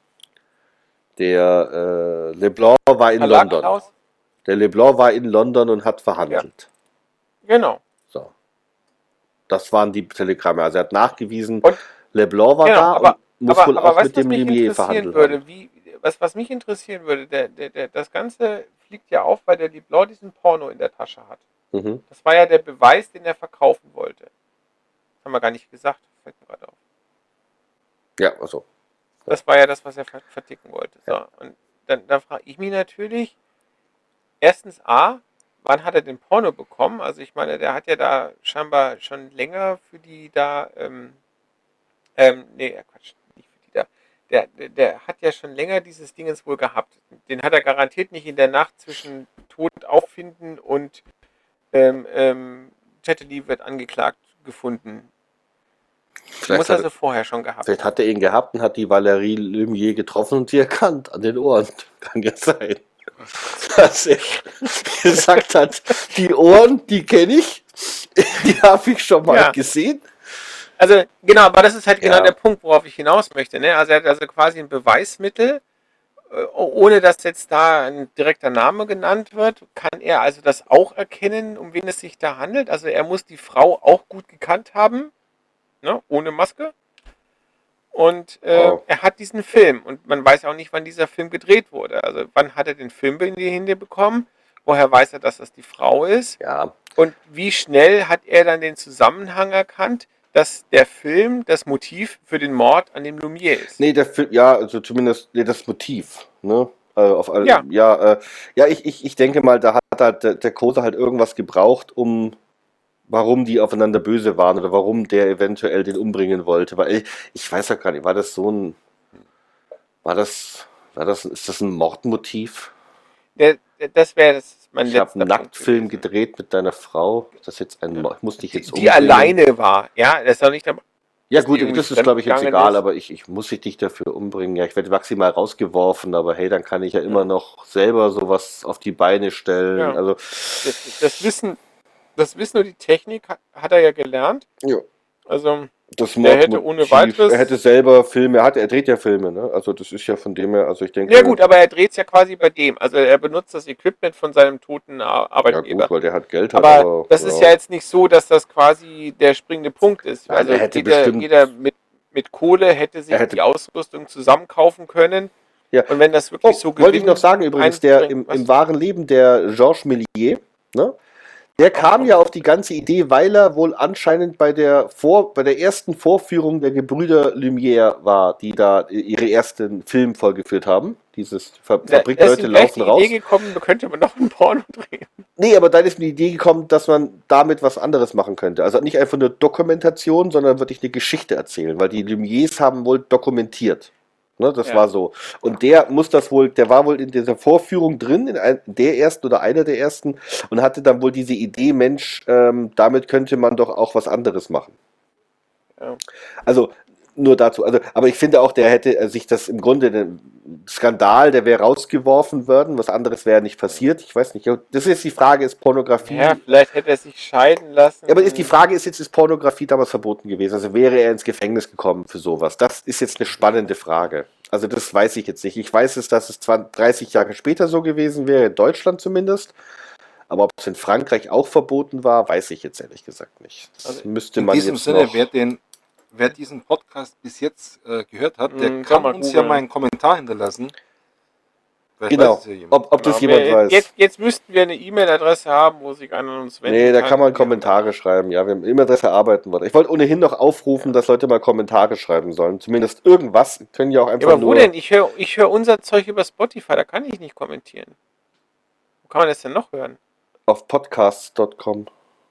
Leblanc war in London. Der Leblanc war in London und hat verhandelt. Ja. Genau. So. Das waren die Telegramme. Also er hat nachgewiesen, und Leblanc war da und muss wohl auch mit dem Lemieux verhandeln. Was mich interessieren würde, das Ganze fliegt ja auf, weil der Leblanc diesen Porno in der Tasche hat. Mhm. Das war ja der Beweis, den er verkaufen wollte. Das haben wir gar nicht gesagt, fällt mir gerade auf. Ja, also. Das war ja das, was er verticken wollte. So. Ja. Und dann frage ich mich natürlich, erstens wann hat er den Porno bekommen? Also ich meine, der hat ja da scheinbar schon länger für die da, Quatsch, nicht für die da. Der hat ja schon länger dieses Dingens wohl gehabt. Den hat er garantiert nicht in der Nacht zwischen Tod auffinden und Chatterley wird angeklagt gefunden. Vielleicht muss also vorher schon gehabt. Vielleicht hat er ihn gehabt und hat die Valérie Lemieux getroffen und sie erkannt an den Ohren. Kann ja sein. Dass er gesagt hat, die Ohren, die kenne ich, die habe ich schon mal gesehen. Also genau, aber das ist halt genau der Punkt, worauf ich hinaus möchte. Ne? Also er hat also quasi ein Beweismittel, ohne dass jetzt da ein direkter Name genannt wird, kann er also das auch erkennen, um wen es sich da handelt. Also er muss die Frau auch gut gekannt haben, ne? Ohne Maske. Und er hat diesen Film und man weiß auch nicht, wann dieser Film gedreht wurde. Also wann hat er den Film in die Hände bekommen? Woher weiß er, dass das die Frau ist? Ja. Und wie schnell hat er dann den Zusammenhang erkannt, dass der Film das Motiv für den Mord an dem Lumière ist? Nee, der Film, also zumindest das Motiv. Ne? Ich denke mal, da hat halt der Koser halt irgendwas gebraucht, warum die aufeinander böse waren oder warum der eventuell den umbringen wollte. Weil ich weiß ja gar nicht, ist das ein Mordmotiv? Das wäre mein letzter Punkt. Ich habe einen Nacktfilm gedreht mit deiner Frau. Das jetzt ich muss dich jetzt umbringen. Die alleine war, ja, das ist doch nicht. Ja gut, das ist glaube ich jetzt egal, aber ich muss dich dafür umbringen. Ja, ich werde maximal rausgeworfen, aber hey, dann kann ich ja immer noch selber sowas auf die Beine stellen. Ja. Also das Wissen und die Technik hat er ja gelernt. Ja. Also Das Der hätte ohne Mordmotiv, weiteres. er hätte selber Filme, er dreht ja Filme, ne? Also das ist ja von dem her, also ich denke. Ja gut, aber er dreht es ja quasi bei dem. Also er benutzt das Equipment von seinem toten Ja Arbeitgeber. gut, weil der hat Geld, hat, Aber das ist ja jetzt nicht so, dass das quasi der springende Punkt ist. Nein, Also er hätte jeder bestimmt- mit Kohle hätte sich die Ausrüstung zusammenkaufen können. Ja. Und wenn das wirklich so wollte ich noch sagen übrigens, der im wahren Leben, der Georges Méliès, ne? Der kam ja auf die ganze Idee, weil er wohl anscheinend bei der ersten Vorführung der Gebrüder Lumière war, die da ihre ersten Film vorgeführt haben. Dieses Fabrikleute laufen raus. Idee gekommen, da könnte man noch ein Porno drehen. Nee, aber dann ist mir die Idee gekommen, dass man damit was anderes machen könnte. Also nicht einfach nur Dokumentation, sondern wirklich eine Geschichte erzählen, weil die Lumières haben wohl dokumentiert. Ne, das war so. Und der war wohl in dieser Vorführung drin, der ersten oder einer der ersten, und hatte dann wohl diese Idee, Mensch, damit könnte man doch auch was anderes machen. Ja. Also, nur dazu. Also, aber ich finde auch, der hätte sich das im Grunde, der Skandal, der wäre rausgeworfen worden, was anderes wäre nicht passiert. Ich weiß nicht. Das ist die Frage, ist Pornografie. Ja, vielleicht hätte er sich scheiden lassen. Aber die Frage ist jetzt, ist Pornografie damals verboten gewesen? Also wäre er ins Gefängnis gekommen für sowas? Das ist jetzt eine spannende Frage. Also das weiß ich jetzt nicht. Ich weiß es, dass es 30 Jahre später so gewesen wäre, in Deutschland zumindest. Aber ob es in Frankreich auch verboten war, weiß ich jetzt ehrlich gesagt nicht. Das müsste man in diesem Sinne, wer diesen Podcast bis jetzt gehört hat, der kann uns ja mal einen Kommentar hinterlassen. Genau, ob das jemand weiß. Jetzt müssten wir eine E-Mail-Adresse haben, wo sich einer an uns wenden kann. Nee, da kann man Kommentare schreiben. Ja, wir haben E-Mail-Adresse arbeiten wollen. Ich wollte ohnehin noch aufrufen, dass Leute mal Kommentare schreiben sollen. Zumindest irgendwas. Können ja auch einfach aber wo denn? Ich hör unser Zeug über Spotify, da kann ich nicht kommentieren. Wo kann man das denn noch hören? Auf podcasts.com.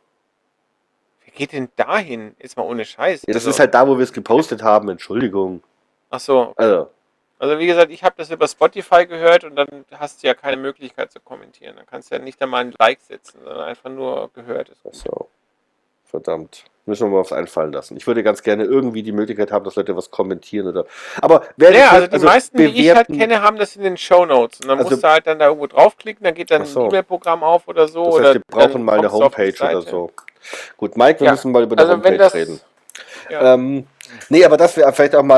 Wer geht denn dahin? Jetzt mal ohne Scheiß. Ja, das ist halt da, wo wir es gepostet haben. Entschuldigung. Ach so. Also wie gesagt, ich habe das über Spotify gehört und dann hast du ja keine Möglichkeit zu kommentieren. Dann kannst du ja nicht einmal ein Like setzen, sondern einfach nur gehört. Ach so. Verdammt. Müssen wir mal was einfallen lassen. Ich würde ganz gerne irgendwie die Möglichkeit haben, dass Leute was kommentieren oder. Aber also die meisten, die ich halt kenne, haben das in den Shownotes. Und dann musst du halt dann da irgendwo draufklicken, dann geht dann ein E-Mail-Programm auf oder so. Das heißt, wir brauchen mal eine Homepage oder so. Gut, Mike, wir müssen mal über eine Homepage reden. Ja. Nee, aber dass wir vielleicht auch mal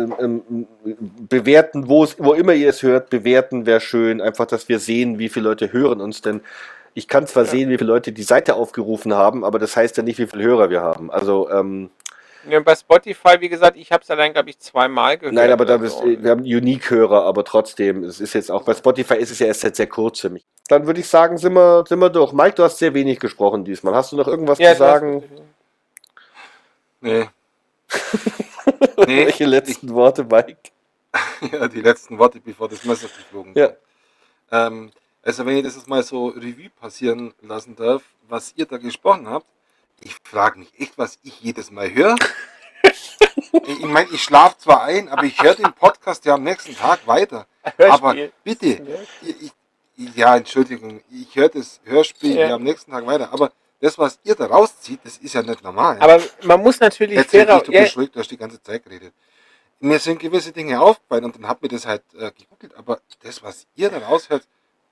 bewerten, wo immer ihr es hört, bewerten wäre schön. Einfach, dass wir sehen, wie viele Leute hören uns, denn ich kann zwar sehen, wie viele Leute die Seite aufgerufen haben, aber das heißt ja nicht, wie viele Hörer wir haben. Also, ja, bei Spotify, wie gesagt, ich habe es allein, glaube ich, 2-mal gehört. Nein, aber wir haben Unique-Hörer, aber trotzdem, es ist jetzt auch, bei Spotify ist es ja erst seit sehr kurzem. Dann würde ich sagen, sind wir durch. Mike, du hast sehr wenig gesprochen diesmal. Hast du noch irgendwas zu sagen? Nee. Welche letzten Worte, Mike? Ja, die letzten Worte, bevor das Messer geflogen ist. Ja. Also wenn ich das jetzt mal so Revue passieren lassen darf, was ihr da gesprochen habt, ich frage mich echt, was ich jedes Mal höre. Ich meine, ich schlafe zwar ein, aber ich höre den Podcast ja am nächsten Tag weiter. Aber bitte, ja, Entschuldigung, ich höre das Hörspiel ja am nächsten Tag weiter, aber das, was ihr da rauszieht, das ist ja nicht normal. Aber man muss natürlich du beschuldigt, du hast die ganze Zeit geredet. Mir sind gewisse Dinge aufgefallen und dann hat mir das halt gegoogelt, aber das, was ihr da raushört,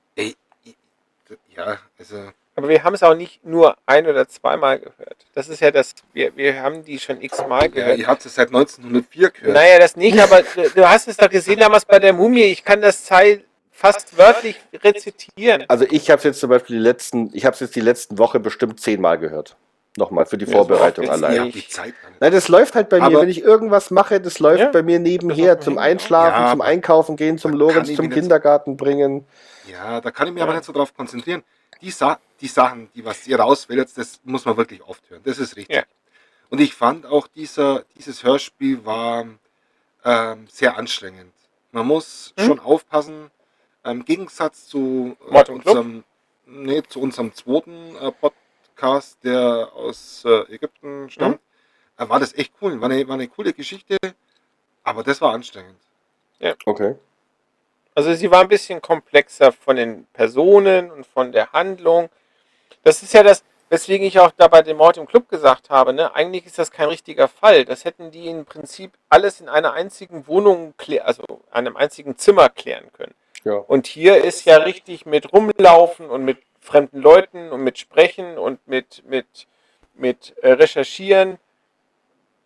also... Aber wir haben es auch nicht nur 1- oder 2-mal gehört. Das ist ja das, wir haben die schon x-mal gehört. Ja, ihr habt es seit 1904 gehört. Naja, das nicht, aber du hast es doch gesehen damals bei der Mumie, ich kann das Teil fast wörtlich rezitieren. Also ich habe es jetzt zum Beispiel die letzten Woche bestimmt 10-mal gehört. Nochmal für die Vorbereitung allein. Nein, das läuft halt bei mir, wenn ich irgendwas mache, das läuft bei mir nebenher zum Einschlafen, zum Einkaufen gehen, zum Lorenz, zum Kindergarten bringen. Ja, da kann ich mich aber nicht so drauf konzentrieren. Die Sachen, was ihr rauswählt, das muss man wirklich oft hören. Das ist richtig. Ja. Und ich fand auch, dieses Hörspiel war sehr anstrengend. Man muss schon aufpassen. Im Gegensatz zu unserem zweiten Podcast, der aus Ägypten stammt, war das echt cool. War eine coole Geschichte, aber das war anstrengend. Ja. Okay. Also sie war ein bisschen komplexer von den Personen und von der Handlung. Das ist ja das, weswegen ich auch da bei dem Mord im Club gesagt habe, ne? Eigentlich ist das kein richtiger Fall. Das hätten die im Prinzip alles in einer einzigen Wohnung, also einem einzigen Zimmer klären können. Ja. Und hier ist ja richtig mit rumlaufen und mit fremden Leuten und mit Sprechen und mit Recherchieren.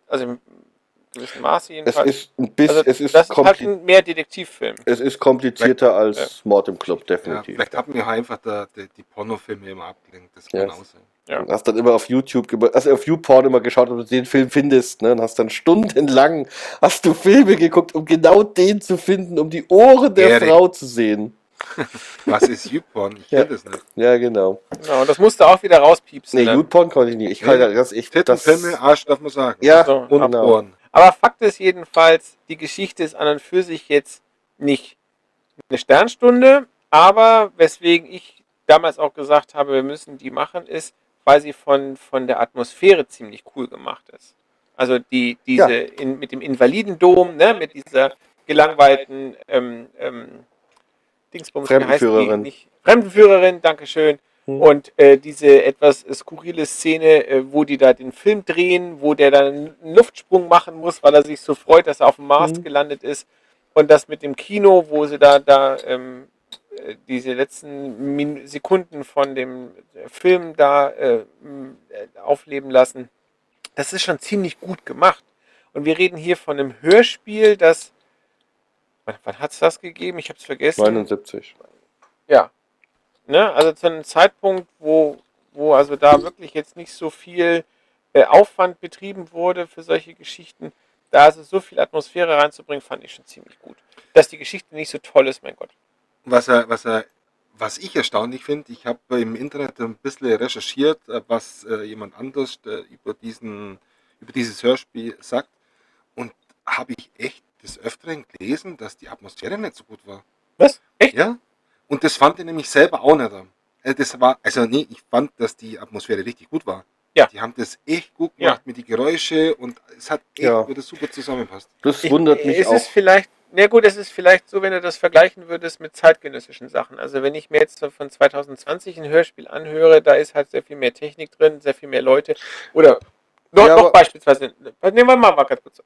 Also im gewissen Maße Es jedenfalls. ist ein bisschen, Also es ist das ist halt ein mehr Detektivfilm. es ist komplizierter als Mord im Club, Ja, definitiv. vielleicht haben wir einfach die Pornofilme immer abgelenkt. Das kann Ja. auch sein. Ja. Du hast dann immer auf YouTube, auf YouPorn immer geschaut, ob du den Film findest, ne? Und hast dann stundenlang hast du Filme geguckt, um genau den zu finden, um die Ohren der Erik. Frau zu sehen. Was ist YouPorn? Ich kenne das nicht. Ja, genau. Genau, und das musste auch wieder rauspiepsen. Nee, dann. YouPorn konnte ich nicht. Ich kann das echt. Titten, Pimmel, Arsch darf man sagen. Ja, So, Und genau. Ohren. Aber Fakt ist jedenfalls, die Geschichte ist an und für sich jetzt nicht eine Sternstunde, aber weswegen ich damals auch gesagt habe, wir müssen die machen, ist, weil sie von der Atmosphäre ziemlich cool gemacht ist. Also mit dem Invalidendom, ne, mit dieser gelangweilten Dingsbums, wie heißt die? Fremdenführerin. Nicht Fremdenführerin, Dankeschön. Und diese etwas skurrile Szene, wo die da den Film drehen, wo der dann einen Luftsprung machen muss, weil er sich so freut, dass er auf dem Mars gelandet ist. Und das mit dem Kino, wo sie da diese letzten Sekunden von dem Film da aufleben lassen. Das ist schon ziemlich gut gemacht. Und wir reden hier von einem Hörspiel, das... Wann hat es das gegeben? Ich habe es vergessen. 79. Ja. Ne? Also zu einem Zeitpunkt, wo also da wirklich jetzt nicht so viel Aufwand betrieben wurde für solche Geschichten, da also so viel Atmosphäre reinzubringen, fand ich schon ziemlich gut. Dass die Geschichte nicht so toll ist, mein Gott. Was ich erstaunlich finde, ich habe im Internet ein bisschen recherchiert, was jemand anders über dieses Hörspiel sagt, und habe ich echt des Öfteren gelesen, dass die Atmosphäre nicht so gut war. Was? Echt? Ja, und das fand ich nämlich selber auch nicht. Ich fand, dass die Atmosphäre richtig gut war. Ja. Die haben das echt gut gemacht mit den Geräuschen, und es hat echt wieder super zusammenpasst. Das wundert mich es auch. Ist vielleicht, es ist vielleicht so, wenn du das vergleichen würdest mit zeitgenössischen Sachen. Also wenn ich mir jetzt so von 2020 ein Hörspiel anhöre, da ist halt sehr viel mehr Technik drin, sehr viel mehr Leute. Oder noch beispielsweise, nehmen wir mal ganz kurz.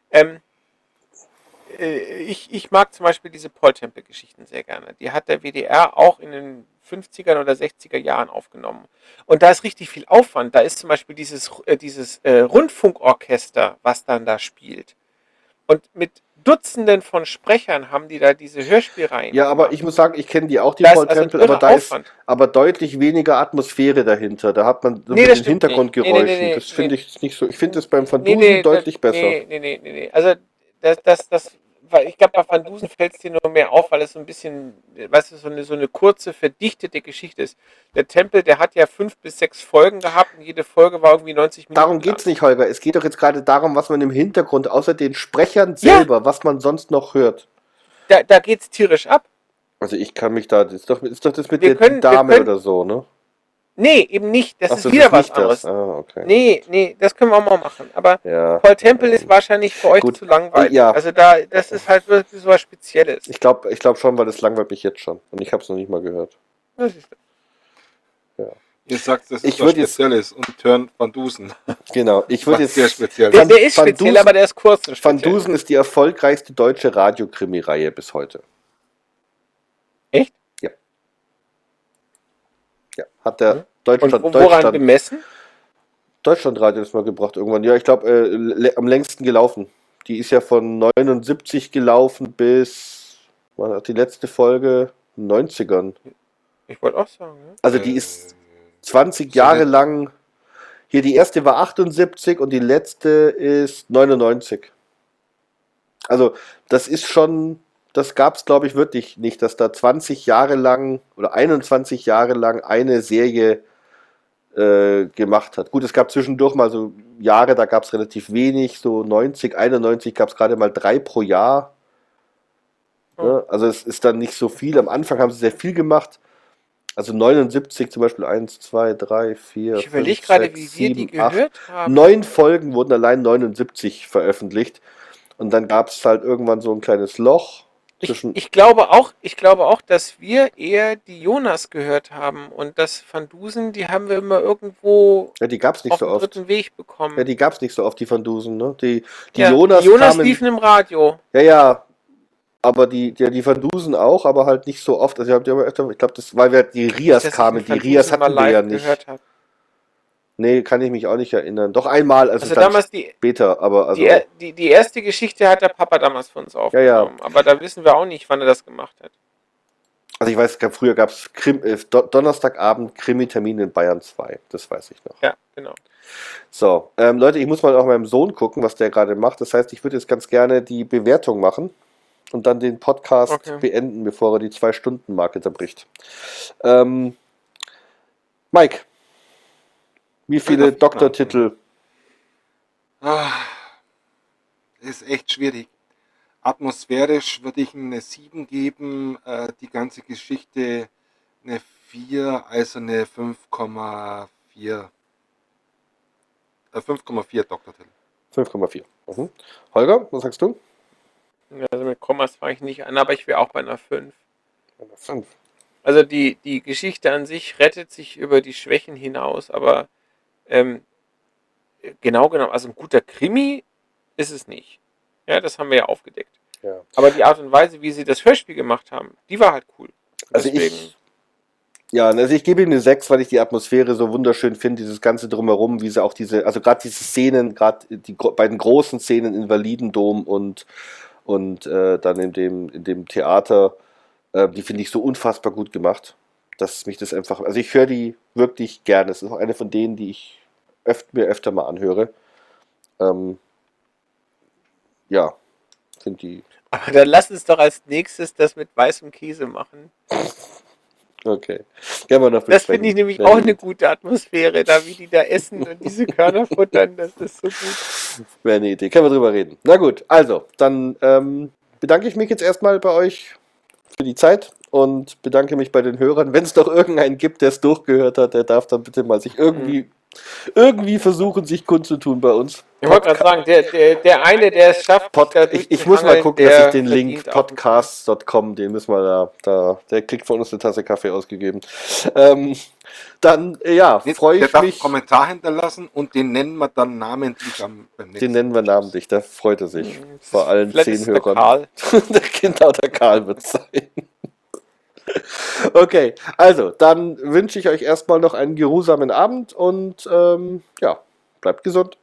Ich mag zum Beispiel diese Paul-Temple-Geschichten sehr gerne. Die hat der WDR auch in den 50er oder 60er Jahren aufgenommen. Und da ist richtig viel Aufwand. Da ist zum Beispiel dieses Rundfunkorchester, was dann da spielt. Und mit Dutzenden von Sprechern haben die da diese Hörspielreihen. Ja, aber ich muss sagen, ich kenne die auch, die Da ist Paul also Temple, aber da Aufwand. ist aber deutlich weniger Atmosphäre dahinter. Da hat man so mit den Hintergrundgeräuschen. Nee, das finde ich nicht so. Ich finde es beim Van Dusen deutlich besser. Nee. Also ich glaube, bei Van Dusen fällt es dir nur mehr auf, weil es so ein bisschen, weißt du, so eine kurze, verdichtete Geschichte ist. Der Tempel, der hat ja 5 bis 6 Folgen gehabt und jede Folge war irgendwie 90 Minuten. Darum geht es nicht, Holger. Es geht doch jetzt gerade darum, was man im Hintergrund, außer den Sprechern selber, was man sonst noch hört. Da geht es tierisch ab. Also ich kann mich da, ist doch das mit der Dame oder so, ne? Nee, eben nicht. Das Ach ist so, wieder das ist was anderes. Okay. Nee, das können wir auch mal machen. Aber Ja. Paul Temple ist wahrscheinlich für euch zu langweilig. Ja. Also das ist halt wirklich so was Spezielles. Ich glaube schon, weil das langweilt mich jetzt schon. Und ich habe es noch nicht mal gehört. Das ist Ihr sagt, das ist was Spezielles und hören Van Dusen. Genau, ich würde jetzt... sehr speziell. Der ist speziell, aber der ist kurz und speziell. Van Dusen ist die erfolgreichste deutsche Radiokrimi-Reihe bis heute. Echt? Ja. Ja, hat der woran bemessen? Deutschlandradio das mal gebracht irgendwann. Ja, ich glaube, am längsten gelaufen. Die ist ja von 79 gelaufen bis, wann hat die letzte Folge? 90ern. Ich wollte auch sagen. Ne? Also die ist 20 Jahre lang, hier die erste war 78 und die letzte ist 99. Also das ist schon, das gab es glaube ich wirklich nicht, dass da 20 Jahre lang oder 21 Jahre lang eine Serie gemacht hat. Gut, es gab zwischendurch mal so Jahre, da gab es relativ wenig, so 90, 91 gab es gerade mal 3 pro Jahr. Ja, also es ist dann nicht so viel. Am Anfang haben sie sehr viel gemacht. Also 79 zum Beispiel 1, 2, 3, 4, Ich überlege gerade, wie wir die gehört haben. 9 Folgen wurden allein 79 veröffentlicht. Und dann gab es halt irgendwann so ein kleines Loch. Ich glaube auch, dass wir eher die Jonas gehört haben und das Van Dusen, die haben wir immer irgendwo ja, die gab's nicht auf so dem oft. dritten Weg bekommen. Ja, die gab es nicht so oft, die Van Dusen. Ne? Die Jonas liefen im Radio. Ja, aber die Van Dusen auch, aber halt nicht so oft. Also ich glaube, das, weil wir die Rias kamen. Die Rias hatten wir ja nicht. Nee, kann ich mich auch nicht erinnern. Doch einmal, also damals später, aber also. Die erste Geschichte hat der Papa damals für uns aufgenommen. Ja. Aber da wissen wir auch nicht, wann er das gemacht hat. Also ich weiß, früher gab es Donnerstagabend Krimi-Termin in Bayern 2. Das weiß ich noch. Ja, genau. So, Leute, ich muss mal auch meinem Sohn gucken, was der gerade macht. Das heißt, ich würde jetzt ganz gerne die Bewertung machen und dann den Podcast beenden, bevor er die 2-Stunden-Marke zerbricht. Mike, wie viele Doktortitel? Ist echt schwierig. Atmosphärisch würde ich eine 7 geben, die ganze Geschichte eine 4, also eine 5,4. 5,4 Doktortitel. 5,4. Mhm. Holger, was sagst du? Also mit Kommas fange ich nicht an, aber ich wäre auch bei einer 5. Bei einer 5. Also die Geschichte an sich rettet sich über die Schwächen hinaus, aber genau, also ein guter Krimi ist es nicht. Ja, das haben wir ja aufgedeckt. Ja. Aber die Art und Weise, wie sie das Hörspiel gemacht haben, die war halt cool. Also ich gebe ihm eine 6, weil ich die Atmosphäre so wunderschön finde, dieses ganze Drumherum, wie sie auch also gerade diese Szenen, gerade die beiden großen Szenen in Validendom und dann in dem Theater, die finde ich so unfassbar gut gemacht, dass mich das einfach, also ich höre die wirklich gerne. Es ist auch eine von denen, die ich mir öfter mal anhöre. Ja, finde die. Aber dann lass uns doch als nächstes das mit weißem Käse machen. Okay. Wir noch das finde ich nämlich auch eine gute Atmosphäre, da wie die da essen und diese Körner futtern, das ist so gut. Wäre eine Idee, können wir drüber reden. Na gut, also, dann bedanke ich mich jetzt erstmal bei euch für die Zeit und bedanke mich bei den Hörern. Wenn es doch irgendeinen gibt, der es durchgehört hat, der darf dann bitte mal sich irgendwie versuchen, sich kundzutun bei uns. Ich wollte gerade sagen, der eine, der es schafft, ich muss mal gucken, dass ich den Link podcast.com, den müssen wir der kriegt von uns eine Tasse Kaffee ausgegeben. Dann, freue ich mich. Der darf einen Kommentar hinterlassen und den nennen wir dann namentlich beim nächsten. Den nennen wir namentlich, da freut er sich. Vor allen 10 Hörern. Genau, der Karl wird es sein. Okay, also, dann wünsche ich euch erstmal noch einen geruhsamen Abend und bleibt gesund.